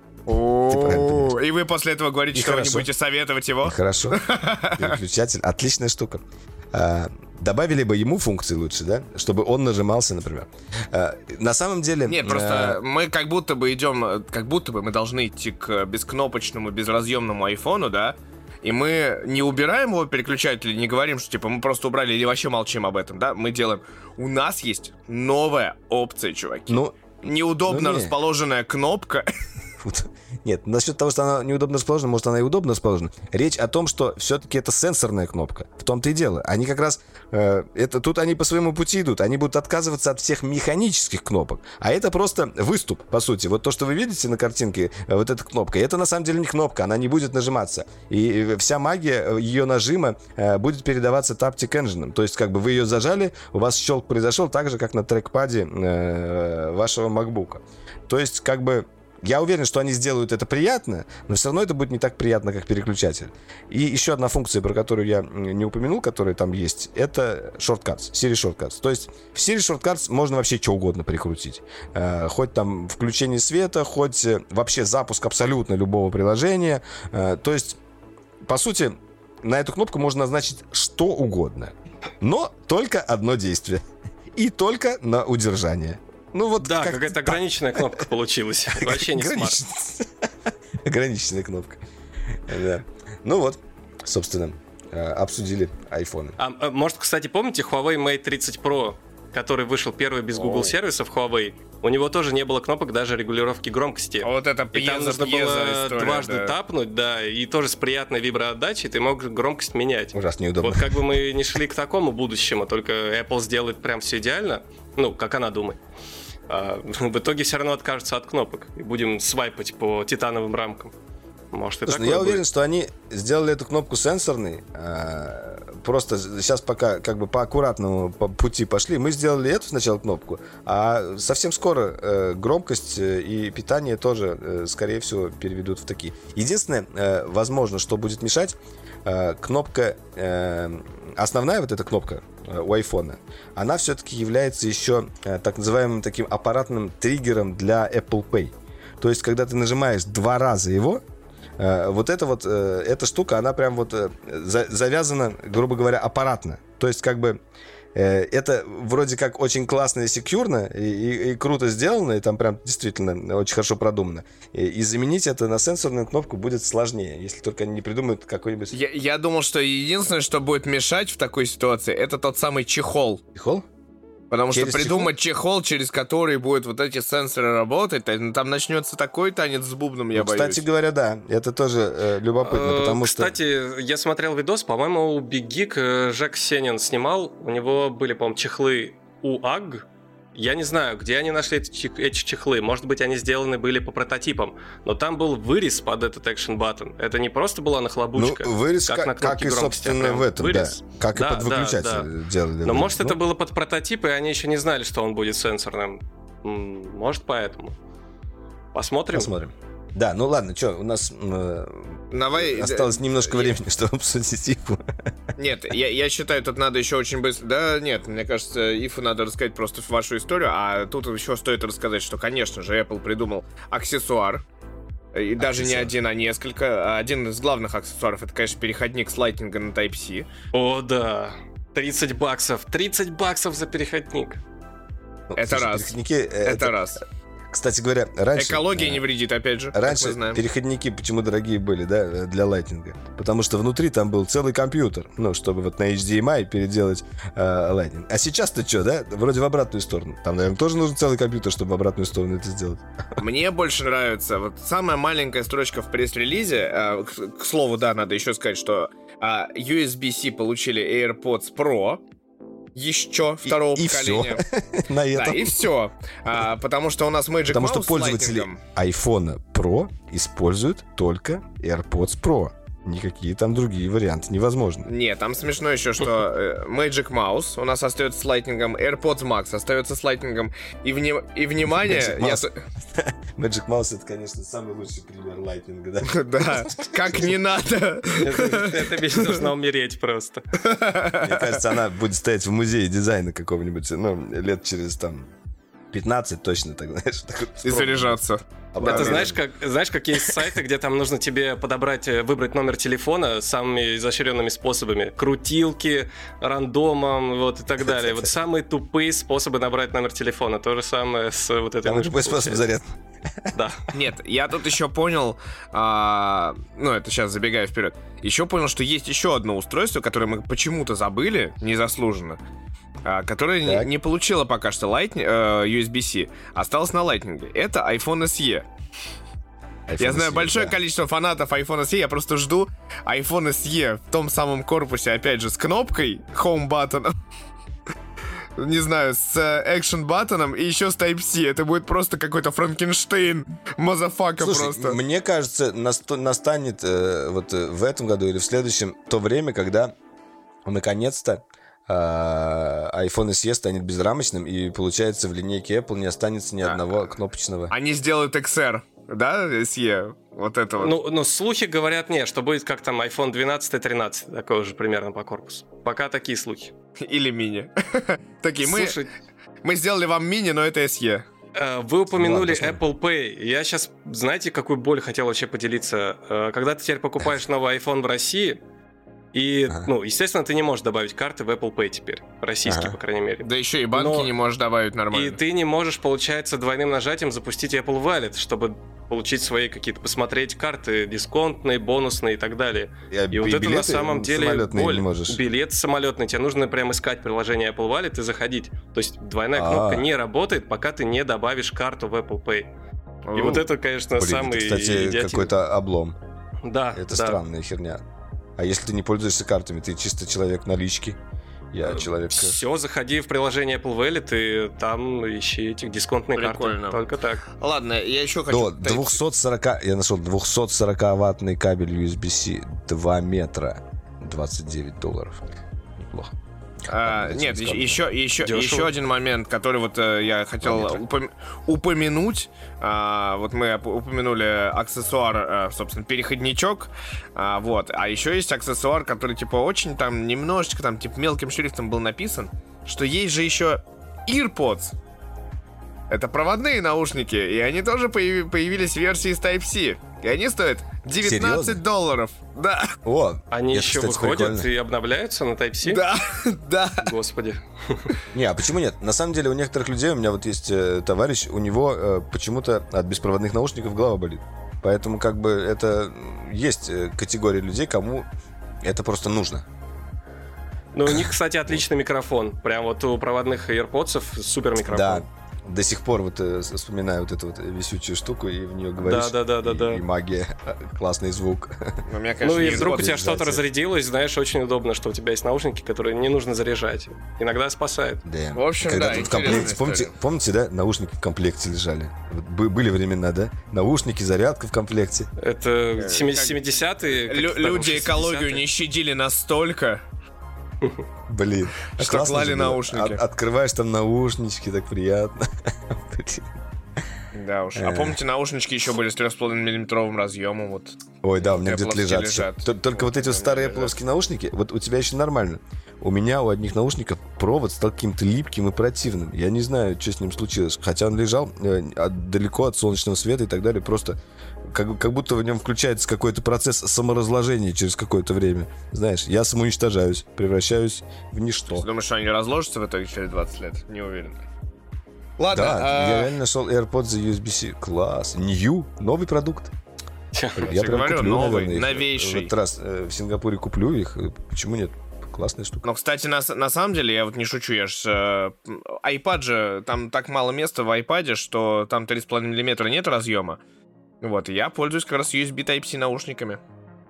О-о-о. И вы после этого говорите, и что хорошо. Вы не будете советовать его? И хорошо. Переключатель, отличная штука. А, добавили бы ему функции лучше, да? Чтобы он нажимался, например. А, на самом деле... Нет, просто а... мы как будто бы идем... Как будто бы мы должны идти к бескнопочному, безразъемному айфону, да? И мы не убираем его переключатель, не говорим, что типа мы просто убрали или вообще молчим об этом, да? Мы делаем... У нас есть новая опция, чуваки. Ну, неудобно ну, не. расположенная кнопка. Нет, насчет того, что она неудобно расположена, может, она и удобно расположена. Речь о том, что все-таки это сенсорная кнопка. В том-то и дело. Они как раз... Э, это, тут они по своему пути идут. Они будут отказываться от всех механических кнопок. А это просто выступ, по сути. Вот то, что вы видите на картинке, э, вот эта кнопка, это на самом деле не кнопка. Она не будет нажиматься. И вся магия ее нажима э, будет передаваться Taptic Engine. То есть, как бы вы ее зажали, у вас щелк произошел так же, как на трекпаде э, вашего MacBook. То есть, как бы... Я уверен, что они сделают это приятно, но все равно это будет не так приятно, как переключатель. И еще одна функция, про которую я не упомянул, которая там есть, это Shortcuts, Siri Shortcuts. То есть в Siri Shortcuts можно вообще что угодно прикрутить. Хоть там включение света, хоть вообще запуск абсолютно любого приложения. То есть, по сути, на эту кнопку можно назначить что угодно. Но только одно действие. И только на удержание. Ну, вот да, как... какая-то ограниченная кнопка получилась. Вообще не смарт. Ограниченная кнопка. Да. Ну вот, собственно, обсудили айфоны. А, может, кстати, помните Huawei Mate тридцать Pro, который вышел первый без Google сервисов Huawei? у него тоже не было кнопок даже регулировки громкости. А вот это И там пьезо, нужно пьезо было история, дважды да. тапнуть, да, и тоже с приятной виброотдачей ты мог громкость менять. Ужасно неудобно. Вот как бы мы не шли к такому будущему, только Apple сделает прям все идеально, ну, как она думает. А в итоге все равно откажутся от кнопок и будем свайпать по титановым рамкам. Может, и Слушай, ну такое я будет. уверен, что они сделали эту кнопку сенсорной. а, Просто сейчас пока как бы по аккуратному по пути пошли. Мы сделали эту сначала кнопку, а совсем скоро э, громкость э, и питание тоже, э, скорее всего, переведут в такие. Единственное, э, возможно, что будет мешать, э, кнопка, э, основная вот эта кнопка э, у айфона, она все-таки является еще э, так называемым таким аппаратным триггером для Apple Pay. То есть, когда ты нажимаешь два раза его, вот эта вот, эта штука, она прям вот завязана, грубо говоря, аппаратно. То есть, как бы, это вроде как очень классно и секьюрно, и, и, и круто сделано, и там прям действительно очень хорошо продумано. И, и заменить это на сенсорную кнопку будет сложнее, если только они не придумают какой-нибудь... Я, я думал, что единственное, что будет мешать в такой ситуации, это тот самый чехол. Чехол? Потому Через что придумать чехол? чехол, через который будут вот эти сенсоры работать, там начнется такой танец с бубном, я ну, боюсь. Кстати говоря, да, это тоже э, любопытно, Э, потому что... Кстати, я смотрел видос, по-моему, у Big Geek э, Жек Сенин снимал, у него были, по-моему, чехлы у эй джи. Я не знаю, где они нашли эти, чех- эти чехлы. Может быть, они сделаны были по прототипам. Но там был вырез под этот Action Button. Это не просто была нахлобучка. Ну, вырез, как, как, на как кнопке и, громкости, а собственно, прям в этом, вырез. да. Как Да, и под да, выключатель да. делали. Но вырез. может, это Ну, было под прототип, и они еще не знали, что он будет сенсорным. М, Может, поэтому. Посмотрим. Посмотрим. Да, ну ладно, что, у нас э, Давай, осталось да, немножко я- времени, чтобы обсудить Ифу. Нет, я, я считаю, тут надо еще очень быстро... Да, нет, мне кажется, Ифу надо рассказать просто вашу историю, а тут еще стоит рассказать, что, конечно же, Apple придумал аксессуар, и даже не Аксессуар. один, а несколько. Один из главных аксессуаров — это, конечно, переходник с Lightning на Type-C. О, да. тридцать баксов. тридцать баксов за переходник. Ну, Это слушай, раз. переходники, э, Это раз. Кстати говоря, раньше... Экология э, не вредит, опять же, как Раньше мы знаем. переходники почему дорогие были, да, для Lightning? Потому что внутри там был целый компьютер, ну, чтобы вот на эйч ди эм ай переделать э, Lightning. А сейчас-то что, да? Вроде в обратную сторону. Там, наверное, тоже нужен целый компьютер, чтобы в обратную сторону это сделать. Мне больше нравится вот самая маленькая строчка в пресс-релизе. э, к, к слову, да, надо еще сказать, что э, ю эс би-C получили AirPods Pro. Еще второго и поколения. На Да, этом. и все. А, потому что у нас Magic Потому Mouse что с пользователи Lightning. iPhone Pro используют только AirPods Pro. Никакие там другие варианты невозможны. Нет, там смешно еще, что э, Magic Mouse у нас остается с Lightning, AirPods Max остается с Lightning. И, вни- и внимание... Magic я Mouse. с- Magic Mouse — это, конечно, самый лучший пример Lightning, да? Да, как не надо. Это, эта вещь должна умереть просто. Мне кажется, она будет стоять в музее дизайна какого-нибудь, ну, лет через там пятнадцать точно, так, знаешь. Так вот, И заряжаться. обратно. Это знаешь, как, знаешь, как есть сайты, где там нужно тебе подобрать, э, выбрать номер телефона самыми изощренными способами. Крутилки, рандомом, вот и так далее. Вот самые тупые способы набрать номер телефона. То же самое с вот этой Самый мышкой тупой способ получается. заряд. Да. Нет, я тут еще понял, а, ну это сейчас забегая вперед, еще понял, что есть еще одно устройство, которое мы почему-то забыли, незаслуженно, а, которое не, Так. не получило пока что Lightning, э, ю эс би-C, осталось на Lightning. Это iPhone эс и. Я знаю большое да. количество фанатов iPhone эс и, я просто жду iPhone эс и в том самом корпусе, опять же, с кнопкой Home Button. Не знаю, с э, Action Button и еще с Type-C. Это будет просто какой-то Франкенштейн, мазафака Слушай, просто. мне кажется, насто- настанет э, вот э, в этом году или в следующем то время, когда наконец-то э, iPhone эс и станет безрамочным, и, получается, в линейке Apple не останется ни Да. одного кнопочного. Они сделают икс ар, да, эс и? Вот это вот. Ну, ну, слухи говорят, нет, что будет как там iPhone двенадцать тринадцать, такой же примерно по корпусу. Пока такие слухи. Или мини. Такие, мы, Слушай, мы сделали вам мини, но это эс и. э, вы упомянули Ладно, Apple Pay. Я сейчас, знаете, какую боль хотел вообще поделиться? Э, Когда ты теперь покупаешь новый iPhone в России, и, Ага. ну, естественно, ты не можешь добавить карты в Apple Pay теперь. Российский, Ага. по крайней мере. Да еще и банки Но- не можешь добавить И нормально. ты не можешь, получается, двойным нажатием запустить Apple Wallet, чтобы получить свои какие-то, посмотреть карты дисконтные, бонусные и так далее. И, и и вот это на билеты самом деле самолетные боль. не можешь. Билет самолетный, тебе нужно прям искать приложение Apple Wallet и заходить. То есть двойная А-а-а. кнопка не работает, пока ты не добавишь карту в Apple Pay. И О, вот это, конечно, Блин, самый это, кстати, идиотизм. какой-то облом. Да, Это да. странная херня. А если ты не пользуешься картами, ты чисто человек налички. Я человек... Все, заходи в приложение Apple Wallet и там ищи этих дисконтные Прикольно. карты. Только так. Ладно, я еще хочу... До двухсот сорока, я нашел двухсот сорока ваттный кабель ю эс би-C два метра, двадцать девять долларов. Неплохо. А, Там нет, десять еще, еще, Дешево. еще один момент, который вот э, я хотел Два метра. упом- упомянуть. А, вот мы оп- упомянули аксессуар, э, собственно, переходничок. А, вот. А еще есть аксессуар, который, типа, очень там немножечко там, типа, мелким шрифтом был написан, что есть же еще AirPods. Это проводные наушники, и они тоже появи- появились в версии с Type-C. И они стоят девятнадцать Серьезно? долларов. Да, О, Они это, еще кстати, выходят прикольно. и обновляются на Type-C? да, да. Господи. Не, а почему нет? На самом деле у некоторых людей, у меня вот есть э, товарищ, у него э, почему-то от беспроводных наушников голова болит. Поэтому как бы это м, есть э, категория людей, кому это просто нужно. Ну, у них, кстати, отличный микрофон. Прям вот у проводных AirPods супер микрофон. Да. До сих пор вот э, с- вспоминаю вот эту вот висючую штуку, и в нее говоришь. Да, да, да, да, и, да. и магия, классный звук. Ну, у меня, конечно, Ну и не вдруг у згоден. тебя что-то Реализация. разрядилось, знаешь, очень удобно, что у тебя есть наушники, которые не нужно заряжать. Иногда спасает. Да. В общем, Когда да, тут в интересная комплекте, помните, история. помните, да, наушники в комплекте лежали? Вот бы- были времена, да? Наушники, зарядка в комплекте. Это семи- как- семидесятые. Лю- как-то там люди экологию шестидесятые. не щадили настолько. Блин. а Что классно клали же было. наушники. От- открываешь там наушнички, так приятно. Блин. Да уж. А Э. помните, наушнички еще были с трёх с половиной миллиметровым разъемом, вот. Ой, да, у меня где-то Apple-овские лежат. лежат. всё. Т- Только Вот вот эти вот они старые лежат. Apple-овские наушники, вот у тебя еще нормально. У меня у одних наушников провод стал каким-то липким и противным. Я не знаю, что с ним случилось. Хотя он лежал э, от- далеко от солнечного света и так далее. Просто как, как будто в нем включается какой-то процесс саморазложения через какое-то время. Знаешь, я самоуничтожаюсь, превращаюсь в ничто. Ты думаешь, что они разложатся в итоге через двадцать лет? Не уверен. Ладно, Да, а, я реально нашел AirPods за ю эс би-C. Класс. New, новый продукт. Я тебе прям говорю, куплю, новый, наверное, их. новейший. В этот раз э, в Сингапуре куплю их. Почему нет? Классная штука. Но, кстати, на, с- на самом деле, я вот не шучу, я ж... э, iPad же, там так мало места в iPad, что там три с половиной миллиметра нет разъема. Вот, и я пользуюсь как раз ю эс би Type-C наушниками.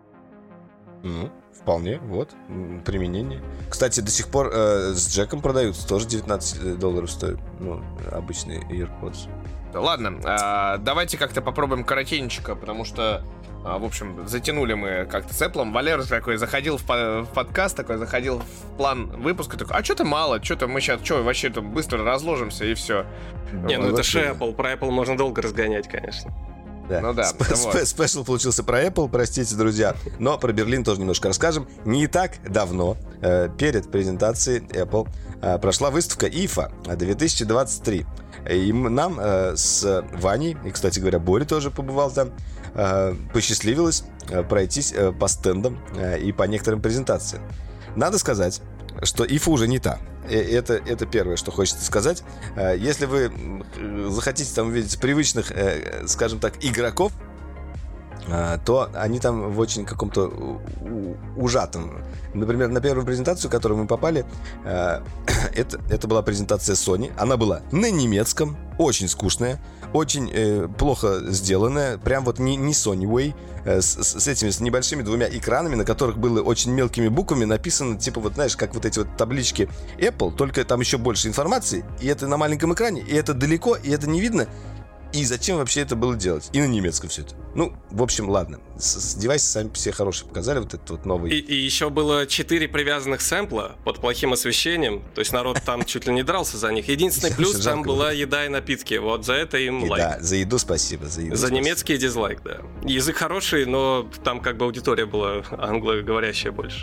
Ну, вполне, вот, м, применение. Кстати, до сих пор э, с джеком продаются, тоже девятнадцать долларов стоят. Ну, обычные AirPods. Да ладно, а, давайте как-то попробуем коротенечко, потому что, а, в общем, затянули мы как-то с Apple. Валера такой заходил в, по- в подкаст, такой заходил в план выпуска, такой, а что-то мало, что-то мы сейчас, что, вообще там быстро разложимся и все. Не, ну это же вообще, Apple. Про Apple можно долго разгонять, конечно. Да. Ну да, Сп- вот. сп- Спешл получился про Apple, простите, друзья. Но про Берлин тоже немножко расскажем. Не так давно, э, перед презентацией Apple, э, прошла выставка ай эф эй две тысячи двадцать три. И м- нам э, с Ваней, и, кстати говоря, Боря тоже побывал там, э, посчастливилось э, пройтись э, по стендам э, и по некоторым презентациям. Надо сказать, что ай эф эй уже не та. Э, Это, это первое, что хочется сказать. Э, Если вы м, захотите там увидеть привычных, э, скажем так, игроков, э, то они там в очень каком-то у- у- ужатом. Например, на первую презентацию, в которую мы попали, э, это, это была презентация Sony. Она была на немецком, очень скучная, очень э, плохо сделанная, прям вот не, не Sony Way, э, с, с- с этими с небольшими двумя экранами, на которых было очень мелкими буквами написано, типа вот, знаешь, как вот эти вот таблички Apple, только там еще больше информации, и это на маленьком экране, и это далеко, и это не видно. И зачем вообще это было делать? И на немецком все это. Ну, в общем, ладно. С, с девайсы сами все хорошие показали, вот этот вот новый. И, и еще было четыре привязанных сэмпла под плохим освещением. То есть народ там чуть ли не дрался за них. Единственный плюс, там Жарко была было. еда и напитки. Вот за это им И лайк. да, за еду спасибо. За, еду За спасибо. немецкий дизлайк, да. Язык хороший, но там как бы аудитория была англоговорящая больше.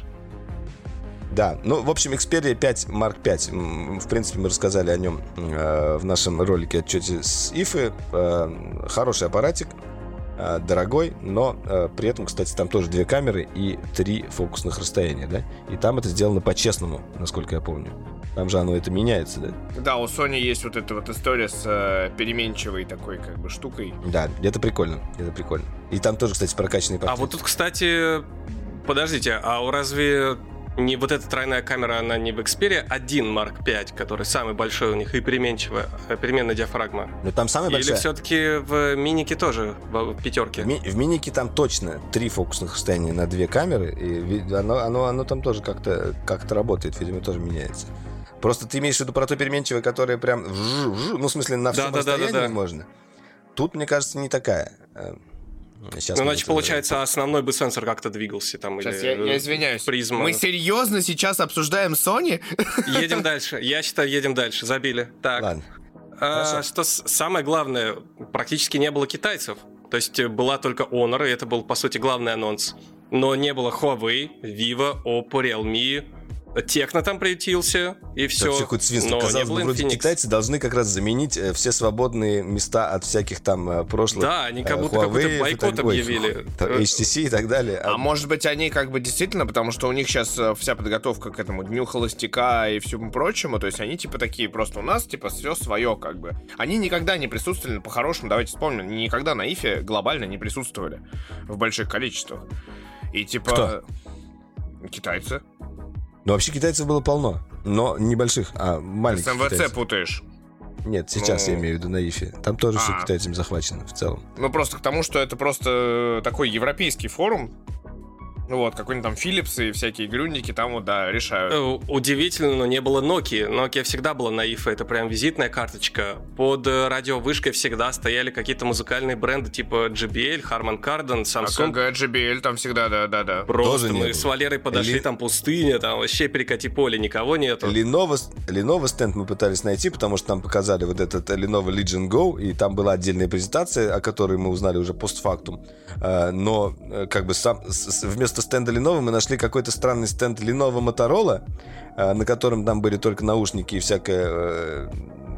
Да, ну, в общем, Xperia пять Марк пять. М, В принципе, мы рассказали о нем э, в нашем ролике отчете с ай эф эй. Э, хороший аппаратик, э, дорогой, но э, при этом, кстати, там тоже две камеры и три фокусных расстояния, да? И там это сделано по-честному, насколько я помню. Там же оно это меняется, да? Да, у Sony есть вот эта вот история с э, переменчивой такой как бы штукой. Да, это прикольно, это прикольно. И там тоже, кстати, прокачанные портреты. А вот тут, кстати, подождите, а у разве не вот эта тройная камера, она не в Xperia один Марк пять, который самый большой у них и переменчивая, переменная диафрагма? Но там самая большая. Или все-таки в минике тоже, в пятерке? В, ми- в минике там точно три фокусных расстояния на две камеры, и ви- оно, оно, оно там тоже как-то, как-то работает, видимо, тоже меняется. Просто ты имеешь в виду про то переменчивое, которое прям вжу, вжу, ну, в смысле, на всем Да, да, да, расстоянии да, да. можно. Тут, мне кажется, не такая. Сейчас Ну, мы значит, это- получается, основной бы сенсор как-то двигался там. Сейчас или я, я извиняюсь. призма. Мы серьезно сейчас обсуждаем Sony? Едем дальше. Я считаю, едем дальше. Забили. Так. Ладно. А, Хорошо. что с- самое главное, практически не было китайцев. То есть э, была только Honor, и это был, по сути, главный анонс. Но не было Huawei, Vivo, Oppo, Realme. Техно там приютился, и все. Это вообще какое-то свинство. Но Казалось не было бы, вроде Infinix. китайцы должны как раз заменить э, все свободные места от всяких там э, прошлых. Да, они как э, будто Huawei, какой-то бойкот ой, объявили. там эйч ти си и так далее. А может быть, они как бы действительно, потому что у них сейчас вся подготовка к этому Дню Холостяка и всему прочему, то есть они типа такие, просто у нас типа все свое как бы. Они никогда не присутствовали, по-хорошему, давайте вспомним, они никогда на ифе глобально не присутствовали в больших количествах. И типа... Кто? Китайцы. Ну, вообще китайцев было полно, но небольших, а С маленьких эм вэ цэ китайцев. путаешь. Нет, сейчас Ну. я имею в виду на ифе. Там тоже все А. китайцами захвачено в целом. Ну, просто к тому, что это просто такой европейский форум. Ну вот, какой-нибудь там Philips и всякие грюндики там вот, да, решают. Э, Удивительно, но не было Nokia. Nokia всегда была на ифе, это прям визитная карточка. Под э, радиовышкой всегда стояли какие-то музыкальные бренды типа джей би эл, Harman Kardon, А Samsung. КГ, джей би эл там всегда, да-да-да. Просто Тоже не мы было. с Валерой подошли, Или- там пустыня, там вообще перекати поле, никого нету. Lenovo, Lenovo стенд мы пытались найти, потому что нам показали вот этот Lenovo Legion Go, и там была отдельная презентация, о которой мы узнали уже постфактум. А, Но э, как бы сам, с- с- вместо стенда Lenovo мы нашли какой-то странный стенд Lenovo Motorola, а, на котором там были только наушники и всякая э,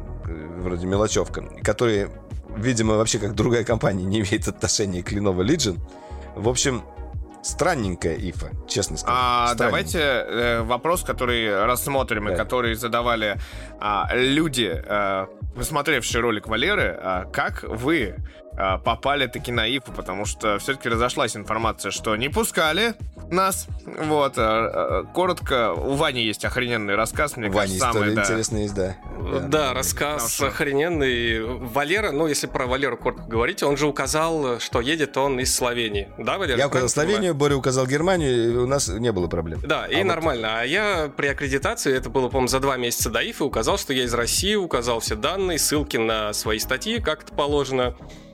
э, вроде мелочевка, которые, видимо, вообще как другая компания не имеет отношения к Lenovo Legion. В общем, странненькая ифа, честно скажу. А, Странненькая. давайте э, вопрос, который рассмотрим и Да. который задавали а, люди, а, посмотревшие ролик Валеры, а, как вы а, попали таки на ифу, потому что все-таки разошлась информация, что не пускали нас. Вот, а, а, коротко, у Вани есть охрененный рассказ, мне У Вани кажется, самый, история да. интересная есть, да. Да, рассказ Потому что- охрененный. Валера, ну, если про Валеру коротко говорить, он же указал, что едет он из Словении. Да, Валера? Я указал правильно понимаю? Словению, Боря указал Германию, и у нас не было проблем. Да, и А вот- нормально. А я при аккредитации, это было, по-моему, за два месяца до ифы, указал, что я из России, указал все данные, ссылки на свои статьи, как это положено.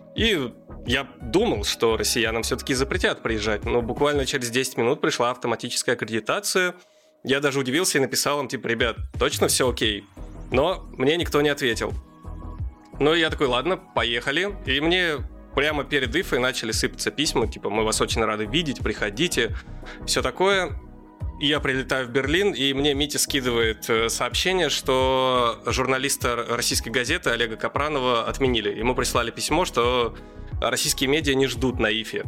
И я думал, что россиянам все-таки запретят приезжать, но буквально через десять минут пришла автоматическая аккредитация. Я даже удивился и написал им, типа, ребят, точно все окей? Но мне никто не ответил. Ну, и я такой, ладно, поехали. И мне прямо перед ифой начали сыпаться письма, типа, мы вас очень рады видеть, приходите, все такое. И я прилетаю в Берлин, и мне Митя скидывает э, сообщение, что журналиста российской газеты Олега Капранова отменили. Ему прислали письмо, что российские медиа не ждут на ифе.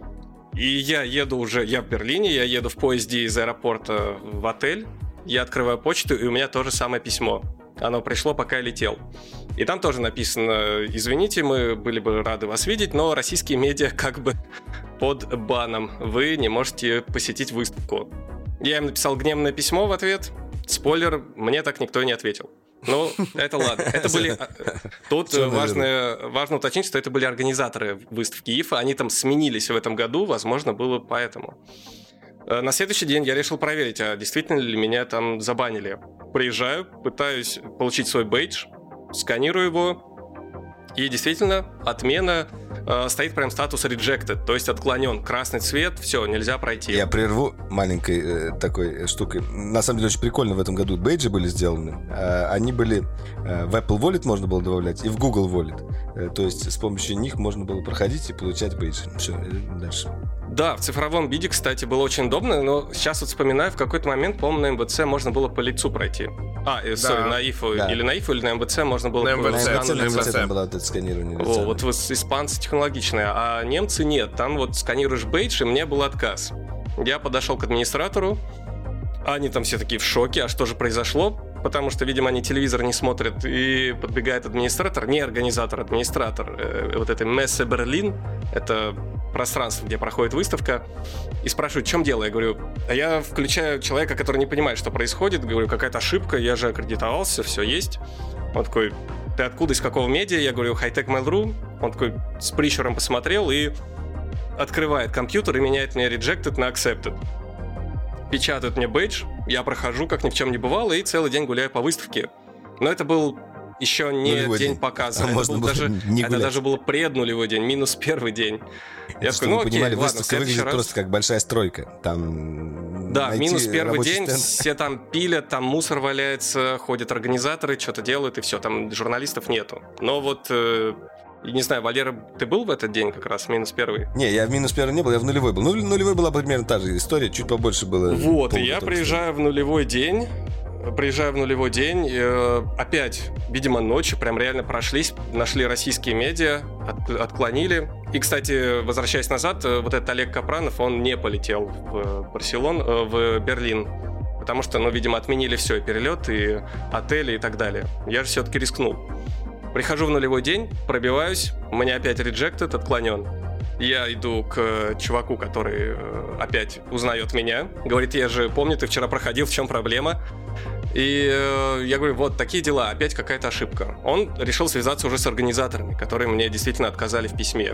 И я еду уже, я в Берлине, я еду в поезде из аэропорта в отель, я открываю почту, и у меня то же самое письмо. Оно пришло, пока я летел. И там тоже написано: извините, мы были бы рады вас видеть, но российские медиа как бы под баном. Вы не можете посетить выставку. Я им написал гневное письмо в ответ. Спойлер, мне так никто и не ответил. Ну, это ладно. Это были... Тут Всё, важно, важно уточнить, что это были организаторы выставки ифа. Они там сменились в этом году, возможно, было поэтому. На следующий день я решил проверить, а действительно ли меня там забанили. Приезжаю, пытаюсь получить свой бейдж, сканирую его, и действительно, отмена, э, стоит прям статус rejected, то есть отклонен, красный цвет, все, нельзя пройти. Я прерву маленькой э, такой штукой. На самом деле очень прикольно в этом году бейджи были сделаны. Э, они были э, в Apple Wallet можно было добавлять и в Google Wallet. Э, то есть с помощью них можно было проходить и получать бейджи. Все, дальше. Да, в цифровом виде, кстати, было очень удобно, но сейчас вот вспоминаю, в какой-то момент, по-моему, на эм вэ цэ можно было по лицу пройти. А, э, сори, на ифу, Да. или на ифу, или на эм вэ цэ можно было... На по- эм вэ На цэ, эм вэ цэ, на эм вэ цэ эм вэ цэ. там было вот это сканирование лица. О, вот вы испанцы технологичные, а немцы нет. Там вот сканируешь бейдж, и мне был отказ. Я подошел к администратору, они там все такие в шоке, а что же произошло? потому что, видимо, они телевизор не смотрят, и подбегает администратор, не организатор, администратор э, вот этой Messe Berlin, это пространство, где проходит выставка, и спрашивает, в чем дело? Я говорю, а я включаю человека, который не понимает, что происходит, говорю, какая-то ошибка, я же аккредитовался, все есть. Он такой, ты откуда, из какого медиа? Я говорю, High Tech Mail.ru. Он такой с прищуром посмотрел и открывает компьютер и меняет мне rejected на accepted. Печатает мне бейдж, я прохожу, как ни в чем не бывало, и целый день гуляю по выставке. Но это был еще не нулевой день день. показа. А это, можно был было даже, не это гулять. даже был преднулевой день, минус первый день. Это, Я чтобы такой, ну вы окей, понимали, ладно, в выставка следующий выглядит раз. просто как большая стройка. Там Да, найти минус первый рабочий день, стенд. все там пилят, там мусор валяется, ходят организаторы, что-то делают, и все, там журналистов нету. Но вот, э, не знаю, Валера, ты был в этот день как раз, минус первый? Не, я в минус первый не был, я в нулевой был. Ну, нулевой была примерно та же история, чуть побольше было. Вот, и поводов я только приезжаю в нулевой день, приезжаю в нулевой день, э, опять, видимо, ночью прям реально прошлись, нашли российские медиа, от- отклонили. И, кстати, возвращаясь назад, э, вот этот Олег Капранов, он не полетел в Барселону, э, в Берлин, потому что, ну, видимо, отменили все, и перелет, и отели, и так далее. Я же все-таки рискнул. Прихожу в нулевой день, пробиваюсь, у меня опять rejected, отклонен. Я иду к чуваку, который э, опять узнает меня. Говорит, я же помню, ты вчера проходил, в чем проблема? И э, я говорю, вот такие дела, опять какая-то ошибка. Он решил связаться уже с организаторами, которые мне действительно отказали в письме.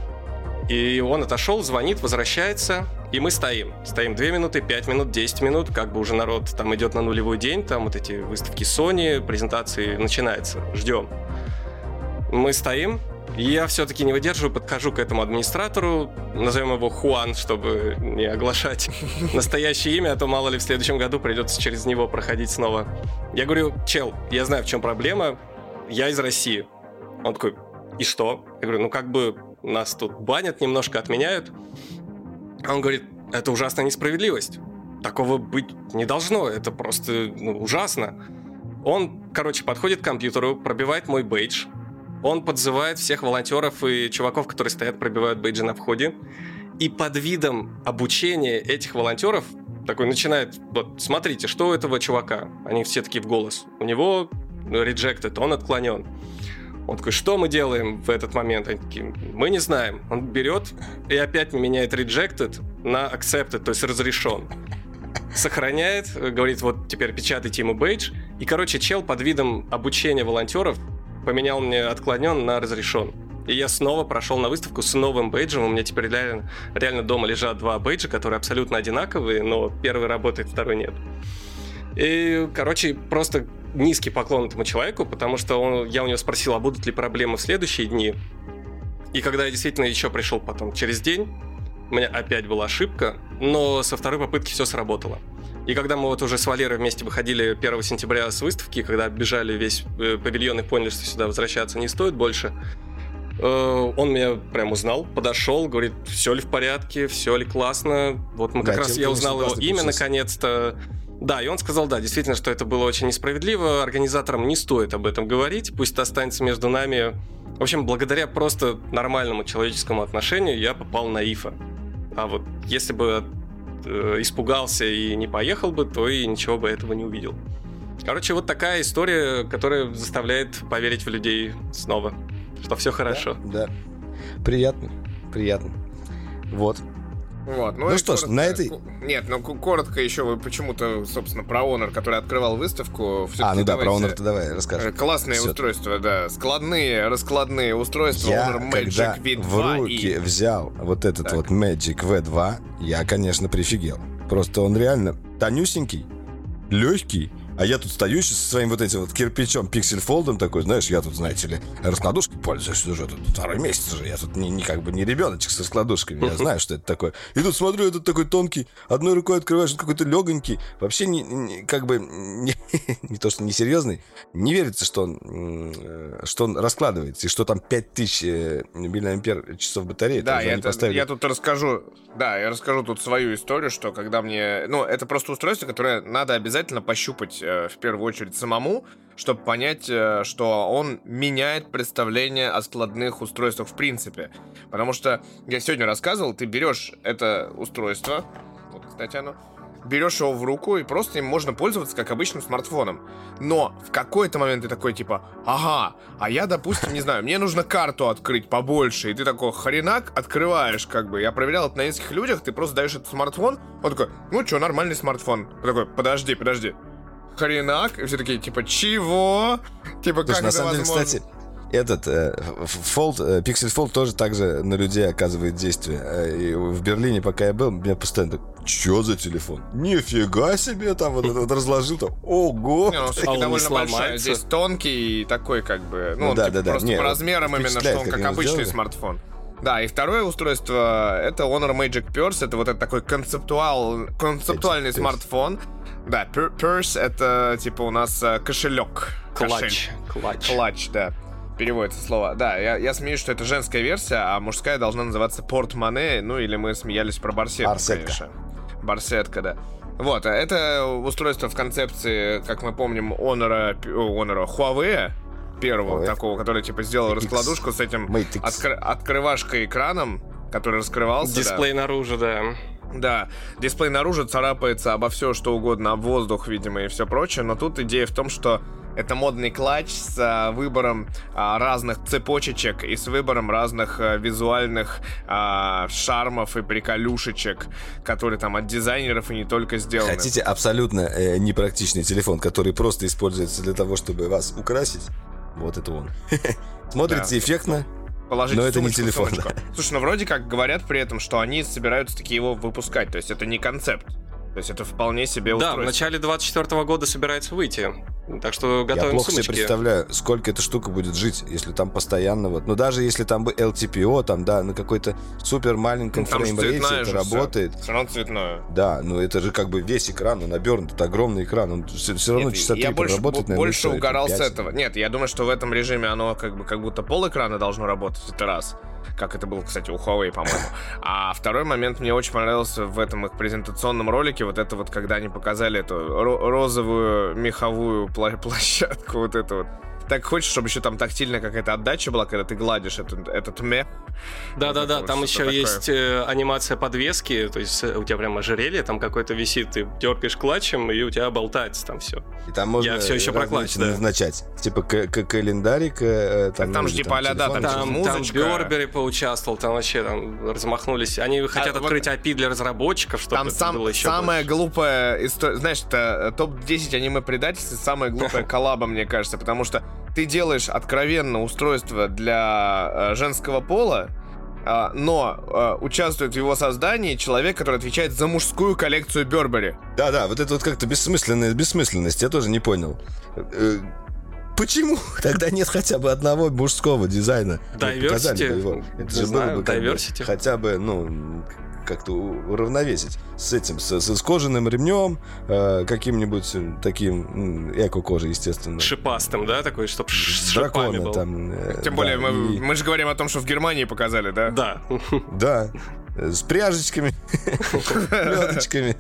И он отошел, звонит, возвращается, и мы стоим. Стоим две минуты, пять минут, десять минут, как бы уже народ там идет на нулевой день, там вот эти выставки Sony, презентации начинается, ждем. Мы стоим, и я все-таки не выдерживаю, подхожу к этому администратору, назовем его Хуан, чтобы не оглашать настоящее имя, а то мало ли в следующем году придется через него проходить снова. Я говорю, чел, я знаю, в чем проблема, я из России. Он такой, и что? Я говорю, ну как бы нас тут банят, немножко отменяют. А он говорит, это ужасная несправедливость. Такого быть не должно, это просто ну, ужасно. Он, короче, подходит к компьютеру, пробивает мой бейдж. Он подзывает всех волонтеров и чуваков, которые стоят, пробивают бейджи на входе. И под видом обучения этих волонтеров такой начинает, вот, смотрите, что у этого чувака? Они все такие в голос. У него rejected, он отклонен. Он такой, что мы делаем в этот момент? Они такие, мы не знаем. Он берет и опять меняет rejected на accepted, то есть разрешен. Сохраняет, говорит, вот теперь печатайте ему бейдж. И, короче, чел под видом обучения волонтеров поменял мне отклонен на разрешен. И я снова прошел на выставку с новым бейджем. У меня теперь реально, реально дома лежат два бейджа, которые абсолютно одинаковые, но первый работает, второй нет. И, короче, просто низкий поклон этому человеку, потому что он, я у него спросил, а будут ли проблемы в следующие дни. И когда я действительно еще пришел потом через день, у меня опять была ошибка, но со второй попытки все сработало. И когда мы вот уже с Валерой вместе выходили первого сентября с выставки, когда оббежали весь павильон и поняли, что сюда возвращаться не стоит больше, он меня прям узнал, подошел, говорит, все ли в порядке, все ли классно. Вот мы Да, как раз, тем, я конечно, узнал его классно имя получился. наконец-то. Да, и он сказал, да, действительно, что это было очень несправедливо, организаторам не стоит об этом говорить, пусть это останется между нами. В общем, благодаря просто нормальному человеческому отношению я попал на ИФА. А вот если бы э, испугался и не поехал бы, то и ничего бы этого не увидел. Короче, вот такая история, которая заставляет поверить в людей снова, что все хорошо. Да, да. Приятно, приятно. Вот. Вот, Ну и что ж, коротко- на этой- ку- Нет, ну ку- коротко еще вы почему-то, собственно, про Honor, который открывал выставку. А, всё-таки ну да, про давайте- Honor ты давай Э, расскажи. Классные Всё. устройства, да. Складные, раскладные устройства Я, Honor когда Magic ви в два руки и... взял вот этот Так. вот Magic ви два, я, конечно, прифигел. Просто он реально тонюсенький, легкий, а я тут стою еще со своим вот этим вот кирпичом, пиксель-фолдом такой, знаешь, я тут, знаете ли, раскладушкой пользуюсь уже тут второй месяц уже, я тут не, не как бы не ребеночек с раскладушками, я знаю, что это такое. И тут смотрю, этот такой тонкий, одной рукой открываешь, он какой-то легонький, вообще не, не- как бы не, не то, что несерьезный, не верится, что он, м, э, что он раскладывается, и что там пять тысяч э, миллиампер часов батареи. Да, там же я, они это- поставили. я тут расскажу, да, я расскажу тут свою историю, что когда мне, ну, это просто устройство, которое надо обязательно пощупать э, в первую очередь самому, чтобы понять, э, что он меняет представление о складных устройствах в принципе. Потому что я сегодня рассказывал, ты берешь это устройство, вот, кстати, оно, берешь его в руку, и просто им можно пользоваться как обычным смартфоном. Но в какой-то момент ты такой, типа, ага, а я, допустим, не знаю, мне нужно карту открыть побольше, и ты такой, хренак, открываешь, как бы. Я проверял это на нескольких людях, ты просто даешь этот смартфон, он такой, ну что, нормальный смартфон. Он такой, подожди, подожди. Хренак, и все такие, типа, чего? Типа, Слушай, как на это самом возможно? деле, кстати, этот э, Fold, э, Pixel Fold тоже так же на людей оказывает действие. Э, и в Берлине, пока я был, меня постоянно так, чё за телефон? Нифига себе, там вот это вот разложил, там, ого! Не, ну, А все-таки он не довольно большая. сломается? Здесь тонкий и такой, как бы, ну, Ну он, да, типа, да, да. просто Не, по вот размерам именно, что впечатляет, он как как они обычный сделали. смартфон. Да, и второе устройство, это Honor Magic Purse, это вот этот такой концептуал, концептуальный Magic Purse. смартфон. Да, pur- Purse, это, типа, у нас э, кошелек. Клатч. Кошель. Клатч. Клатч, да. Переводится слово. Да, я, я смеюсь, что это женская версия, а мужская должна называться портмоне, ну или мы смеялись про барсетку, Барсетка. конечно. Барсетка, да. Вот, а это устройство в концепции, как мы помним, Honor, Honor Huawei, первого Huawei. такого, который типа сделал X. раскладушку с этим Mate X. откры- открывашкой экраном, который раскрывался. Дисплей наружу, да. Да, дисплей наружу царапается обо все, что угодно, об воздух, видимо, и все прочее. Но тут идея в том, что это модный клатч с а, выбором а, разных цепочечек и с выбором разных а, визуальных а, шармов и приколюшечек, которые там от дизайнеров и не только сделаны. Хотите абсолютно э, непрактичный телефон, который просто используется для того, чтобы вас украсить? Вот это он. Смотрится Да. эффектно, Положить но в это не сумочку, телефон, сумочку. Слушай, ну вроде как говорят при этом, что они собираются таки его выпускать. То есть это не концепт. То есть это вполне себе Да, в устройство. начале двадцать четвёртого года собирается выйти. Так что я готовим плохо себе сумочки. представляю, сколько эта штука будет жить, если там постоянно вот... Ну, даже если там бы эл ти пи о, там, да, на какой-то супер маленьком Ну, там же фреймрейте цветная это же всё. работает. Все равно цветное. Да, но это же как бы весь экран, он обернут, это огромный экран, он все, равно Нет, часа три я больше, проработает, бо- наверное, больше еще угорал пять. с этого. Нет, я думаю, что в этом режиме оно как бы как будто полэкрана должно работать. Это раз. Как это было, кстати, у Huawei, по-моему. А второй момент мне очень понравился в этом их презентационном ролике. Вот это вот, когда они показали эту ро- розовую меховую пла- площадку. Вот это вот. Так хочешь, чтобы еще там тактильная какая-то отдача была, когда ты гладишь этот, этот мех. Да-да-да, Вот там что-то еще такое. есть э, анимация подвески, то есть э, у тебя прям ожерелье там какое-то висит, ты дергаешь клатчем, и у тебя болтается там все. И там можно Я всё еще про разные клатч, вещи да. назначать. Типа к- к- календарик. э, Так там ну, же или типа а-ля, да, телефон. там же Там, там музычка. Бербери поучаствовал, там вообще там размахнулись. Они хотят вот открыть эй пи ай для разработчиков, чтобы Там это сам, было еще самая больше. глупая история. Знаешь, это топ десять аниме-предательств, самая глупая коллаба, мне кажется, потому что ты делаешь откровенно устройство для э, женского пола, э, но э, участвует в его создании человек, который отвечает за мужскую коллекцию Бербери. Да-да, вот это вот как-то бессмысленная бессмысленность, я тоже не понял. Э, Почему тогда нет хотя бы одного мужского дизайна? Вот показали бы его. Diversity, Это не же знаю, было бы как бы diversity. хотя бы, ну, как-то уравновесить с этим, с, с кожаным ремнем, э, каким-нибудь таким м, эко-кожей, естественно. Шипастым, да, такой, чтобы с шипами Дракона был. там. э, Тем да, более, мы, и- мы же говорим о том, что в Германии показали, да? Да. Да, э, с пряжечками, лёдочками.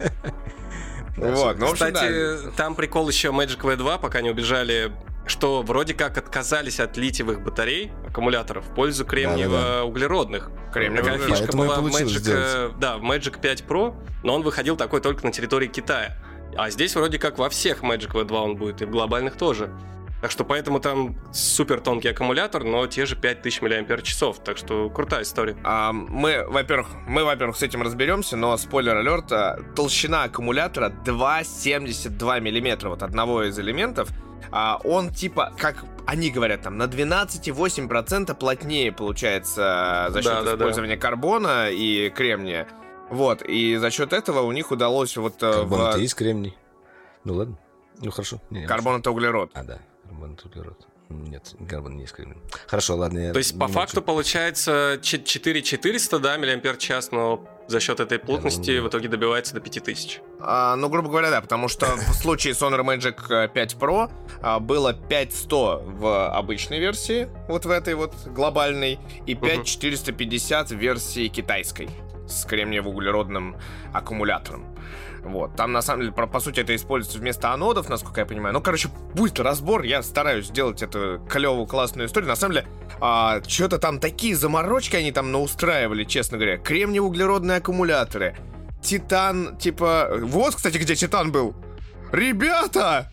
Вот, ну, в общем, да. Кстати, там прикол еще Magic ви два, пока не убежали, что вроде как отказались от литиевых батарей, аккумуляторов, в пользу кремниево-углеродных. Кремниево-углеродных. Такая фишка Поэтому и была в получилось Magic, сделать. э, да, в Magic пять Pro, но он выходил такой только на территории Китая. А здесь вроде как во всех Magic ви два он будет, и в глобальных тоже. Так что поэтому там супер тонкий аккумулятор, но те же пять тысяч мАч. Так что крутая история. А, мы, во-первых, мы, во-первых, с этим разберемся, но спойлер-алерт, а, толщина аккумулятора два целых семьдесят два миллиметра, вот одного из элементов, а, он типа, как они говорят, там на двенадцать целых восемь десятых процента плотнее получается за счет Да, да, да. использования карбона и кремния. Вот, и за счет этого у них удалось вот... э, Карбон в- это есть кремний. Ну ладно. Ну хорошо. Не, не, Карбон — это углерод. А, да. Карбон это углерод. Нет, карбон не есть кремний. Хорошо, ладно. Я То есть, по молчу. факту, получается четыре тысячи четыреста, да, миллиампер-час, но за счет этой плотности думаю, в итоге добивается до пять тысяч. А, ну, грубо говоря, да, потому что в случае с Honor Magic пять Pro а, было пять тысяч сто в обычной версии, вот в этой вот глобальной, и пять тысяч четыреста пятьдесят в версии китайской с кремниево-углеродным аккумулятором. Вот, там на самом деле, по, по сути, это используется вместо анодов, насколько я понимаю. Ну, короче, будет разбор, я стараюсь сделать эту клевую, классную историю. На самом деле, а, что-то там такие заморочки они там наустраивали, честно говоря. Кремниево-углеродные аккумуляторы, Титан, типа... Вот, кстати, где Титан был. Ребята!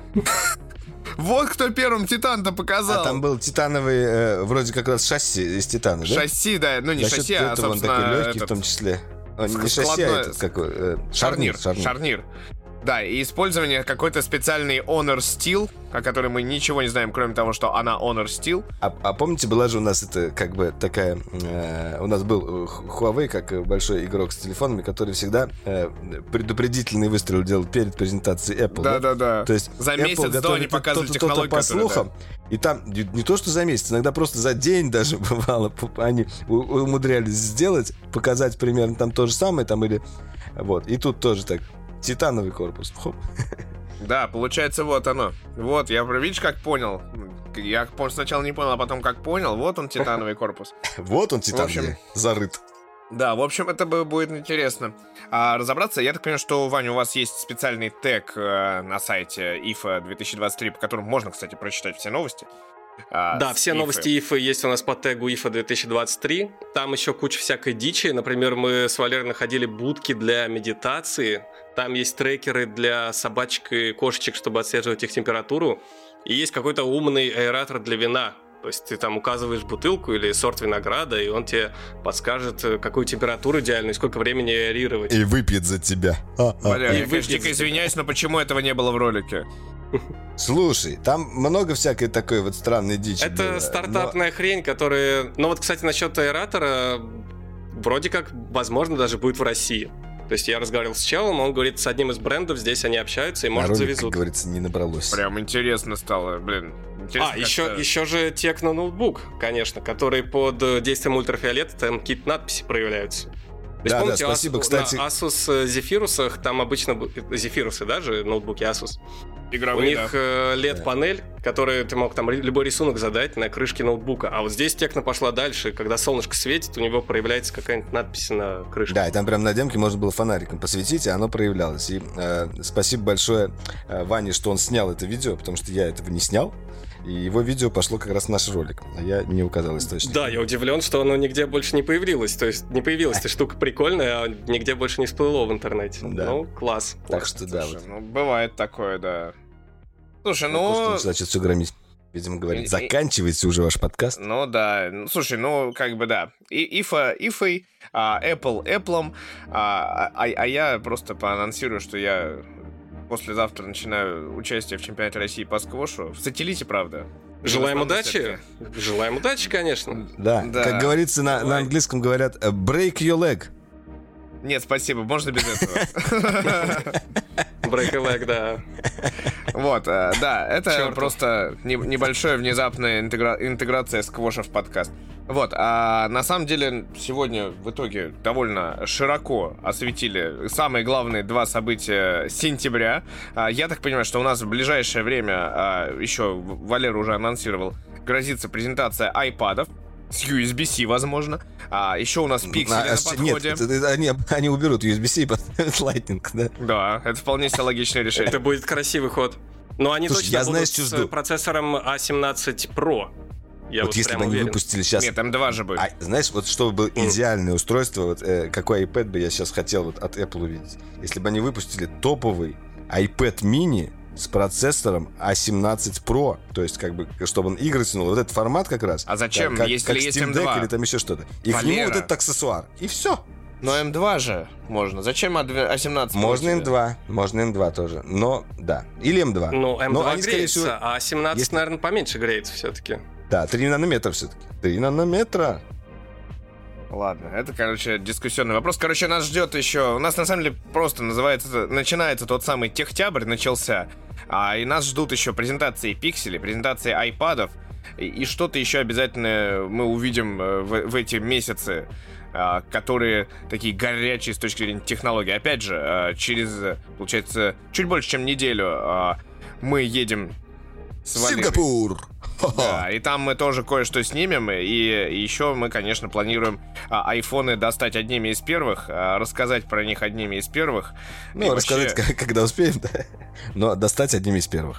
Вот кто первым Титан-то показал. А там был титановый, э, вроде как раз шасси из титана, да? Шасси, да, ну не За счет шасси, а, этого он собственно, такой легкий, этот, в том числе. А, не ск- шасси, а складной- этот какой? э, шарнир, шарнир. шарнир. Да, и использование какой-то специальный Honor Steel, о которой мы ничего не знаем, кроме того, что она Honor Steel. А, а помните, была же у нас это как бы такая... э, у нас был э, Huawei, как э, большой игрок с телефонами, который всегда э, предупредительный выстрел делал перед презентацией Apple. Да-да-да. То есть За Apple месяц до готовит они показывали то-то, то-то технологию, по которая, слухам. И там не, не то, что за месяц, иногда просто за день даже бывало. Они у- умудрялись сделать, показать примерно там то же самое, там или... Вот. И тут тоже так. Титановый корпус. Хоп. Да, получается, вот оно. Вот, я, видишь, как понял. Я пон- сначала не понял, а потом как понял. Вот он, титановый корпус. Вот он, титан, В общем, где зарыт. Да, в общем, это бы- будет интересно. А разобраться, я так понимаю, что, Ваня, у вас есть специальный тег э, на сайте ай эф эй двадцать двадцать три, по которому можно, кстати, прочитать все новости. А, Да, с все ай эф эй. новости ай эф эй есть у нас по тегу ай эф эй двадцать двадцать три. Там еще куча всякой дичи. Например, мы с Валерой находили будки для медитации. Там есть трекеры для собачек и кошечек, чтобы отслеживать их температуру. И есть какой-то умный аэратор для вина. То есть ты там указываешь бутылку или сорт винограда, и он тебе подскажет, какую температуру идеальную и сколько времени аэрировать. И выпьет за тебя. Валя, И я, конечно, дико выпьет. извиняюсь, но почему этого не было в ролике? Слушай, там много всякой такой вот странной дичи Это было, стартапная хрень, которая... Ну вот, кстати, насчет аэратора, вроде как, возможно, даже будет в России. То есть я разговаривал с челом, он говорит, с одним из брендов здесь они общаются и, но на может, ролик, как завезут. говорится, не набралось. Прям интересно стало, блин. Интересно А, еще, как-то. еще же техно-ноутбук, конечно, который под э, действием ультрафиолета, там какие-то надписи проявляются. То есть, Да, помните, да, спасибо, Asus- кстати. на Asus Zephyrus, там обычно... бу- Zephyrus, даже нотбуки Asus. У Игровые, них да. э, эл и ди-панель, которую ты мог там ри- любой рисунок задать на крышке ноутбука. А вот здесь техно пошла дальше. Когда солнышко светит, у него проявляется какая-нибудь надпись на крышке. Да, и там прям на демке можно было фонариком посветить, и оно проявлялось. И э, спасибо большое э, Ване, что он снял это видео, потому что я этого не снял. И его видео пошло как раз в наш ролик, а я не указал источник. Да, я удивлен, что оно нигде больше не появилось. То есть не появилась эта штука прикольная, а нигде больше не всплыло в интернете. Да. Ну, класс. Так что да, Слушай, вот. ну, бывает такое, да. Слушай, Ну, ну... значит, все громить. Видимо, И- говорит, и- заканчивайте уже ваш подкаст. Ну да, ну, слушай, ну как бы да. И ай эф эй, ай эф эй, а, Apple, Apple, а, а, а я просто поанонсирую, что я послезавтра начинаю участие в чемпионате России по сквошу. В сателлите, правда. Желаем В основном удачи. Желаем удачи, конечно. Да, Да. как говорится, на, на Давай. английском говорят э, break your leg. Нет, спасибо, можно без этого. Break a leg, да. Вот, э, да, это Чёртов. просто не- небольшая внезапная интегра- интеграция сквоша в подкаст. Вот, а на самом деле сегодня в итоге довольно широко осветили самые главные два события сентября. А, Я так понимаю, что у нас в ближайшее время, а, еще Валера уже анонсировал, грозится презентация айпадов с ю эс би-C, возможно. А еще у нас пиксели А, на а с- Нет, подходе. это- это они, они уберут ю эс би-C и поставят Lightning, да? Да, это вполне себе логичное решение. Это будет красивый ход. Но они Слушай, точно я будут знаешь, что с жду? процессором а семнадцать про. Я вот вот если прям бы они уверен. выпустили сейчас... Нет, эм два же будет. А, знаешь, вот чтобы было идеальное устройство, вот, э, какой iPad бы я сейчас хотел вот от Apple увидеть. Если бы они выпустили топовый iPad mini с процессором а семнадцать про, то есть как бы, чтобы он игры тянул, вот этот формат как раз. А зачем, как, если как есть Steam эм Deck два? или там еще что-то. И к Валера. нему вот этот аксессуар. И все. Но эм два же можно. Зачем а семнадцать? Можно тебе? эм два, можно эм два тоже. Но, да. Или эм два. Ну, эм два Но они, скорее греется, всего, а семнадцать, если- наверное, поменьше греется все-таки. Да, три нанометра все-таки. три нанометра. Ладно, это, короче, дискуссионный вопрос. Короче, нас ждет еще... У нас, на самом деле, просто называется... Начинается тот самый техтябрь, начался. А, и нас ждут еще презентации пикселей, презентации айпадов. И, и что-то еще обязательно мы увидим э, в, в эти месяцы, а, которые такие горячие с точки зрения технологий. Опять же, а, через, э, получается, чуть больше, чем неделю а, мы едем с Валерой. Сингапур. Да, и там мы тоже кое-что снимем, и, и еще мы, конечно, планируем а, айфоны достать одними из первых, а, рассказать про них одними из первых. Ну, И рассказать, вообще- как- когда успеем, да. Но достать одними из первых.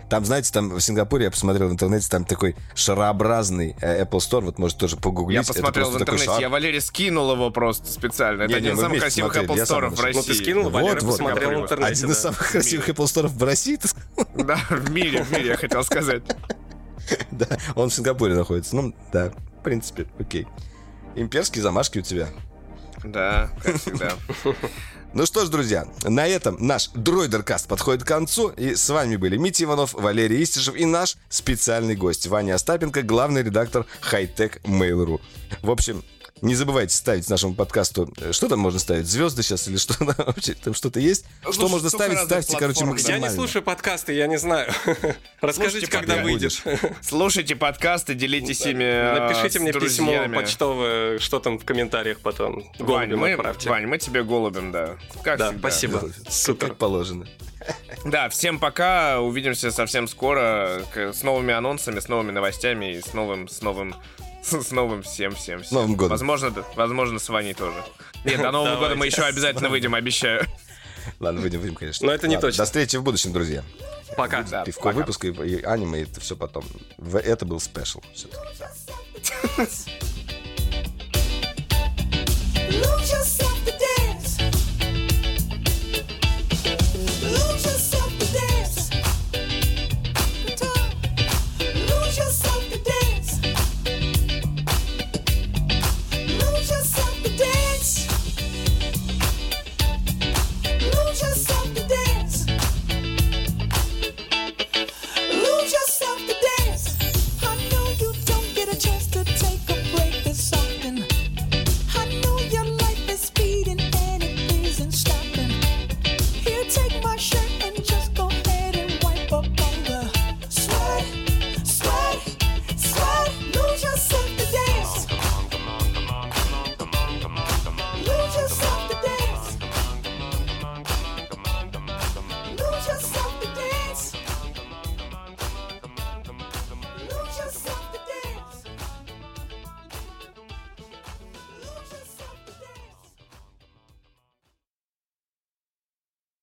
Там, знаете, там в Сингапуре, я посмотрел в интернете, там такой шарообразный э, Apple Store, вот можете тоже погуглить. Я посмотрел в интернете, шар... я Валере скинул его просто специально. Это Не, один не, из самых вместе красивых смотрели, Apple я сам Store в нашел. России. Ну, ты скинул, Валера Вот, вот. посмотрел в интернете. Один да. из самых красивых Apple Store в России. ты сказал? Да, в мире, в мире, я хотел сказать. Да, он в Сингапуре находится. Ну, да, в принципе, окей. Имперские замашки у тебя. Да, как всегда. Ну что ж, друзья, на этом наш Дроидеркаст подходит к концу. И с вами были Митя Иванов, Валерий Истишев и наш специальный гость Ваня Остапенко, главный редактор Hightech Mail.ru. В общем, не забывайте ставить нашему подкасту... Что там можно ставить? Звезды сейчас или что? Вообще, там что-то есть? Что Слушай, можно столько ставить? разных Ставьте, короче, платформ. максимально. Я не слушаю подкасты, я не знаю. Расскажите, когда пока. выйдешь. Слушайте подкасты, делитесь ими э, Напишите с мне письмо друзьями. почтовое, что там в комментариях потом. Вань, Голубем мы, отправьте. Вань, мы тебе голубем, да. Как Да, всегда. спасибо. Супер. Как положено. Да, всем пока. Увидимся совсем скоро к- с новыми анонсами, с новыми новостями и с новым, с новым, с новым всем, всем, всем. Новым годом. Возможно, да, возможно, с Ваней тоже. Нет, до Нового года мы Давайте. еще обязательно выйдем, обещаю. Ладно, выйдем, выйдем, конечно. Но это не Ладно, точно. До встречи в будущем, друзья. Пока. Да, Пивко, пока. выпуск и, и аниме, это все потом. В- Это был спешл все-таки. Lose yourself.